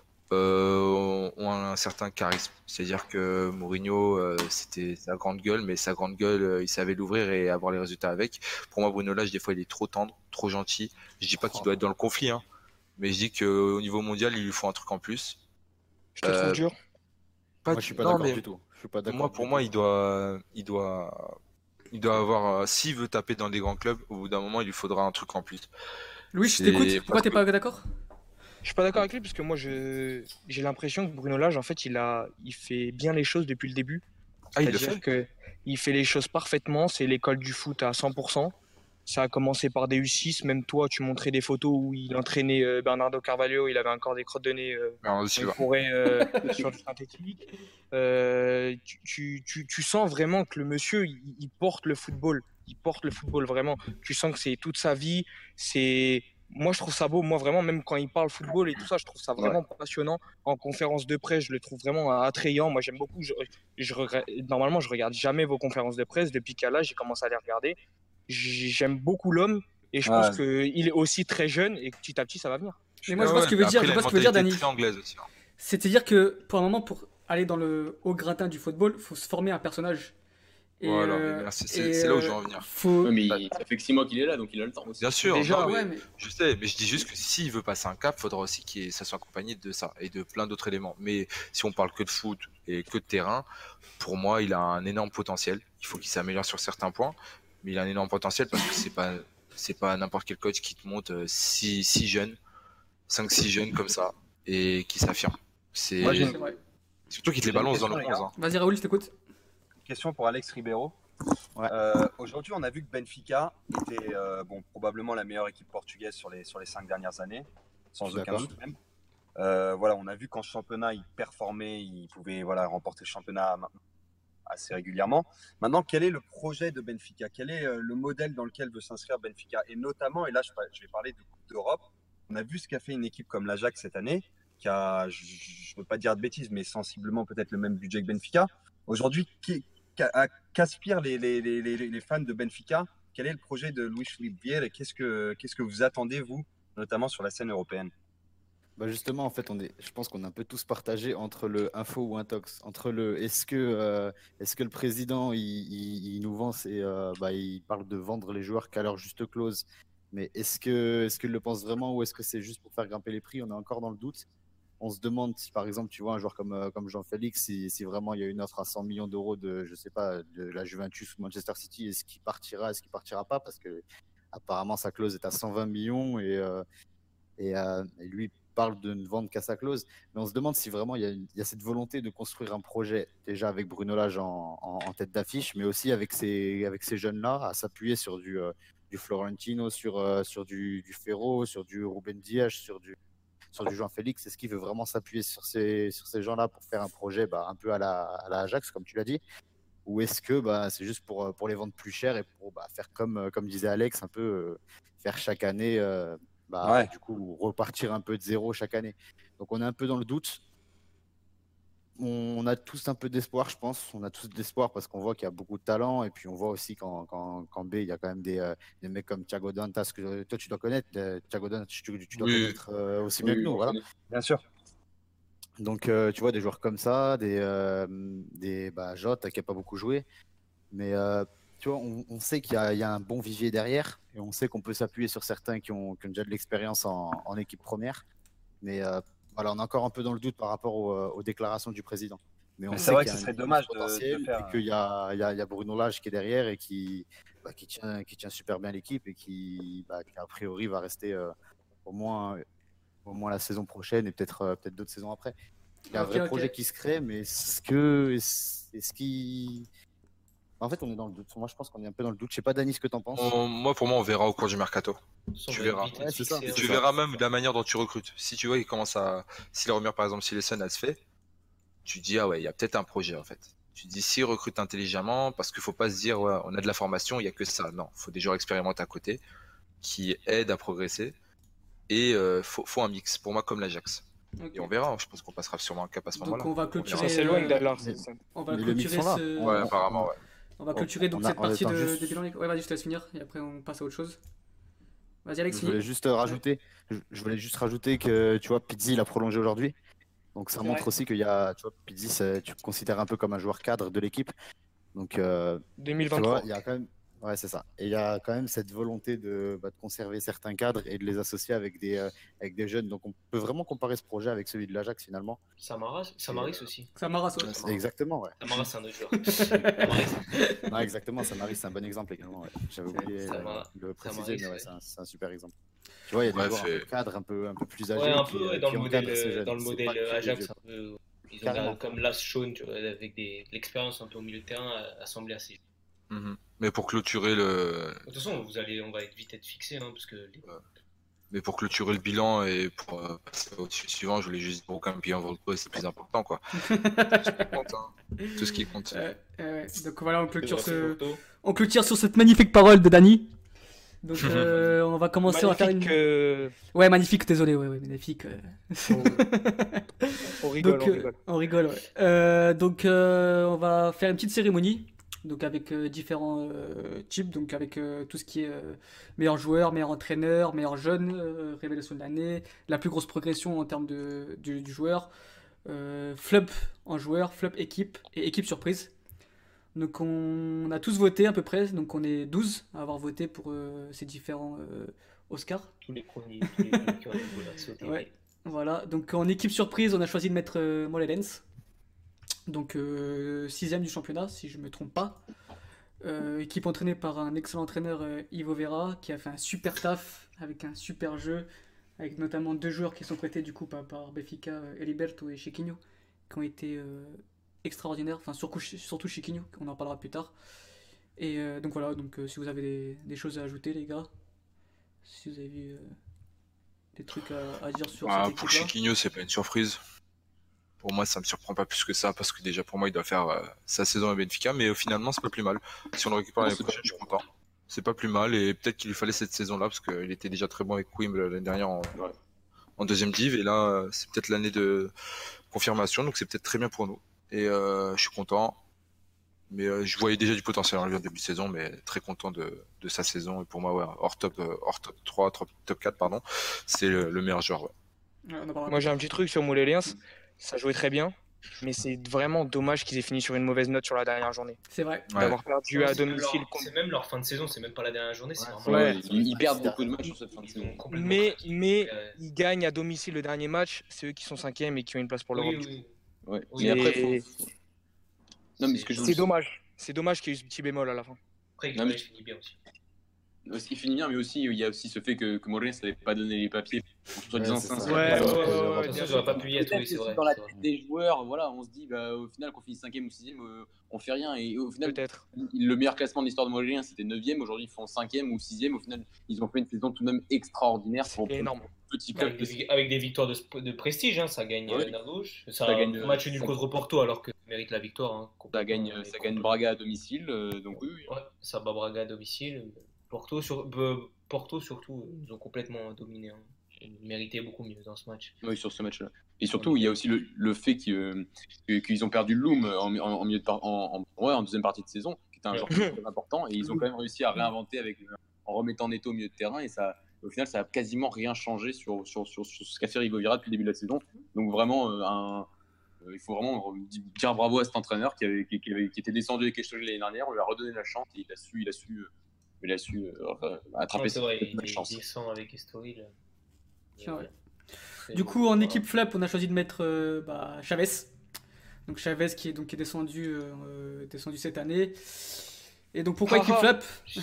Speaker 2: ont un certain charisme. C'est-à-dire que Mourinho, c'était sa grande gueule, mais sa grande gueule, il savait l'ouvrir et avoir les résultats avec. Pour moi, Bruno Lage, des fois, il est trop tendre, trop gentil. Je dis pas qu'il doit être dans le conflit, hein, mais je dis qu'au niveau mondial, il lui faut un truc en plus.
Speaker 6: Je te trouve dur.
Speaker 7: Moi, je suis pas
Speaker 2: non,
Speaker 7: d'accord
Speaker 2: mais
Speaker 7: du tout. Je suis pas d'accord.
Speaker 2: moi, pour moi, il doit avoir, s'il veut taper dans des grands clubs, au bout d'un moment, il lui faudra un truc en plus.
Speaker 1: Louis, je
Speaker 2: C'est
Speaker 1: t'écoute. Pourquoi
Speaker 2: parce
Speaker 1: t'es
Speaker 2: que-
Speaker 1: pas d'accord?
Speaker 6: Je suis pas d'accord avec lui parce que moi j'ai l'impression que Bruno Lage en fait il fait bien les choses depuis le début.
Speaker 2: Ah, il le
Speaker 6: C'est-à-dire
Speaker 2: fait.
Speaker 6: que il fait les choses parfaitement, c'est l'école du foot à 100%. Ça a commencé par des U6, même toi tu montrais des photos où il entraînait Bernardo Carvalho, il avait encore des crottes de nez
Speaker 2: Alors,
Speaker 6: dans
Speaker 2: aussi,
Speaker 6: une
Speaker 2: va.
Speaker 6: forêt sur le synthétique. Tu sens vraiment que le monsieur il porte le football, il porte le football vraiment. Tu sens que c'est toute sa vie, moi, je trouve ça beau. Moi, vraiment, même quand il parle football et tout ça, je trouve ça vraiment passionnant. En conférence de presse, je le trouve vraiment attrayant. Moi, j'aime beaucoup. Normalement, je regarde jamais vos conférences de presse. Depuis qu'à là, j'ai commencé à les regarder. J'aime beaucoup l'homme et je pense qu'il est aussi très jeune et que petit à petit, ça va venir.
Speaker 1: Mais moi, je vois ce que veut dire, je vois ce que veut dire, Dani.
Speaker 2: Très anglaise aussi. Hein.
Speaker 1: C'est-à-dire que pour un moment, pour aller dans le haut gratin du football, il faut se former un personnage. Et,
Speaker 2: Voilà, mais c'est là où je veux en venir.
Speaker 1: Faut...
Speaker 8: Ouais, mais ça fait que 6 mois qu'il est là, donc il a le temps aussi.
Speaker 2: Bien sûr,
Speaker 6: Déjà,
Speaker 2: non, mais
Speaker 1: ouais, mais...
Speaker 2: je sais, mais je dis juste que s'il veut passer un cap, il faudra aussi ça soit accompagné de ça et de plein d'autres éléments. Mais si on parle que de foot et que de terrain, pour moi, il a un énorme potentiel. Il faut qu'il s'améliore sur certains points, mais il a un énorme potentiel parce que c'est pas n'importe quel coach qui te monte 6 jeunes, 5-6 jeunes comme ça et qui s'affirme. C'est
Speaker 4: Moi,
Speaker 1: C'est vrai.
Speaker 2: surtout qu'il te les
Speaker 4: J'ai une
Speaker 2: balance dans
Speaker 4: question,
Speaker 2: le
Speaker 4: les
Speaker 2: 11.
Speaker 4: gars.
Speaker 2: Hein.
Speaker 1: Vas-y, Raoul, je t'écoute.
Speaker 4: Question pour Alex Ribeiro.
Speaker 7: Ouais.
Speaker 4: Aujourd'hui, on a vu que Benfica était probablement la meilleure équipe portugaise sur les 5 dernières années, sans aucun
Speaker 7: D'accord.
Speaker 4: doute même. Voilà, on a vu qu'en championnat, il performait, il pouvait remporter le championnat assez régulièrement. Maintenant, quel est le projet de Benfica? Quel est le modèle dans lequel veut s'inscrire Benfica? Et notamment, et là, je vais parler de Coupe d'Europe. On a vu ce qu'a fait une équipe comme l'Ajax cette année, qui a, je ne veux pas dire de bêtises, mais sensiblement peut-être le même budget que Benfica. Aujourd'hui, qu'aspirent les fans de Benfica quel est le projet de Luis-Philippe Viel et qu'est-ce que vous attendez, vous, notamment sur la scène européenne?
Speaker 7: Bah justement, en fait, je pense qu'on est un peu tous partagés entre le info ou intox, entre le est-ce que le président il nous vend il parle de vendre les joueurs qu'à leur juste clause, mais est-ce qu'il le pense vraiment ou est-ce que c'est juste pour faire grimper les prix? On est encore dans le doute. On se demande si par exemple tu vois un joueur comme Jean-Félix, si vraiment il y a une offre à 100 millions d'euros de je sais pas de la Juventus ou Manchester City, est-ce qu'il partira pas parce que apparemment sa clause est à 120 millions et lui parle de ne vendre qu'à sa clause. Mais on se demande si vraiment il y a cette volonté de construire un projet, déjà avec Bruno Lage en tête d'affiche, mais aussi avec ces jeunes-là, à s'appuyer sur du Florentino, sur du Ferro, sur du Ruben Dias, sur du Jean-Félix. Est-ce qu'il veut vraiment s'appuyer sur ces gens-là pour faire un projet un peu à la Ajax, comme tu l'as dit? Ou est-ce que c'est juste pour les vendre plus cher et pour faire comme disait Alex, un peu faire chaque année
Speaker 4: Ouais.
Speaker 7: du coup repartir un peu de zéro chaque année. Donc on est un peu dans le doute. On a tous un peu d'espoir, je pense. On a tous d'espoir parce qu'on voit qu'il y a beaucoup de talent et puis on voit aussi qu'en B, il y a quand même des mecs comme Thiago Dantas que toi tu dois connaître. Thiago Dantas, tu dois
Speaker 2: Oui,
Speaker 7: connaître aussi bien que nous.
Speaker 8: on
Speaker 7: Voilà.
Speaker 8: connaît.
Speaker 4: Bien sûr.
Speaker 7: Donc tu vois des joueurs comme ça, des Jota qui n'a pas beaucoup joué. Mais tu vois, on sait qu'il y a un bon vivier derrière et on sait qu'on peut s'appuyer sur certains qui ont déjà de l'expérience en équipe première. Mais voilà, on est encore un peu dans le doute par rapport aux déclarations du président. Mais on
Speaker 4: Mais c'est
Speaker 7: sait
Speaker 4: vrai
Speaker 7: qu'il
Speaker 4: que
Speaker 7: y
Speaker 4: ce
Speaker 7: a
Speaker 4: serait
Speaker 7: un
Speaker 4: dommage
Speaker 7: immense
Speaker 4: de
Speaker 7: potentiel
Speaker 4: faire.
Speaker 7: et qu'il y a Bruno Lage qui est derrière et qui tient super bien l'équipe et qui a priori va rester au moins la saison prochaine et peut-être d'autres saisons après. Il y a un vrai projet qui se crée, mais est-ce qu'il... En fait, on est dans le doute. Moi, je pense qu'on est un peu dans le doute. Je sais pas, Dani, ce que t'en penses.
Speaker 2: Pour moi, on verra au cours du mercato.
Speaker 5: Ça
Speaker 2: Tu
Speaker 5: va
Speaker 2: verras.
Speaker 5: vite
Speaker 7: Ouais,
Speaker 5: être
Speaker 7: c'est ça,
Speaker 5: fixé,
Speaker 2: Tu
Speaker 5: hein.
Speaker 2: verras même de la manière dont tu recrutes. Si tu vois, si les rumeurs, par exemple, si les Suns, elle se fait, tu dis, ah ouais, il y a peut-être un projet, en fait. Tu dis, s'ils recrutent intelligemment, parce qu'il faut pas se dire, ouais, on a de la formation, il y a que ça. Non, faut des joueurs expérimentés à côté, qui aident à progresser. Et faut un mix, pour moi, comme l'Ajax.
Speaker 1: Ok.
Speaker 2: Et on verra, hein. Je pense qu'on passera sûrement un cap à ce
Speaker 1: Donc
Speaker 2: moment-là.
Speaker 1: on va
Speaker 2: On verra.
Speaker 1: clôturer.
Speaker 6: Ça s'éloigne d'Allar.
Speaker 1: On va
Speaker 7: Mais le mix
Speaker 1: clôturer
Speaker 7: sont là.
Speaker 1: ce.
Speaker 2: Ouais, apparemment, ouais.
Speaker 1: On va clôturer donc
Speaker 7: on a-
Speaker 1: cette partie
Speaker 7: attends,
Speaker 1: de,
Speaker 7: juste-
Speaker 1: des bilans. Ouais, vas-y, je te laisse finir et après on passe à autre chose. Vas-y, Alex,
Speaker 7: Je
Speaker 1: finis.
Speaker 7: voulais juste rajouter, je voulais juste rajouter que tu vois, Pizzi il a prolongé aujourd'hui. Donc ça
Speaker 1: C'est
Speaker 7: montre
Speaker 1: vrai.
Speaker 7: aussi qu'il y a, tu vois, Pizzi, tu le considères un peu comme un joueur cadre de l'équipe. Donc tu vois,
Speaker 6: 2023.
Speaker 7: il y a quand même, ouais, c'est ça. Et il y a quand même cette volonté de conserver certains cadres et de les associer avec des jeunes. Donc on peut vraiment comparer ce projet avec celui de l'Ajax finalement.
Speaker 5: Samaris aussi.
Speaker 1: Samaras, ouais.
Speaker 7: C'est exactement, ouais.
Speaker 5: Samaras, c'est un autre joueur. Samaris,
Speaker 7: Non, exactement, Samaris, c'est un bon exemple également. Ouais. J'avais oublié
Speaker 5: Samara-
Speaker 7: de le préciser,
Speaker 5: Samaris,
Speaker 7: mais ouais,
Speaker 5: ouais.
Speaker 7: c'est un super exemple. Tu vois, il y a des
Speaker 2: Ouais,
Speaker 7: joueurs un peu cadres, un peu plus âgés
Speaker 5: Ouais, un
Speaker 7: qui,
Speaker 5: peu ouais,
Speaker 7: qui encadrent ces jeunes.
Speaker 5: dans le
Speaker 7: C'est
Speaker 5: modèle
Speaker 7: pas que des
Speaker 5: Ajax,
Speaker 7: vieux.
Speaker 5: un peu, ils ont
Speaker 7: Carrément.
Speaker 5: comme Lars Shawn, tu vois, avec l'expérience un peu au milieu de terrain, assemblée assez.
Speaker 2: Mhm. Mais pour clôturer le,
Speaker 5: De toute façon, on va vite être fixé, hein, parce que
Speaker 2: Mais pour clôturer le bilan et pour passer au suivant, je voulais juste dire aucun bilan Volko, c'est plus important quoi. Tout ce qui compte, hein. Tout ce qui compte.
Speaker 1: Donc voilà,
Speaker 5: Porto.
Speaker 1: on clôture sur cette magnifique parole de Dani. Donc on va commencer à faire une. Ouais, magnifique, désolé, ouais, magnifique.
Speaker 6: On rigole,
Speaker 1: Donc,
Speaker 6: on rigole.
Speaker 1: on rigole, ouais. Donc, on va faire une petite cérémonie, donc avec différents types, donc avec tout ce qui est meilleur joueur, meilleur entraîneur, meilleur jeune, révélation de l'année, la plus grosse progression en termes du joueur, flop en joueur, flop équipe et équipe surprise. Donc on a tous voté à peu près, donc on est 12 à avoir voté pour ces différents Oscars.
Speaker 5: Tous les premiers qui ont sauté.
Speaker 1: Ouais. Voilà, donc en équipe surprise, on a choisi de mettre Mollens, donc 6ème du championnat, si je ne me trompe pas. Équipe entraînée par un excellent entraîneur, Ivo Vera, qui a fait un super taf, avec un super jeu, avec notamment 2 joueurs qui sont prêtés du coup par Benfica, Eliberto et Chiquinho, qui ont été extraordinaires, enfin surtout Chiquinho, on en parlera plus tard. Et donc voilà, donc si vous avez des choses à ajouter les gars, si vous avez vu des trucs à dire sur cette équipe-là.
Speaker 2: Pour Chiquinho, c'est pas une surprise. Pour moi, ça me surprend pas plus que ça, parce que déjà pour moi, il doit faire sa saison à Benfica, mais finalement, c'est pas plus mal. Si on le récupère l'année prochaine, je suis content. C'est pas plus mal, et peut-être qu'il lui fallait cette saison-là, parce qu'il était déjà très bon avec Coimbra l'année dernière en deuxième div, et là, c'est peut-être l'année de confirmation, donc c'est peut-être très bien pour nous. Et je suis content. Mais je voyais déjà du potentiel en lui en début de saison, mais très content de sa saison. Et pour moi, ouais, hors top 3, top 4, pardon, c'est le meilleur joueur. Ouais.
Speaker 1: Ouais, on en parlera
Speaker 6: Moi,
Speaker 1: plus
Speaker 6: j'ai un
Speaker 1: tard.
Speaker 6: petit truc sur Moulay ça jouait très bien, mais c'est vraiment dommage qu'ils aient fini sur une mauvaise note sur la dernière journée.
Speaker 1: C'est vrai.
Speaker 2: Ouais.
Speaker 6: D'avoir perdu à
Speaker 5: C'est même
Speaker 6: domicile
Speaker 5: leur-
Speaker 6: contre.
Speaker 5: c'est même leur fin de saison, c'est même pas la dernière journée, c'est vraiment.
Speaker 6: Ouais.
Speaker 8: Ils perdent beaucoup de matchs sur cette fin de
Speaker 5: Ils
Speaker 8: saison.
Speaker 5: ont complètement
Speaker 6: Mais
Speaker 5: craqué.
Speaker 6: ils gagnent à domicile le dernier match, c'est eux qui sont 5e et qui ont une place pour
Speaker 5: Oui,
Speaker 6: l'Europe.
Speaker 5: oui.
Speaker 8: Ouais.
Speaker 5: Oui,
Speaker 8: Mais après,
Speaker 6: Et
Speaker 8: non, mais ce que je
Speaker 6: c'est dommage. C'est dommage qu'il y ait eu ce petit bémol à la fin.
Speaker 5: Après,
Speaker 8: Non, mais-
Speaker 5: Guimarães finit bien aussi.
Speaker 8: Il finit bien, mais aussi il y a aussi ce fait que Mourinho n'avait pas donné les papiers pour soi-disant
Speaker 3: c'est ça.
Speaker 8: s'inscrire.
Speaker 6: Ouais,
Speaker 3: Ouais,
Speaker 6: ouais,
Speaker 3: ouais,
Speaker 6: ouais,
Speaker 5: Ça,
Speaker 6: bien
Speaker 5: j'aurais
Speaker 6: sûr.
Speaker 5: pas pu y être, oui,
Speaker 8: Peut-être
Speaker 5: c'est
Speaker 8: aussi
Speaker 5: vrai.
Speaker 8: dans la
Speaker 5: c'est vrai.
Speaker 8: tête des joueurs, voilà, on se dit au final qu'on finit 5e ou 6e, on fait rien. Et au final,
Speaker 6: Peut-être.
Speaker 8: le meilleur classement de l'histoire de Mourinho, c'était 9e. Aujourd'hui, ils font 5e ou 6e. Au final, ils ont fait une saison tout de même extraordinaire pour
Speaker 6: C'est énorme.
Speaker 8: un petit club.
Speaker 5: Avec des victoires de prestige, hein, ça gagne
Speaker 8: Ouais.
Speaker 5: à gauche.
Speaker 8: Ça
Speaker 5: Ça
Speaker 8: gagne,
Speaker 5: gagne match nul
Speaker 8: ça-
Speaker 5: contre Porto alors que ça mérite la victoire. Hein,
Speaker 8: Ça gagne
Speaker 5: complètement.
Speaker 8: Braga à domicile. Donc oui, oui.
Speaker 5: Ouais, ça bat Braga à domicile. Porto surtout, ils ont complètement dominé. Hein. Ils méritaient beaucoup mieux dans ce match.
Speaker 8: Oui, sur ce match-là. Et surtout, il y a aussi le fait qu'ils ont perdu Loom en milieu en deuxième partie de saison, qui était un joueur très important, et ils ont quand même réussi à réinventer en remettant Neto au milieu de terrain, et ça, au final, ça a quasiment rien changé sur ce qu'a fait Rigoviera depuis le début de la saison. Donc vraiment, il faut vraiment dire bravo à cet entraîneur qui était descendu avec Estoril l'année dernière, on lui a redonné la chance, et il a su attraper
Speaker 5: Non, c'est vrai,
Speaker 8: cette
Speaker 5: il
Speaker 8: chance.
Speaker 5: descend avec Estoril.
Speaker 1: C'est vrai. Du coup, en équipe flop, on a choisi de mettre Chavez. Donc Chavez qui est descendu cette année. Et donc pourquoi équipe flop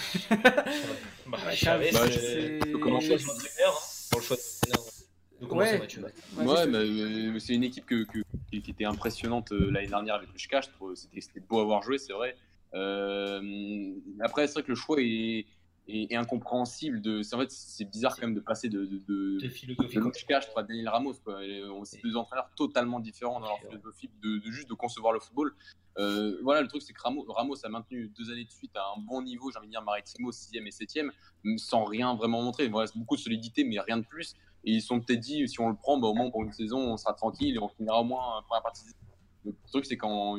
Speaker 5: Chavez,
Speaker 1: c'est...
Speaker 5: comment choix de l'entraîneur, hein, pour le choix de l'entraîneur. Donc, comment ça, Mathieu ?
Speaker 8: Ouais, mais c'est une équipe qui était impressionnante l'année dernière avec le Shka. C'était beau à voir jouer, c'est vrai. Après, c'est vrai que le choix est incompréhensible. En fait, c'est bizarre quand même de passer de
Speaker 5: philosophie
Speaker 8: le Shka à Daniel Ramos. C'est deux entraîneurs totalement différents dans leur philosophie juste de concevoir le football. Voilà, le truc, c'est que Ramos a maintenu 2 années de suite à un bon niveau, j'ai envie de dire Maritimo 6e et 7e, sans rien vraiment montrer. Il reste beaucoup de solidité, mais rien de plus. Et ils se sont peut-être dit, si on le prend, au moins pour une saison, on sera tranquille et on finira au moins en première partie. Le truc, c'est qu'en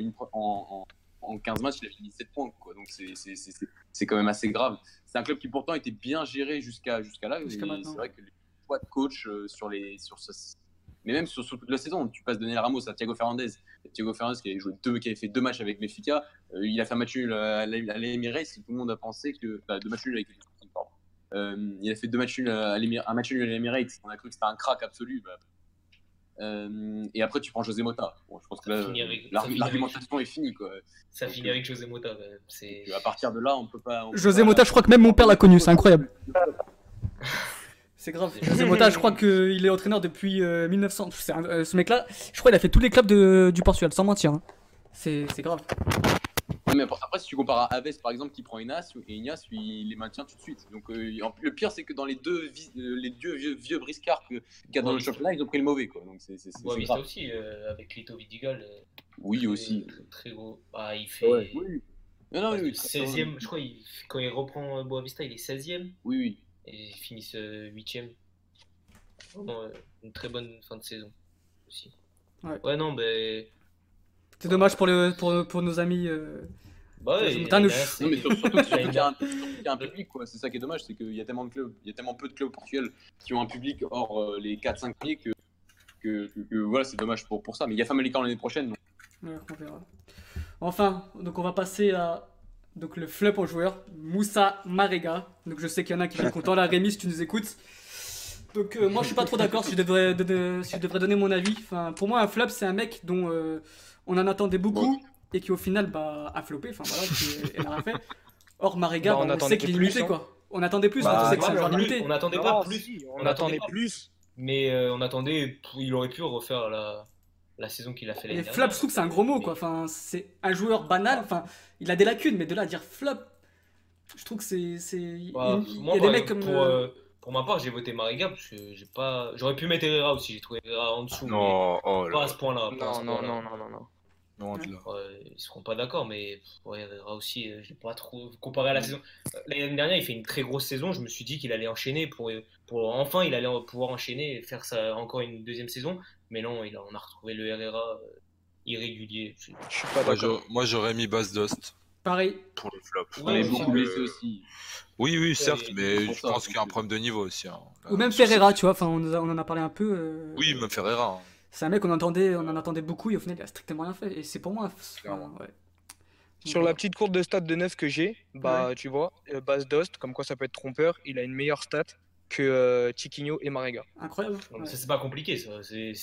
Speaker 8: 15 matchs, il a fini 7 points. Quoi. Donc c'est quand même assez grave. C'est un club qui pourtant était bien géré jusqu'à là. C'est vrai que les choix de coach mais même sur toute la saison, tu passes de Daniel Ramos à Thiago Fernandez. Thiago Fernandez qui avait fait 2 matchs avec Benfica, il a fait un match nul à l'Emirates. Tout le monde a pensé que 2 matchs nuls avec il a fait 2 matchs nuls un match nul à l'Emirates. On a cru que c'était un crack absolu. Et après, tu prends José Mota. Bon, je pense que là, l'argumentation est finie. Quoi.
Speaker 5: Ça finit avec José Mota.
Speaker 8: À partir de là, on peut pas.
Speaker 1: José Mota, je crois que même mon père l'a connu, c'est incroyable. C'est grave. José Mota, je crois qu'il est entraîneur depuis 1900. Ce mec-là, je crois qu'il a fait tous les clubs du Portugal, sans mentir. Hein. C'est grave.
Speaker 8: Mais après, si tu compares à Aves, par exemple, qui prend Ignace, il les maintient tout de suite. Donc, le pire, c'est que dans les deux vieux briscards qu'il y a dans le championnat, ils ont pris le mauvais. Quoi. Donc, c'est
Speaker 5: grave. Aussi, avec Lito Vidigal.
Speaker 8: Oui, aussi.
Speaker 5: Très gros. Ah, il fait.
Speaker 8: Ouais, oui. Non, oui,
Speaker 5: 16e, je crois, quand il reprend Boavista, il est 16e.
Speaker 8: Oui.
Speaker 5: Et ils finissent 8e. Vraiment, une très bonne fin de saison aussi. Ouais, non, mais.
Speaker 1: C'est dommage pour nos amis.
Speaker 5: Bah ouais,
Speaker 8: non, mais surtout qu'il y a un public, quoi. C'est ça qui est dommage, c'est qu'il y a tellement de clubs, il y a tellement peu de clubs au Portugal qui ont un public hors les 4-5 premiers que voilà, c'est dommage pour ça. Mais il y a Famalicão l'année prochaine. Donc.
Speaker 1: Ouais, on verra. Enfin, donc on va passer à le flop aux joueurs, Moussa Marega. Donc je sais qu'il y en a qui sont contents. Là, Rémi, si tu nous écoutes. Donc moi, je suis pas trop d'accord si je devrais donner mon avis. Enfin, pour moi, un flop, c'est un mec dont on en attendait beaucoup et qui au final a floppé. Enfin voilà, qui n'a rien fait. Or Marega, on sait qu'il est limité, quoi. On attendait plus, on sait que c'est un joueur limité.
Speaker 5: On n'attendait pas plus.
Speaker 6: On attendait plus.
Speaker 5: Mais on attendait, il aurait pu refaire la saison qu'il a fait l'année dernière.
Speaker 1: Flop, je trouve que c'est un gros mot, quoi. Enfin, c'est un joueur banal. Enfin, il a des lacunes, mais de là à dire flop, je trouve que c'est. Il y a des mecs comme.
Speaker 5: Pour ma part, j'ai voté Marega parce que j'aurais pu mettre Herrera aussi. J'ai trouvé Herrera en dessous.
Speaker 2: Non,
Speaker 5: pas à ce point-là.
Speaker 6: Non.
Speaker 5: Ils seront pas d'accord, mais Herrera aussi, je l'ai pas trop comparé à la saison. L'année dernière, il fait une très grosse saison. Je me suis dit qu'il allait enchaîner enfin, il allait pouvoir enchaîner et faire ça encore une deuxième saison. Mais non, on a retrouvé le Herrera irrégulier.
Speaker 6: Je suis pas d'accord.
Speaker 2: Moi, j'aurais mis Bas Dost
Speaker 1: Pareil.
Speaker 2: pour le flop.
Speaker 8: On est beaucoup
Speaker 2: Parce que-
Speaker 8: blessé aussi.
Speaker 2: Oui, certes,
Speaker 5: Ouais,
Speaker 2: mais
Speaker 8: pour
Speaker 2: je
Speaker 8: ça,
Speaker 2: pense qu'il y a un
Speaker 8: donc,
Speaker 2: problème de niveau aussi. Hein.
Speaker 1: Ou même
Speaker 2: Sur
Speaker 1: Ferreira,
Speaker 2: cette-
Speaker 1: tu vois, enfin, on en a parlé un peu.
Speaker 2: Oui, même Ferreira. Hein.
Speaker 1: C'est un mec, on en attendait beaucoup et au final, il a strictement rien fait. Et c'est pour moi.
Speaker 2: Clairement.
Speaker 1: Ouais.
Speaker 6: Sur la petite courbe de stats de 9 que j'ai, bah tu vois, Bas Dost, comme quoi ça peut être trompeur, il a une meilleure stat que Tiquinho et Marega.
Speaker 1: Incroyable.
Speaker 5: Non, mais
Speaker 1: Ouais.
Speaker 5: ça, c'est pas compliqué, ça.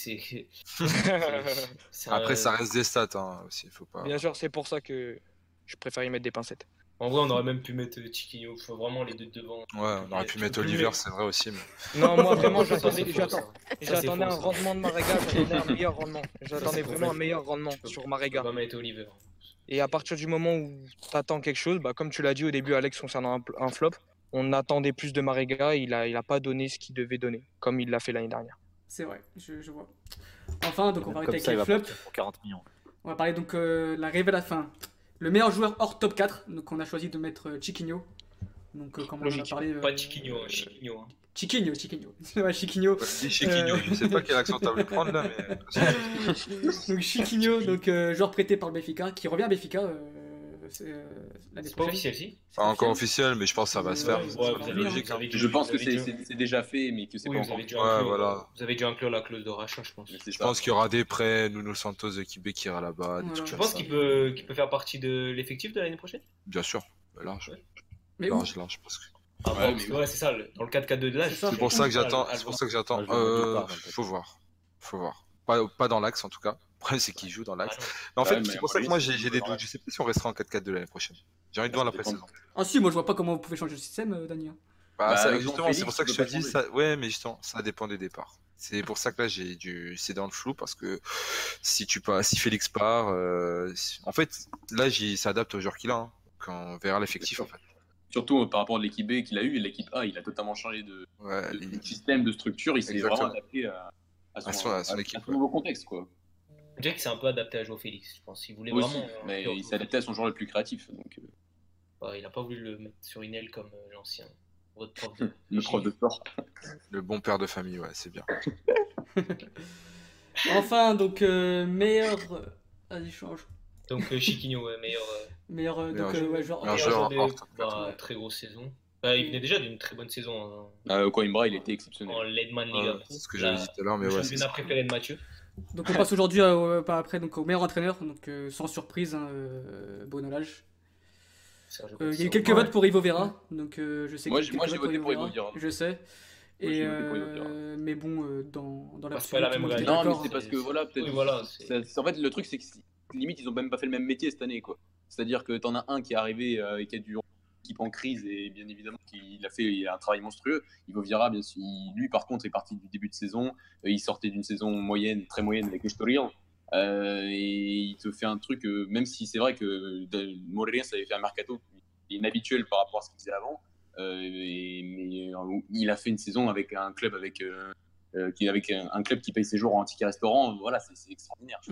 Speaker 5: C'est
Speaker 2: Après,
Speaker 5: un-
Speaker 2: ça reste des stats hein, aussi. Faut pas.
Speaker 6: Bien sûr, c'est pour ça que je préfère y mettre des pincettes.
Speaker 5: En vrai, on aurait même pu mettre Chiquinho. Faut vraiment les deux devant.
Speaker 2: Ouais, on aurait pu mettre Oliver, c'est vrai aussi. Mais...
Speaker 6: Non, moi vraiment,
Speaker 5: Ça,
Speaker 6: j'attendais
Speaker 5: c'est faux, ça.
Speaker 6: j'attendais un
Speaker 5: faux, ça.
Speaker 6: rendement de Marega, j'attendais un meilleur rendement. J'attendais
Speaker 5: c'est
Speaker 6: vraiment
Speaker 5: faux.
Speaker 6: un meilleur rendement
Speaker 5: peux-
Speaker 6: sur
Speaker 5: On
Speaker 6: Marega.
Speaker 5: va mettre Oliver.
Speaker 6: Et à partir du moment où t'attends quelque chose, bah, comme tu l'as dit au début, Alex, concernant un flop, on attendait plus de Marega, il a pas donné ce qu'il devait donner, comme il l'a fait l'année dernière.
Speaker 1: C'est vrai, je vois. Enfin, donc on va
Speaker 9: Comme
Speaker 1: arrêter
Speaker 9: ça, il
Speaker 1: avec
Speaker 9: va
Speaker 1: les flops.
Speaker 9: partir pour 40 millions.
Speaker 1: On va parler donc la révélation. Le meilleur joueur hors top 4. Donc on a choisi de mettre Chiquinho. Donc comme on en a
Speaker 6: Logique.
Speaker 1: parlé.
Speaker 5: Pas Chiquinho, Chiquinho. Hein.
Speaker 1: Chiquinho. Ouais, Chiquinho.
Speaker 2: Dis Chiquinho, je sais pas quel accent t'as voulu prendre là, mais.
Speaker 1: Donc Chiquinho, donc joueur prêté par le Benfica, qui revient à Benfica l'année
Speaker 5: C'est pas
Speaker 1: prochaine.
Speaker 5: officiel, si.
Speaker 2: Pas encore officiel, mais je pense que ça va se faire.
Speaker 5: Ouais,
Speaker 2: C'est
Speaker 5: vous
Speaker 2: pas
Speaker 5: avez-
Speaker 2: logique.
Speaker 5: vous
Speaker 2: Hein.
Speaker 5: avez-
Speaker 8: Je pense
Speaker 5: vous
Speaker 8: que
Speaker 5: avez déjà-
Speaker 8: c'est déjà fait, mais que c'est
Speaker 5: Oui,
Speaker 8: pas
Speaker 5: vous
Speaker 8: encore.
Speaker 5: avez dû
Speaker 2: Ouais,
Speaker 5: inclure,
Speaker 2: voilà.
Speaker 5: vous avez dû inclure la clause de rachat, je pense.
Speaker 8: C'est
Speaker 2: Je
Speaker 8: ça.
Speaker 2: pense qu'il y aura des prêts, Nuno Santos de équipe B qui ira là-bas. des
Speaker 1: Voilà.
Speaker 2: trucs
Speaker 5: Tu
Speaker 2: comme
Speaker 5: penses
Speaker 2: ça.
Speaker 5: qu'il peut faire partie de l'effectif de l'année prochaine?
Speaker 2: Bien sûr. Large.
Speaker 1: Mais où
Speaker 2: Large, parce que.
Speaker 5: Ah,
Speaker 8: Ouais,
Speaker 5: ouais,
Speaker 8: mais
Speaker 5: parce que ouais, c'est ça, dans le 4-4-2 de là,
Speaker 1: C'est ça.
Speaker 2: C'est pour ça que j'attends.
Speaker 5: Ah,
Speaker 2: C'est pour ça que j'attends.
Speaker 9: Ah, je vois nulle part dans le
Speaker 2: Faut voir. Faut voir. Pas dans l'axe en tout cas. Après, c'est qui joue dans l'axe.
Speaker 5: Ah, non.
Speaker 2: Mais en fait,
Speaker 8: Ouais, mais
Speaker 2: c'est pour
Speaker 8: à
Speaker 2: ça
Speaker 8: mon
Speaker 2: que moi
Speaker 8: avis,
Speaker 2: j'ai
Speaker 8: c'est
Speaker 2: des
Speaker 8: dans
Speaker 2: doutes.
Speaker 8: l'axe.
Speaker 2: Je sais pas si on restera en 4-4 de l'année prochaine. J'ai envie de voir la
Speaker 8: dépend.
Speaker 2: pré-saison.
Speaker 1: Ah si, moi je vois pas comment vous pouvez changer le système, Dani.
Speaker 2: Bah,
Speaker 8: Bah,
Speaker 2: ça,
Speaker 8: avec
Speaker 2: justement,
Speaker 8: Jean
Speaker 2: c'est pour
Speaker 8: Félix,
Speaker 2: ça que
Speaker 8: tu
Speaker 2: je
Speaker 8: peux
Speaker 2: te
Speaker 8: pas
Speaker 2: dis
Speaker 8: changer.
Speaker 2: ça. Ouais, mais justement, ça dépend des départs. C'est pour ça que là, c'est dans le flou parce que si Félix part, en fait, là, il s'adapte au joueur qu'il a. Hein, quand on verra l'effectif, en fait.
Speaker 8: Surtout par rapport à l'équipe B qu'il a eu, et l'équipe A, il a totalement changé
Speaker 2: Ouais,
Speaker 8: de système, de structure, il s'est
Speaker 2: Exactement.
Speaker 8: vraiment adapté à
Speaker 2: son équipe,
Speaker 8: son nouveau contexte, quoi.
Speaker 5: Je dirais qu'il s'est un peu adapté à Joao Félix, je pense. Il voulait
Speaker 8: Aussi,
Speaker 5: vraiment.
Speaker 8: mais
Speaker 5: faire
Speaker 8: il
Speaker 5: Joao
Speaker 8: s'est adapté à son joueur le plus créatif, donc
Speaker 5: Ouais, il a pas voulu le mettre sur une aile comme l'ancien. Votre prof de.
Speaker 8: le prof de sport.
Speaker 2: le bon père de famille, ouais, c'est bien.
Speaker 1: Enfin, donc meilleur. Vas-y, change.
Speaker 5: Donc Chiquinho, ouais, meilleur.
Speaker 1: Meilleur,
Speaker 2: Meilleur
Speaker 1: donc,
Speaker 2: joueur.
Speaker 1: ouais, genre.
Speaker 2: Meilleur
Speaker 5: meilleur
Speaker 2: joueur
Speaker 5: joueur
Speaker 2: hors top quatre,
Speaker 5: bah,
Speaker 2: ouais.
Speaker 5: très grosse saison. Bah, il venait déjà d'une très bonne saison
Speaker 8: Coimbra, il était
Speaker 5: en
Speaker 8: exceptionnel.
Speaker 5: Leadman Liga
Speaker 2: Ouais,
Speaker 5: Pro.
Speaker 2: c'est ce que j'avais dit tout à l'heure, mais
Speaker 5: Le
Speaker 2: ouais, c'est
Speaker 5: championnat
Speaker 2: ça.
Speaker 5: préféré de Mathieu.
Speaker 1: Donc on passe aujourd'hui après donc au meilleur entraîneur, donc sans surprise, hein, Bruno Lage.
Speaker 5: Sergio
Speaker 1: Il y a eu
Speaker 5: Conceição.
Speaker 1: quelques votes pour Ivo Vera, donc je sais
Speaker 8: Moi,
Speaker 1: qu'il y a eu
Speaker 8: j'ai
Speaker 1: quelques
Speaker 8: voté
Speaker 1: votes
Speaker 8: pour Ivo Vera.
Speaker 1: je sais.
Speaker 8: Moi,
Speaker 1: Et
Speaker 8: j'ai voté pour Ivo Vera.
Speaker 1: mais bon, dans
Speaker 5: Parce
Speaker 1: l'absolu,
Speaker 5: que la
Speaker 1: tout le
Speaker 5: même
Speaker 1: monde était
Speaker 5: gagne.
Speaker 8: Non, mais
Speaker 1: d'accord.
Speaker 8: c'est parce que voilà, peut-être.
Speaker 5: Oui, voilà,
Speaker 8: En fait, le truc, c'est que limite, ils ont même pas fait le même métier cette année, quoi. C'est-à-dire que t'en as un qui est arrivé et qui a dû équipe en crise et bien évidemment il a un travail monstrueux. Ivo Vieira, bien sûr, lui par contre est parti du début de saison. Il sortait d'une saison moyenne, très moyenne avec Estoril. Et il te fait un truc, même si c'est vrai que Moreira ça avait fait un mercato inhabituel par rapport à ce qu'il faisait avant. Mais il a fait une saison avec un club avec un club qui paye ses jours en ticket restaurant. Voilà, c'est extraordinaire.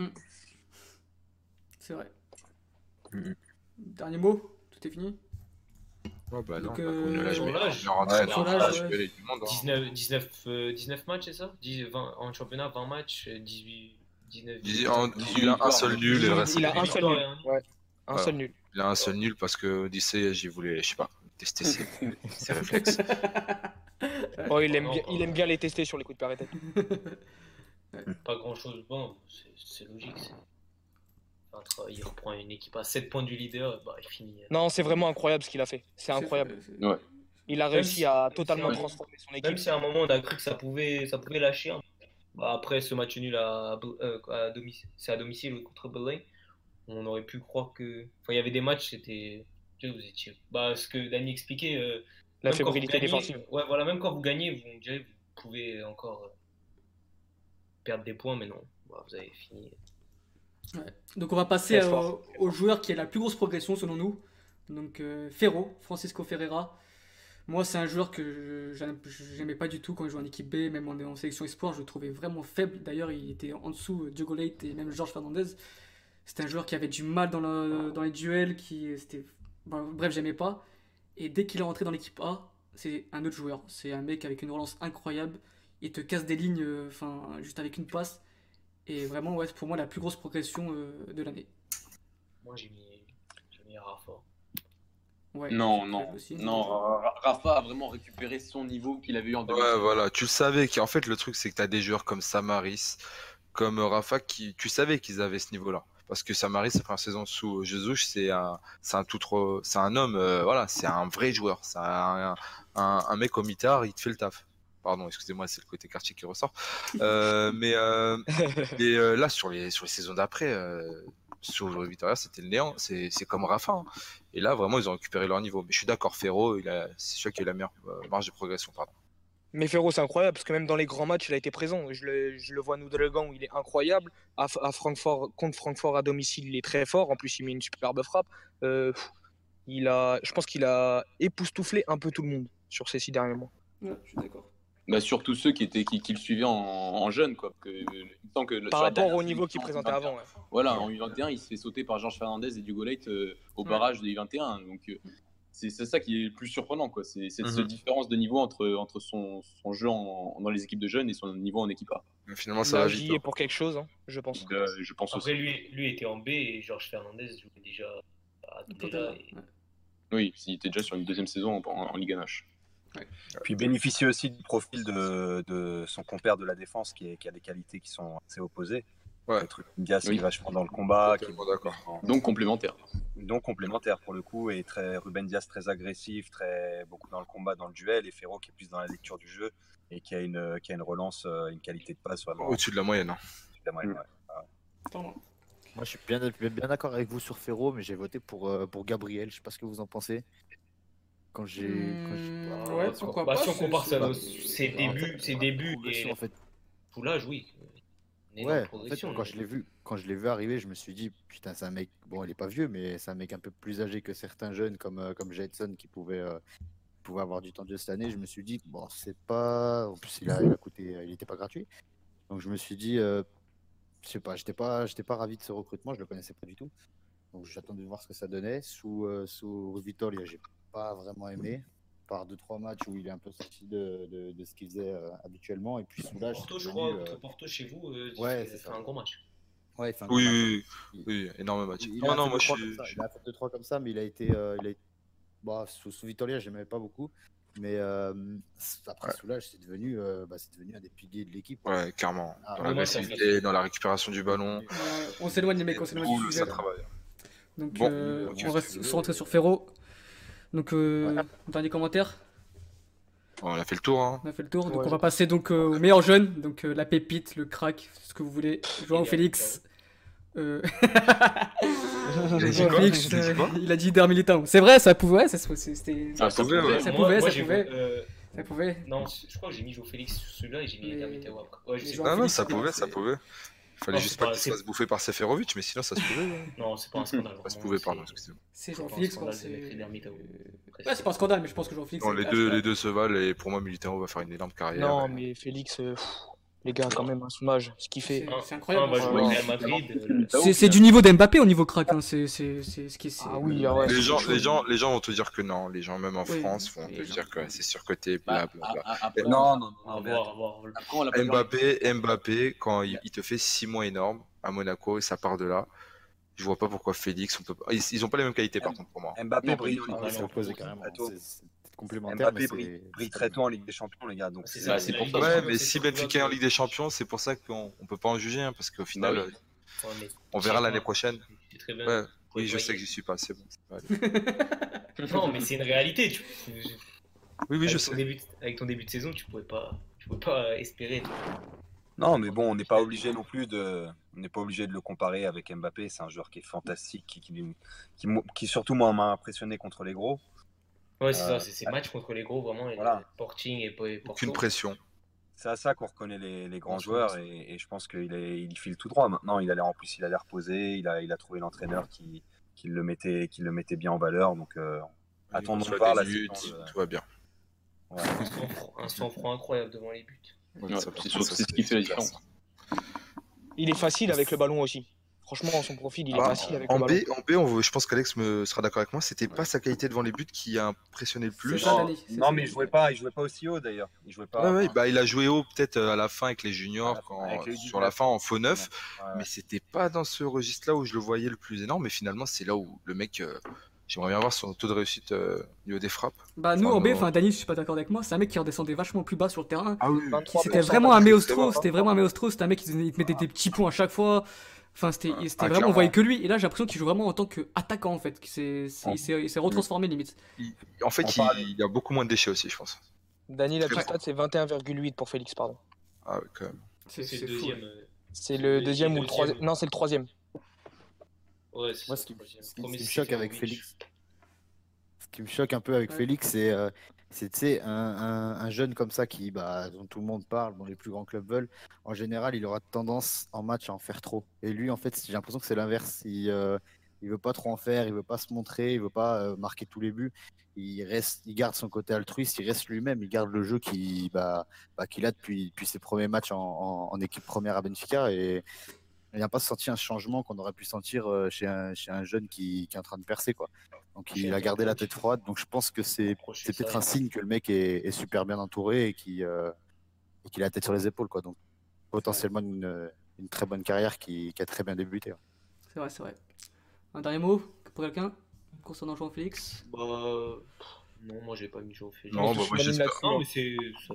Speaker 1: C'est vrai.
Speaker 2: Mhm.
Speaker 1: Dernier mot, tout est fini.
Speaker 2: Ouais, bah non,
Speaker 1: Donc,
Speaker 2: Bruno Lage,
Speaker 5: sur
Speaker 2: meilleur
Speaker 5: l'âge.
Speaker 2: entraîneur,
Speaker 1: Sur l'âge,
Speaker 2: du monde, hein.
Speaker 5: 19 matchs, c'est ça 20 en championnat, 20 matchs, 19.
Speaker 2: Il a un seul nul et le reste.
Speaker 6: Il a un seul nul. Ouais. Un
Speaker 2: Voilà.
Speaker 6: seul nul.
Speaker 2: Il a un seul nul parce que Odyssey, j'y voulais, je sais pas, tester ses réflexes.
Speaker 6: Oh, il aime bien les tester sur les coups de pied arrêtés.
Speaker 5: Pas grand chose. Bon, c'est logique. Il reprend une équipe à 7 points du leader, bah, il finit.
Speaker 6: Non, c'est vraiment incroyable ce qu'il a fait. C'est incroyable.
Speaker 8: Ouais.
Speaker 6: Il a réussi à totalement transformer son
Speaker 5: Même
Speaker 6: équipe.
Speaker 5: si à un moment on a cru que ça pouvait lâcher. Hein. Bah, après ce match nul à domicile, c'est à domicile contre Bellay, on aurait pu croire que. Enfin, il y avait des matchs, c'était. Vous étiez. Bah, ce que Dani expliquait.
Speaker 6: La
Speaker 5: même quand
Speaker 6: fébrilité
Speaker 5: vous gagnez-
Speaker 6: défensive.
Speaker 5: Ouais, voilà, même quand vous gagnez, vous direz, vous pouvez encore perdre des points, mais non. Bah, vous avez fini.
Speaker 1: Donc on va passer
Speaker 6: Très fort.
Speaker 1: au joueur qui a la plus grosse progression selon nous. Donc Ferro, Francisco Ferreira. Moi c'est un joueur que j'aimais pas du tout quand il jouait en équipe B, même en sélection espoir, je le trouvais vraiment faible. D'ailleurs il était en dessous Diogo Leite et même Georges Fernandez. C'était un joueur qui avait du mal dans les duels, bref j'aimais pas. Et dès qu'il est rentré dans l'équipe A, c'est un autre joueur. C'est un mec avec une relance incroyable. Il te casse des lignes juste avec une passe. Et vraiment, ouais, c'est pour moi la plus grosse progression de l'année.
Speaker 5: Moi, j'ai mis Rafa.
Speaker 1: Ouais,
Speaker 8: Non,
Speaker 1: je
Speaker 8: non,
Speaker 1: trouve aussi.
Speaker 8: non. Rafa a vraiment récupéré son niveau qu'il avait eu en 2000.
Speaker 2: Ouais, voilà, tu le savais. En fait, le truc, c'est que tu as des joueurs comme Samaris, comme Rafa, tu savais qu'ils avaient ce niveau-là. Parce que Samaris, sa première saison sous Jesus, c'est un homme, voilà, c'est un vrai joueur. C'est un mec au mitard, il te fait le taf. Pardon, excusez-moi, c'est le côté quartier qui ressort. Mais là, sur les saisons d'après, sur le Vitoria, c'était le néant. C'est comme Rafa, hein. Et là, vraiment, ils ont récupéré leur niveau. Mais je suis d'accord, Ferro, c'est celui qui a eu la meilleure marge de progression. Pardon.
Speaker 6: Mais Ferro, c'est incroyable parce que même dans les grands matchs, il a été présent. Je le vois à Noudregan où il est incroyable. À Francfort, contre Francfort à domicile, il est très fort. En plus, il met une superbe frappe. Je pense qu'il a époustouflé un peu tout le monde sur ces 6 derniers mois.
Speaker 1: Ouais, je suis d'accord.
Speaker 8: Bah, surtout ceux qui le suivaient en jeune, quoi. Tant que
Speaker 6: Par
Speaker 8: sur la
Speaker 6: rapport
Speaker 8: dernière
Speaker 6: au niveau qu'il
Speaker 8: sélection,
Speaker 6: présentait avant. Ouais.
Speaker 8: Voilà, en U21, il se fait sauter par Georges Fernandez et Hugo Leit au barrage de U21. Donc, c'est ça qui est le plus surprenant, quoi. C'est cette différence de niveau entre son jeu dans les équipes de jeunes et son niveau en équipe A.
Speaker 2: Mais finalement, ça va
Speaker 6: La
Speaker 2: vite.
Speaker 6: J est pour quelque chose, hein, je pense.
Speaker 8: Je pense
Speaker 5: Après,
Speaker 8: aussi.
Speaker 5: lui était en B et Georges Fernandez jouait déjà à Tudela.
Speaker 8: Oui, il était déjà sur une deuxième saison en Ligue NH.
Speaker 4: Puis bénéficier aussi du profil de son compère de la défense qui a des qualités qui sont assez opposées.
Speaker 2: Ouais.
Speaker 4: Le truc Diaz qui
Speaker 8: Oui.
Speaker 4: est vachement dans le combat, qui est
Speaker 2: Totalement d'accord.
Speaker 8: Donc complémentaire.
Speaker 4: donc complémentaire pour le coup, et Ruben Diaz très agressif, beaucoup dans le combat, dans le duel, et Ferro qui est plus dans la lecture du jeu et qui a une relance, une qualité de passe vraiment
Speaker 2: Au-dessus de la moyenne. Hein.
Speaker 4: au-dessus de la moyenne, ouais.
Speaker 1: Attends,
Speaker 7: Moi, je suis bien d'accord avec vous sur Ferro, mais j'ai voté pour Gabriel. Je sais pas ce que vous en pensez.
Speaker 1: Ouais, pourquoi
Speaker 5: Bah,
Speaker 1: pas.
Speaker 5: si on compare ça à ses
Speaker 7: en
Speaker 5: débuts
Speaker 7: progression,
Speaker 5: et
Speaker 7: en fait.
Speaker 5: tout l'âge, oui. Une énorme
Speaker 7: Ouais, en fait,
Speaker 5: progression.
Speaker 7: quand je l'ai vu arriver, je me suis dit, putain, c'est un mec, bon, il est pas vieux, mais c'est un mec un peu plus âgé que certains jeunes comme Jetson qui pouvaient avoir du temps de jeu cette année. Je me suis dit, bon, c'est pas. En plus, il a coûté, il était pas gratuit. Donc, je me suis dit, je sais pas, j'étais pas ravi de ce recrutement, je le connaissais pas du tout. Donc, j'attendais de voir ce que ça donnait. Sous Vitoria, j'ai pas vraiment aimé. Par 2-3 matchs où il est un peu sorti de ce qu'il faisait habituellement. Et puis sous l'âge,
Speaker 5: Porto, je crois, contre Porto chez vous,
Speaker 7: ouais,
Speaker 5: il a fait un gros match.
Speaker 7: Ouais, il fait un
Speaker 2: Oui,
Speaker 7: gros match.
Speaker 2: oui, oui, énorme match.
Speaker 7: Il
Speaker 2: Non,
Speaker 7: a
Speaker 2: non,
Speaker 7: fait
Speaker 2: moi
Speaker 7: 2-3
Speaker 2: je
Speaker 7: comme ça.
Speaker 2: suis.
Speaker 7: Il a fait 2-3 comme ça, mais bah, sous Vitoria, j'aimais pas beaucoup. Mais après, sous l'âge, c'est devenu un des piliers de l'équipe.
Speaker 2: Ouais, clairement.
Speaker 7: Ah,
Speaker 2: Dans
Speaker 5: ouais,
Speaker 2: l'agressivité, dans la récupération du ballon.
Speaker 1: On s'éloigne les mecs, on s'éloigne du
Speaker 2: Tout,
Speaker 1: sujet.
Speaker 2: ça
Speaker 1: là.
Speaker 2: travaille.
Speaker 1: Donc
Speaker 2: Bon,
Speaker 1: on reste rentré sur Ferro. Donc dernier commentaire,
Speaker 2: On a fait le tour, hein.
Speaker 1: on a fait le tour. Donc
Speaker 6: Ouais,
Speaker 1: on va passer donc au meilleur jeune, donc la pépite, le crack, ce que vous voulez. Joao Félix.
Speaker 2: J'ai dit
Speaker 1: Joao
Speaker 2: quoi
Speaker 1: Félix,
Speaker 2: J'ai dit quoi
Speaker 1: il a dit Der Militant. C'est vrai, ça pouvait, c'était.
Speaker 2: Ça pouvait, ouais.
Speaker 1: Ça
Speaker 5: Moi,
Speaker 1: pouvait, ça
Speaker 5: j'ai
Speaker 1: pouvait.
Speaker 5: vu,
Speaker 1: Ça pouvait.
Speaker 5: non, je crois que j'ai mis Joe Félix sur celui-là et j'ai mis
Speaker 1: Mais-
Speaker 5: Dermiteo après. Ouais, je
Speaker 1: mais
Speaker 5: sais
Speaker 1: Joao
Speaker 5: pas.
Speaker 2: Ah non,
Speaker 1: Félix,
Speaker 2: ça
Speaker 1: c'est bien,
Speaker 2: pouvait, ça
Speaker 1: c'est-
Speaker 2: pouvait. Fallait
Speaker 5: Non,
Speaker 2: juste
Speaker 5: c'est
Speaker 2: pas
Speaker 5: pas-
Speaker 2: qu'il se
Speaker 5: c'est-
Speaker 2: fasse bouffer par Seferovic, mais sinon ça se pouvait. Ouais.
Speaker 5: Non, c'est pas un scandale.
Speaker 2: Ça se
Speaker 5: vraiment,
Speaker 2: pouvait, pardon,
Speaker 5: c'est-
Speaker 2: excusez-moi.
Speaker 1: C'est
Speaker 5: c'est
Speaker 1: Joao
Speaker 5: pas un
Speaker 1: Félix, quoi.
Speaker 5: scandale de
Speaker 1: C'est
Speaker 5: mettre Dermiteo.
Speaker 1: Ouais, c'est pas un scandale, mais je pense que Joao Félix.
Speaker 2: Non,
Speaker 1: c'est-
Speaker 2: les deux se valent et pour moi, Militao va faire une énorme carrière.
Speaker 6: Non,
Speaker 2: Et-
Speaker 6: mais Félix, les gars, quand même, à son âge, ce qu'il fait.
Speaker 1: C'est incroyable.
Speaker 5: Va jouer au
Speaker 6: Ouais.
Speaker 5: Real Madrid.
Speaker 1: C'est du niveau d'Mbappé au niveau crack, hein. C'est ce qui est.
Speaker 6: Ah oui, ah ouais.
Speaker 2: Les
Speaker 6: c'est
Speaker 2: gens,
Speaker 6: quelque
Speaker 2: les,
Speaker 6: chose.
Speaker 2: gens, les gens vont te dire que non. Les gens, même en
Speaker 1: Oui,
Speaker 2: France, vont
Speaker 1: oui,
Speaker 2: te
Speaker 1: oui.
Speaker 2: dire que c'est surcoté,
Speaker 8: Bah,
Speaker 2: blablabla.
Speaker 8: après,
Speaker 4: Non,
Speaker 5: À
Speaker 4: mais
Speaker 5: voir, à voir.
Speaker 8: après, on l'a pas vu.
Speaker 2: Mbappé, quand il te fait 6 mois énormes à Monaco et ça part de là, je vois pas pourquoi Félix, on peut pas. Ils ont pas les mêmes qualités par contre pour moi.
Speaker 4: Mbappé
Speaker 5: Non,
Speaker 4: brille,
Speaker 5: pas
Speaker 7: Ah
Speaker 5: du
Speaker 7: ouais,
Speaker 5: tout.
Speaker 7: c'est opposé carrément. C'est complémentaire,
Speaker 4: Mbappé
Speaker 7: mais
Speaker 4: brille très tôt en Ligue des Champions, les gars. Donc
Speaker 5: C'est
Speaker 4: c'est
Speaker 5: ça,
Speaker 8: c'est
Speaker 5: la
Speaker 8: pour
Speaker 5: Ligue
Speaker 8: ça.
Speaker 5: des
Speaker 2: Ouais,
Speaker 5: Champions,
Speaker 2: mais
Speaker 5: c'est
Speaker 2: si
Speaker 5: surtout
Speaker 2: Benfica est
Speaker 5: là
Speaker 2: en
Speaker 5: que-
Speaker 2: Ligue des Champions, c'est pour ça qu'on peut pas en juger, hein, parce qu'au final,
Speaker 8: Bah oui.
Speaker 5: Ouais, mais
Speaker 2: on verra l'année prochaine.
Speaker 5: c'est très bien.
Speaker 2: Ouais,
Speaker 5: Vous
Speaker 2: oui, je
Speaker 5: voyez.
Speaker 2: sais que j'y suis pas, c'est bon. ça va aller.
Speaker 5: Non, mais c'est une réalité.
Speaker 2: Oui, oui, je
Speaker 5: Avec
Speaker 2: sais.
Speaker 5: avec ton début de saison, tu pouvais pas espérer.
Speaker 4: Non, mais bon, on n'est pas obligé non plus on n'est pas obligé de le comparer avec Mbappé. C'est un joueur qui est fantastique, qui surtout moi m'a impressionné contre les gros.
Speaker 5: Ouais, c'est ça, c'est ces matchs contre les gros, vraiment, et
Speaker 4: Voilà.
Speaker 5: le Sporting et Porto.
Speaker 2: Aucune pression.
Speaker 4: C'est à ça qu'on reconnaît les grands joueurs et je pense qu'il il file tout droit. Maintenant, il a l'air posé, il a trouvé l'entraîneur qui le mettait bien en valeur. Donc, attendons de
Speaker 2: Soit
Speaker 4: voir
Speaker 2: des
Speaker 4: la
Speaker 2: buts,
Speaker 4: saison.
Speaker 2: tout va bien.
Speaker 4: Ouais.
Speaker 5: Un sang-froid incroyable devant les buts.
Speaker 8: Ouais, c'est ce qui fait la différence.
Speaker 6: Il est facile avec le ballon aussi. Franchement, son profil, il est
Speaker 2: Ah,
Speaker 6: facile avec le
Speaker 2: en
Speaker 6: ballon.
Speaker 2: je pense qu'Alex sera d'accord avec moi, c'était pas sa qualité devant les buts qui a impressionné le plus.
Speaker 1: C'est ça, Dani, c'est
Speaker 4: Non,
Speaker 1: ça.
Speaker 4: mais il jouait pas aussi haut d'ailleurs. Il jouait pas.
Speaker 2: Ouais,
Speaker 4: enfin,
Speaker 2: bah, il a joué haut peut-être à la fin avec les juniors,
Speaker 4: avec les
Speaker 2: sur la
Speaker 4: 19.
Speaker 2: fin en faux neuf,
Speaker 4: Ouais.
Speaker 2: mais c'était pas dans ce registre-là où je le voyais le plus énorme. Mais finalement, c'est là où le mec, j'aimerais bien voir son taux de réussite au niveau des frappes.
Speaker 1: Bah, nous,
Speaker 2: Enfin,
Speaker 1: en B,
Speaker 2: non.
Speaker 1: enfin, Dani, je suis pas d'accord avec moi, c'est un mec qui redescendait vachement plus bas sur le terrain.
Speaker 2: Ah oui,
Speaker 6: 23%,
Speaker 1: C'était vraiment un
Speaker 6: Patrick,
Speaker 1: Méostro, c'était vraiment un Méostro, c'était un mec qui te mettait des petits points à chaque fois. Enfin, c'était
Speaker 2: Ah,
Speaker 1: vraiment, on voyait
Speaker 2: clairement.
Speaker 1: que lui. Et là, j'ai l'impression qu'il joue vraiment en tant qu'attaquant, en fait. Il s'est retransformé limite.
Speaker 2: En fait,
Speaker 4: On parle-
Speaker 2: il y a beaucoup moins de déchets aussi, je pense.
Speaker 6: Dani, la
Speaker 2: Très
Speaker 6: petite
Speaker 2: bon.
Speaker 6: stat, c'est 21,8 pour Félix, pardon.
Speaker 2: Ah, ouais, quand même.
Speaker 5: C'est
Speaker 1: C'est
Speaker 5: le
Speaker 1: fou.
Speaker 5: deuxième.
Speaker 6: C'est le deuxième ou le troisième. Non, c'est le troisième.
Speaker 5: Ouais, c'est
Speaker 7: Moi,
Speaker 5: ça,
Speaker 7: ce qui,
Speaker 5: le troisième.
Speaker 7: ce qui-
Speaker 5: Premier,
Speaker 7: ce qui me
Speaker 5: c'est
Speaker 7: choque avec
Speaker 5: Seferovic.
Speaker 7: Félix, ce qui me choque un peu avec
Speaker 1: Ouais.
Speaker 7: Félix, c'est tu sais, un jeune comme ça dont tout le monde parle, dont les plus grands clubs veulent. En général, il aura tendance en match à en faire trop. Et lui, en fait, j'ai l'impression que c'est l'inverse. Il veut pas trop en faire, il veut pas se montrer, il veut pas marquer tous les buts. Il garde son côté altruiste, il reste lui-même, il garde le jeu qu'il a depuis ses premiers matchs en équipe première à Benfica. Et il n'a pas senti un changement qu'on aurait pu sentir chez un jeune qui est en train de percer, quoi. Donc il a gardé la tête froide. Donc je pense que c'est peut-être un signe que le mec est super bien entouré et qu'il a la tête sur les épaules, quoi. Donc potentiellement une très bonne carrière qui a très bien débuté. Ouais.
Speaker 1: C'est vrai, c'est vrai. Un dernier mot pour quelqu'un concernant João Félix?
Speaker 5: Bah, non, moi j'ai pas mis João Félix.
Speaker 2: Non,
Speaker 6: Je
Speaker 2: bah,
Speaker 6: suis
Speaker 2: moi,
Speaker 6: unanime
Speaker 2: j'espère.
Speaker 6: là-dessus,
Speaker 5: Non,
Speaker 6: hein.
Speaker 5: mais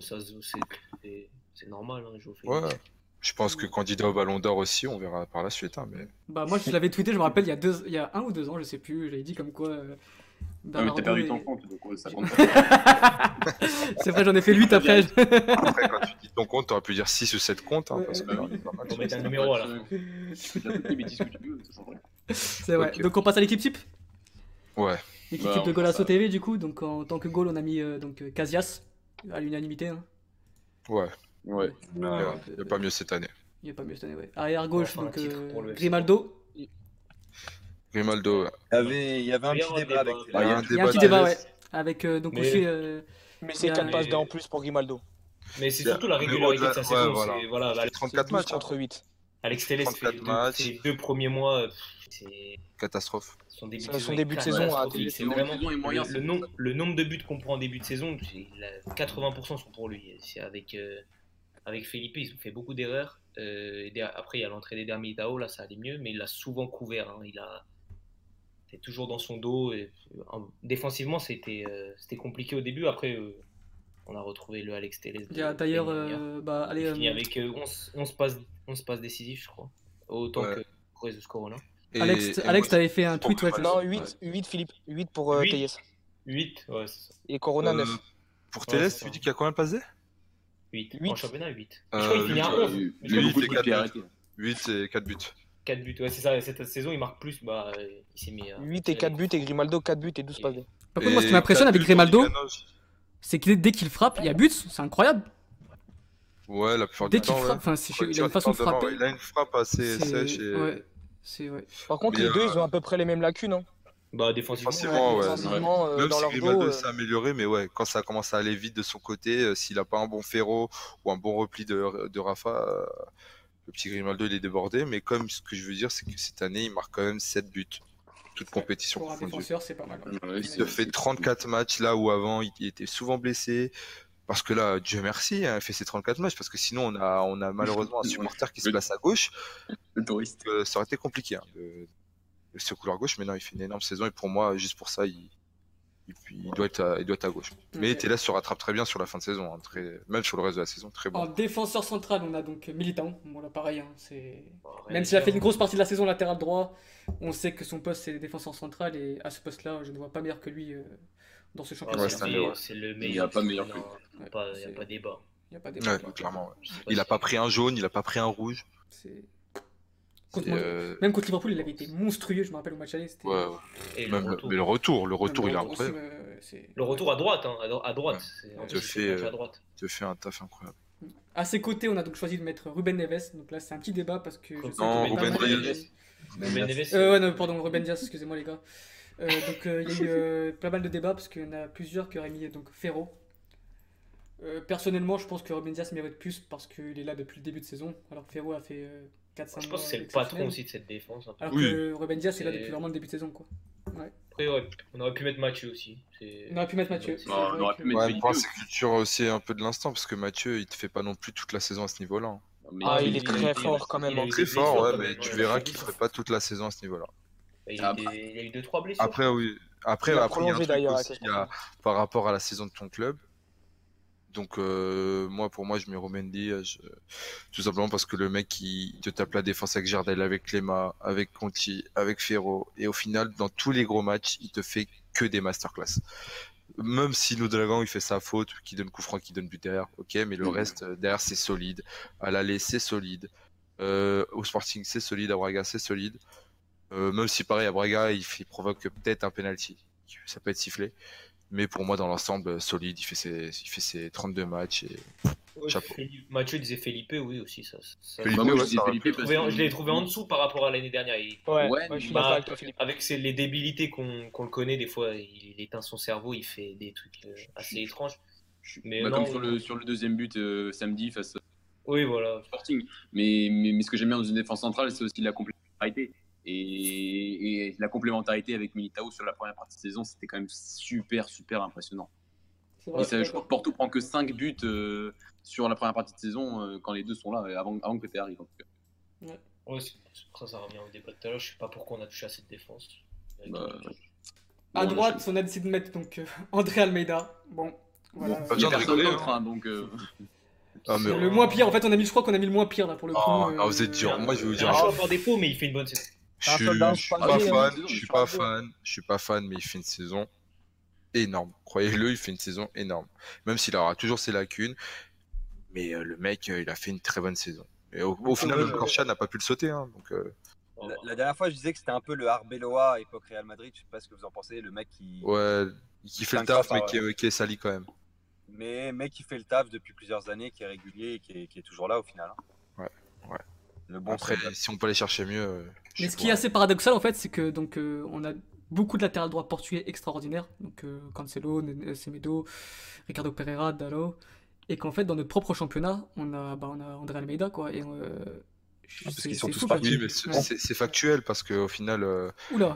Speaker 5: c'est normal, hein, João Félix.
Speaker 2: Ouais. Je pense que candidat au Ballon d'Or aussi, on verra par la suite. Hein, mais...
Speaker 1: Bah, moi, je l'avais tweeté, je me rappelle, il y a 1 ou 2 ans, je sais plus, j'avais dit comme quoi.
Speaker 8: Ah, mais t'as
Speaker 1: Bernardo
Speaker 8: perdu
Speaker 1: est-
Speaker 8: ton compte, donc ouais, ça compte pas.
Speaker 1: C'est vrai, j'en ai fait 8 après.
Speaker 2: Après, quand tu dis ton compte, t'aurais pu dire 6 ou 7 comptes. Hein,
Speaker 1: Ouais.
Speaker 2: parce que,
Speaker 8: Bah oui.
Speaker 2: pas mal.
Speaker 5: Faut mettre un numéro à la fin.
Speaker 8: Tu peux dire toutes les bêtises que tu veux, ça change rien.
Speaker 1: C'est vrai.
Speaker 2: Ok.
Speaker 1: Donc, on passe à l'équipe type.
Speaker 2: Ouais.
Speaker 1: L'équipe
Speaker 8: Bah,
Speaker 1: type de
Speaker 8: on fait
Speaker 1: Golasso
Speaker 8: ça.
Speaker 1: TV, du coup. Donc, en tant que goal, on a mis Casillas, à l'unanimité. Hein.
Speaker 2: Ouais.
Speaker 8: Ouais.
Speaker 2: Il n'y a pas mieux cette année.
Speaker 1: Il n'y a pas mieux cette année, ouais. Arrière gauche,
Speaker 5: Enfin, un
Speaker 1: donc
Speaker 5: titre pour le FC.
Speaker 1: Grimaldo.
Speaker 2: Grimaldo, ouais.
Speaker 4: Il y avait un
Speaker 5: Il y a
Speaker 4: petit
Speaker 5: un
Speaker 4: débat avec.
Speaker 5: débat.
Speaker 2: Ah, il y a un
Speaker 1: Il y a un
Speaker 2: débat
Speaker 1: petit
Speaker 2: de
Speaker 1: débat,
Speaker 2: Thalès.
Speaker 1: ouais. Avec donc
Speaker 5: Mais-
Speaker 1: aussi.
Speaker 6: Mais c'est
Speaker 1: Il y a-
Speaker 6: 4 passes
Speaker 5: mais-
Speaker 6: D en plus pour Grimaldo.
Speaker 5: Mais c'est surtout la
Speaker 2: Mais
Speaker 5: régularité de
Speaker 2: au-delà-
Speaker 5: sa saison.
Speaker 2: ouais, voilà.
Speaker 5: C'est voilà,
Speaker 2: Il fait
Speaker 5: Alex,
Speaker 2: 34
Speaker 6: 12
Speaker 2: matchs. Hein.
Speaker 6: contre 8.
Speaker 5: Alex Telles,
Speaker 2: 34 matchs.
Speaker 5: les 2 premiers mois, c'est
Speaker 2: Catastrophe.
Speaker 5: son début de
Speaker 6: Son
Speaker 5: saison.
Speaker 6: début de
Speaker 5: est
Speaker 6: saison a
Speaker 5: catastrophique.
Speaker 6: été-
Speaker 5: C'est
Speaker 8: Le début de
Speaker 5: vraiment
Speaker 8: saison est moyen,
Speaker 5: le nombre de buts qu'on prend en début de saison. 80% sont pour lui. C'est avec Felipe, ils ont fait beaucoup d'erreurs. Après, il y a l'entrée d'Eder Militao, là, ça allait mieux, mais il l'a souvent couvert. Hein. C'est toujours dans son dos. Défensivement, c'était compliqué au début. Après, on a retrouvé le Alex Telles.
Speaker 1: Il y a d'ailleurs.
Speaker 5: Il
Speaker 1: Allez.
Speaker 5: finit avec 11 passes décisives, je crois. Autant
Speaker 2: Ouais.
Speaker 5: que Jesus Corona.
Speaker 1: Alex,
Speaker 2: Et
Speaker 1: Alex
Speaker 2: moi,
Speaker 1: t'avais fait un
Speaker 2: pour
Speaker 1: tweet, ouais.
Speaker 2: Grimaldo.
Speaker 6: Non, 8 Philippe. 8 pour
Speaker 5: 8.
Speaker 6: Telles.
Speaker 5: 8, ouais, c'est ça.
Speaker 6: Et Corona
Speaker 2: euh,
Speaker 6: 9.
Speaker 2: Pour
Speaker 5: Ouais,
Speaker 2: Télès,
Speaker 5: c'est
Speaker 2: tu
Speaker 5: ça.
Speaker 2: dis qu'il y a combien de passés
Speaker 5: 8.
Speaker 6: 8.
Speaker 5: En championnat, 8.
Speaker 2: Euh,
Speaker 5: Je crois qu'il finit à 11.
Speaker 8: Il y a
Speaker 5: Je
Speaker 8: eu
Speaker 5: crois
Speaker 8: beaucoup
Speaker 5: qu'il
Speaker 8: de
Speaker 5: finit
Speaker 8: coups de pied arrêtés.
Speaker 2: 8 et 4 buts.
Speaker 5: 4 buts. Ouais, c'est ça. Cette saison, il marque plus. Bah, il s'est mis.
Speaker 6: 8 et 4 buts et Grimaldo 4 buts et 12 passes D.
Speaker 1: Par contre, moi, ce qui m'impressionne avec Grimaldo,
Speaker 2: Grimaldo,
Speaker 1: c'est que dès qu'il frappe, il y a but, c'est incroyable.
Speaker 2: ouais, la plupart
Speaker 1: Dès
Speaker 2: du
Speaker 1: qu'il
Speaker 2: temps.
Speaker 1: frappe, enfin, il a une façon de frapper.
Speaker 2: Il a une frappe assez
Speaker 1: C'est-
Speaker 2: sèche. Et...
Speaker 1: Ouais, c'est ouais.
Speaker 6: Par contre,
Speaker 2: Mais,
Speaker 6: les deux, ils ont à peu près les mêmes lacunes. Hein.
Speaker 5: Bah, défensivement.
Speaker 2: Défensivement, ouais.
Speaker 6: Défensivement,
Speaker 2: Même
Speaker 6: dans
Speaker 2: si
Speaker 6: leur
Speaker 2: Grimaldo
Speaker 6: dos.
Speaker 2: s'est amélioré, mais ouais, quand ça commence à aller vite de son côté, s'il n'a pas un bon Ferro ou un bon repli de Rafa, le petit Grimaldo il est débordé. Mais comme ce que je veux dire, c'est que cette année, il marque quand même 7 buts, toute compétition
Speaker 1: Pour un
Speaker 2: confondue.
Speaker 1: défenseur, c'est pas mal. Ouais.
Speaker 8: Ouais,
Speaker 2: Il te fait 34 matchs là où avant il était souvent blessé. Parce que là, Dieu merci, hein, il fait ses 34 matchs. Parce que sinon, on a malheureusement un supporter qui se place à gauche.
Speaker 8: Le touriste.
Speaker 2: Ça aurait été compliqué hein, de ce couloir gauche. Mais non, il fait une énorme saison. Et pour moi, juste pour ça, il doit être à gauche. Mais
Speaker 1: Ok.
Speaker 2: Télès se rattrape très bien sur la fin de saison. Hein, même sur le reste de la saison, très
Speaker 1: En
Speaker 2: bon.
Speaker 1: défenseur central, on a donc Militant. Bon, là, pareil, hein, c'est.
Speaker 5: Bah,
Speaker 1: Même s'il a fait une grosse partie de la saison latéral droit, on sait que son poste c'est défenseur central et à ce poste-là, je ne vois pas meilleur que lui dans ce championnat.
Speaker 2: Ouais, c'est un meilleur.
Speaker 5: C'est le
Speaker 8: Il y a
Speaker 5: meilleur.
Speaker 8: pas meilleur que lui.
Speaker 5: Il n'y a pas débat.
Speaker 1: Il n'y a pas
Speaker 2: Ouais,
Speaker 1: débat.
Speaker 2: clairement. Ouais.
Speaker 5: Je sais
Speaker 2: Il a
Speaker 5: si-
Speaker 2: pas pris un jaune, il a pas pris un rouge.
Speaker 1: C'est- Contre
Speaker 2: Et,
Speaker 1: moi- Même contre Liverpool, il avait été monstrueux, je me rappelle au match aller. C'était...
Speaker 2: ouais, ouais.
Speaker 5: Et
Speaker 2: Même
Speaker 5: retour.
Speaker 2: mais le retour,
Speaker 1: Non, mais
Speaker 2: il est
Speaker 1: aussi,
Speaker 2: incroyable.
Speaker 1: c'est-
Speaker 5: Le retour à droite, hein, à droite.
Speaker 2: Ouais.
Speaker 5: C'est- en
Speaker 2: Il
Speaker 5: plus,
Speaker 2: te
Speaker 5: il fait
Speaker 2: fait,
Speaker 5: le match à droite.
Speaker 2: Il te fait un taf incroyable.
Speaker 1: À ses côtés, on a donc choisi de mettre Ruben Neves. Donc là, c'est un petit débat parce que. je sais
Speaker 2: Non,
Speaker 1: qu'il y avait
Speaker 2: Ruben
Speaker 1: pas mal de-
Speaker 2: Dias.
Speaker 5: Ruben Neves,
Speaker 1: Ouais, non, pardon, Ruben Dias, excusez-moi les gars. Donc il y a eu pas mal de débats parce qu'il y en a plusieurs qui auraient mis donc Ferro. Personnellement, je pense que Ruben Dias mérite plus parce qu'il est là depuis le début de saison. Alors Ferro a fait 4-5
Speaker 5: Je
Speaker 1: mois
Speaker 5: pense que c'est le
Speaker 1: exceptionnels.
Speaker 5: patron aussi de cette défense. Un peu.
Speaker 1: Alors
Speaker 2: Oui.
Speaker 1: que Ruben Dias est là
Speaker 5: C'est-
Speaker 1: depuis vraiment le début de saison, quoi. Ouais.
Speaker 5: Après, on aurait pu mettre Mathieu aussi.
Speaker 1: On aurait pu mettre Mathieu.
Speaker 5: Ouais,
Speaker 1: c'est
Speaker 5: c'est-
Speaker 8: on
Speaker 1: vrai
Speaker 8: aurait
Speaker 1: que-
Speaker 8: pu mettre
Speaker 2: Ouais,
Speaker 8: Felipe
Speaker 2: mais
Speaker 8: aussi.
Speaker 2: c'est culture aussi un peu de l'instant, parce que Mathieu, il te fait pas non plus toute la saison à ce niveau-là, hein.
Speaker 8: Mais
Speaker 6: Ah, il
Speaker 8: Felipe,
Speaker 6: est très fort quand même,
Speaker 5: Il a
Speaker 6: hein.
Speaker 5: eu
Speaker 2: Très
Speaker 5: des
Speaker 2: fort,
Speaker 5: blessures,
Speaker 2: ouais,
Speaker 5: quand
Speaker 2: mais
Speaker 5: même,
Speaker 2: tu
Speaker 5: ouais.
Speaker 2: verras qu'il ferait pas toute la saison à ce niveau-là.
Speaker 5: Il a eu 2-3 blessures.
Speaker 2: Après, oui. Après,
Speaker 6: Il a
Speaker 2: après, il y a un
Speaker 6: prolongé
Speaker 2: truc
Speaker 6: d'ailleurs
Speaker 2: aussi
Speaker 6: avec le
Speaker 2: par rapport à la saison de ton club. Donc, pour moi, je mets Romendy, tout simplement parce que le mec, il te tape la défense avec Jardel, avec Lema, avec Conti, avec Ferro. Et au final, dans tous les gros matchs, il te fait que des masterclass. Même si le Dragon, il fait sa faute, qui donne coup franc, qui donne but derrière, ok, mais le reste, derrière, c'est solide. À l'aller, c'est solide. Au Sporting, c'est solide. À Braga, c'est solide. Même si, pareil, à Braga, il provoque peut-être un penalty. Ça peut être sifflé. Mais pour moi, dans l'ensemble, solide. Il fait ses 32 matchs. Et...
Speaker 5: Ouais,
Speaker 2: chapeau.
Speaker 5: Mathieu disait Felipe, oui aussi.
Speaker 2: Felipe,
Speaker 8: Bah, moi,
Speaker 2: ouais,
Speaker 8: je disais
Speaker 2: ça
Speaker 8: Felipe parce
Speaker 5: Je l'ai
Speaker 8: que
Speaker 5: trouvé en dessous par rapport à l'année dernière.
Speaker 6: Ouais,
Speaker 8: Ouais,
Speaker 6: ouais, je suis
Speaker 5: bah,
Speaker 6: d'accord avec toi, Philippe.
Speaker 5: Avec les débilités qu'on le connaît, des fois, il éteint son cerveau, il fait des trucs assez étranges. Mais
Speaker 8: bah,
Speaker 5: non,
Speaker 8: comme sur le deuxième but samedi face
Speaker 5: Oui, voilà.
Speaker 8: au Sporting. Mais ce que j'aime bien dans une défense centrale, c'est aussi la complémentarité. Et la complémentarité avec Militao sur la première partie de saison, c'était quand même super, super impressionnant.
Speaker 1: C'est vrai,
Speaker 8: Et ça, je crois que Porto prend que 5 buts sur la première partie de saison quand les deux sont là, avant que Pépé arrive. En tout cas.
Speaker 5: Ouais, ça revient au débat de tout à l'heure. Je sais pas pourquoi on a touché à cette défense.
Speaker 8: Bah,
Speaker 1: À
Speaker 8: bon,
Speaker 1: droite, on a décidé de mettre donc André Almeida. Bon, voilà.
Speaker 2: Pas
Speaker 8: il y
Speaker 2: besoin
Speaker 8: a
Speaker 2: de
Speaker 8: personne
Speaker 2: rigoler,
Speaker 8: d'autre,
Speaker 2: hein.
Speaker 8: hein, donc.
Speaker 2: Ah, mais...
Speaker 1: C'est le moins pire. En fait, je crois qu'on a mis le moins pire là pour le coup.
Speaker 2: Ah, vous êtes dur. Moi, je vais vous
Speaker 5: C'est
Speaker 2: dire.
Speaker 5: un choix par défaut, mais il fait une bonne saison.
Speaker 2: Je
Speaker 6: un
Speaker 2: suis
Speaker 6: soldat
Speaker 2: je suis pas
Speaker 6: engagé,
Speaker 2: fan,
Speaker 8: hein.
Speaker 2: je suis pas fan, mais il fait une saison énorme. Croyez-le, il fait une saison énorme. Même s'il aura toujours ses lacunes, mais le mec, il a fait une très bonne saison. Et au final,
Speaker 6: ouais,
Speaker 2: même Corchia n'a pas pu le sauter, hein, donc.
Speaker 4: La dernière fois, je disais que c'était un peu le Arbeloa époque Real Madrid. Je sais pas ce que vous en pensez. Le mec qui.
Speaker 2: Ouais, qui fait le taf, mais qui est sali quand même.
Speaker 4: Mais qui fait le taf depuis plusieurs années, qui est régulier et qui est toujours là au final.
Speaker 2: Ouais.
Speaker 4: Le bon
Speaker 2: Après,
Speaker 4: soldat.
Speaker 2: si on peut aller chercher mieux.
Speaker 1: Mais ce qui est assez paradoxal en fait, c'est que donc on a beaucoup de latéral droit portugais extraordinaires, donc Cancelo, Semedo, Ricardo Pereira, Dalot, et qu'en fait dans notre propre championnat, on a André Almeida quoi, et
Speaker 4: parce qu'ils sont tous
Speaker 1: fou,
Speaker 4: partis.
Speaker 2: Oui, mais c'est factuel parce qu'au final.
Speaker 1: Oula.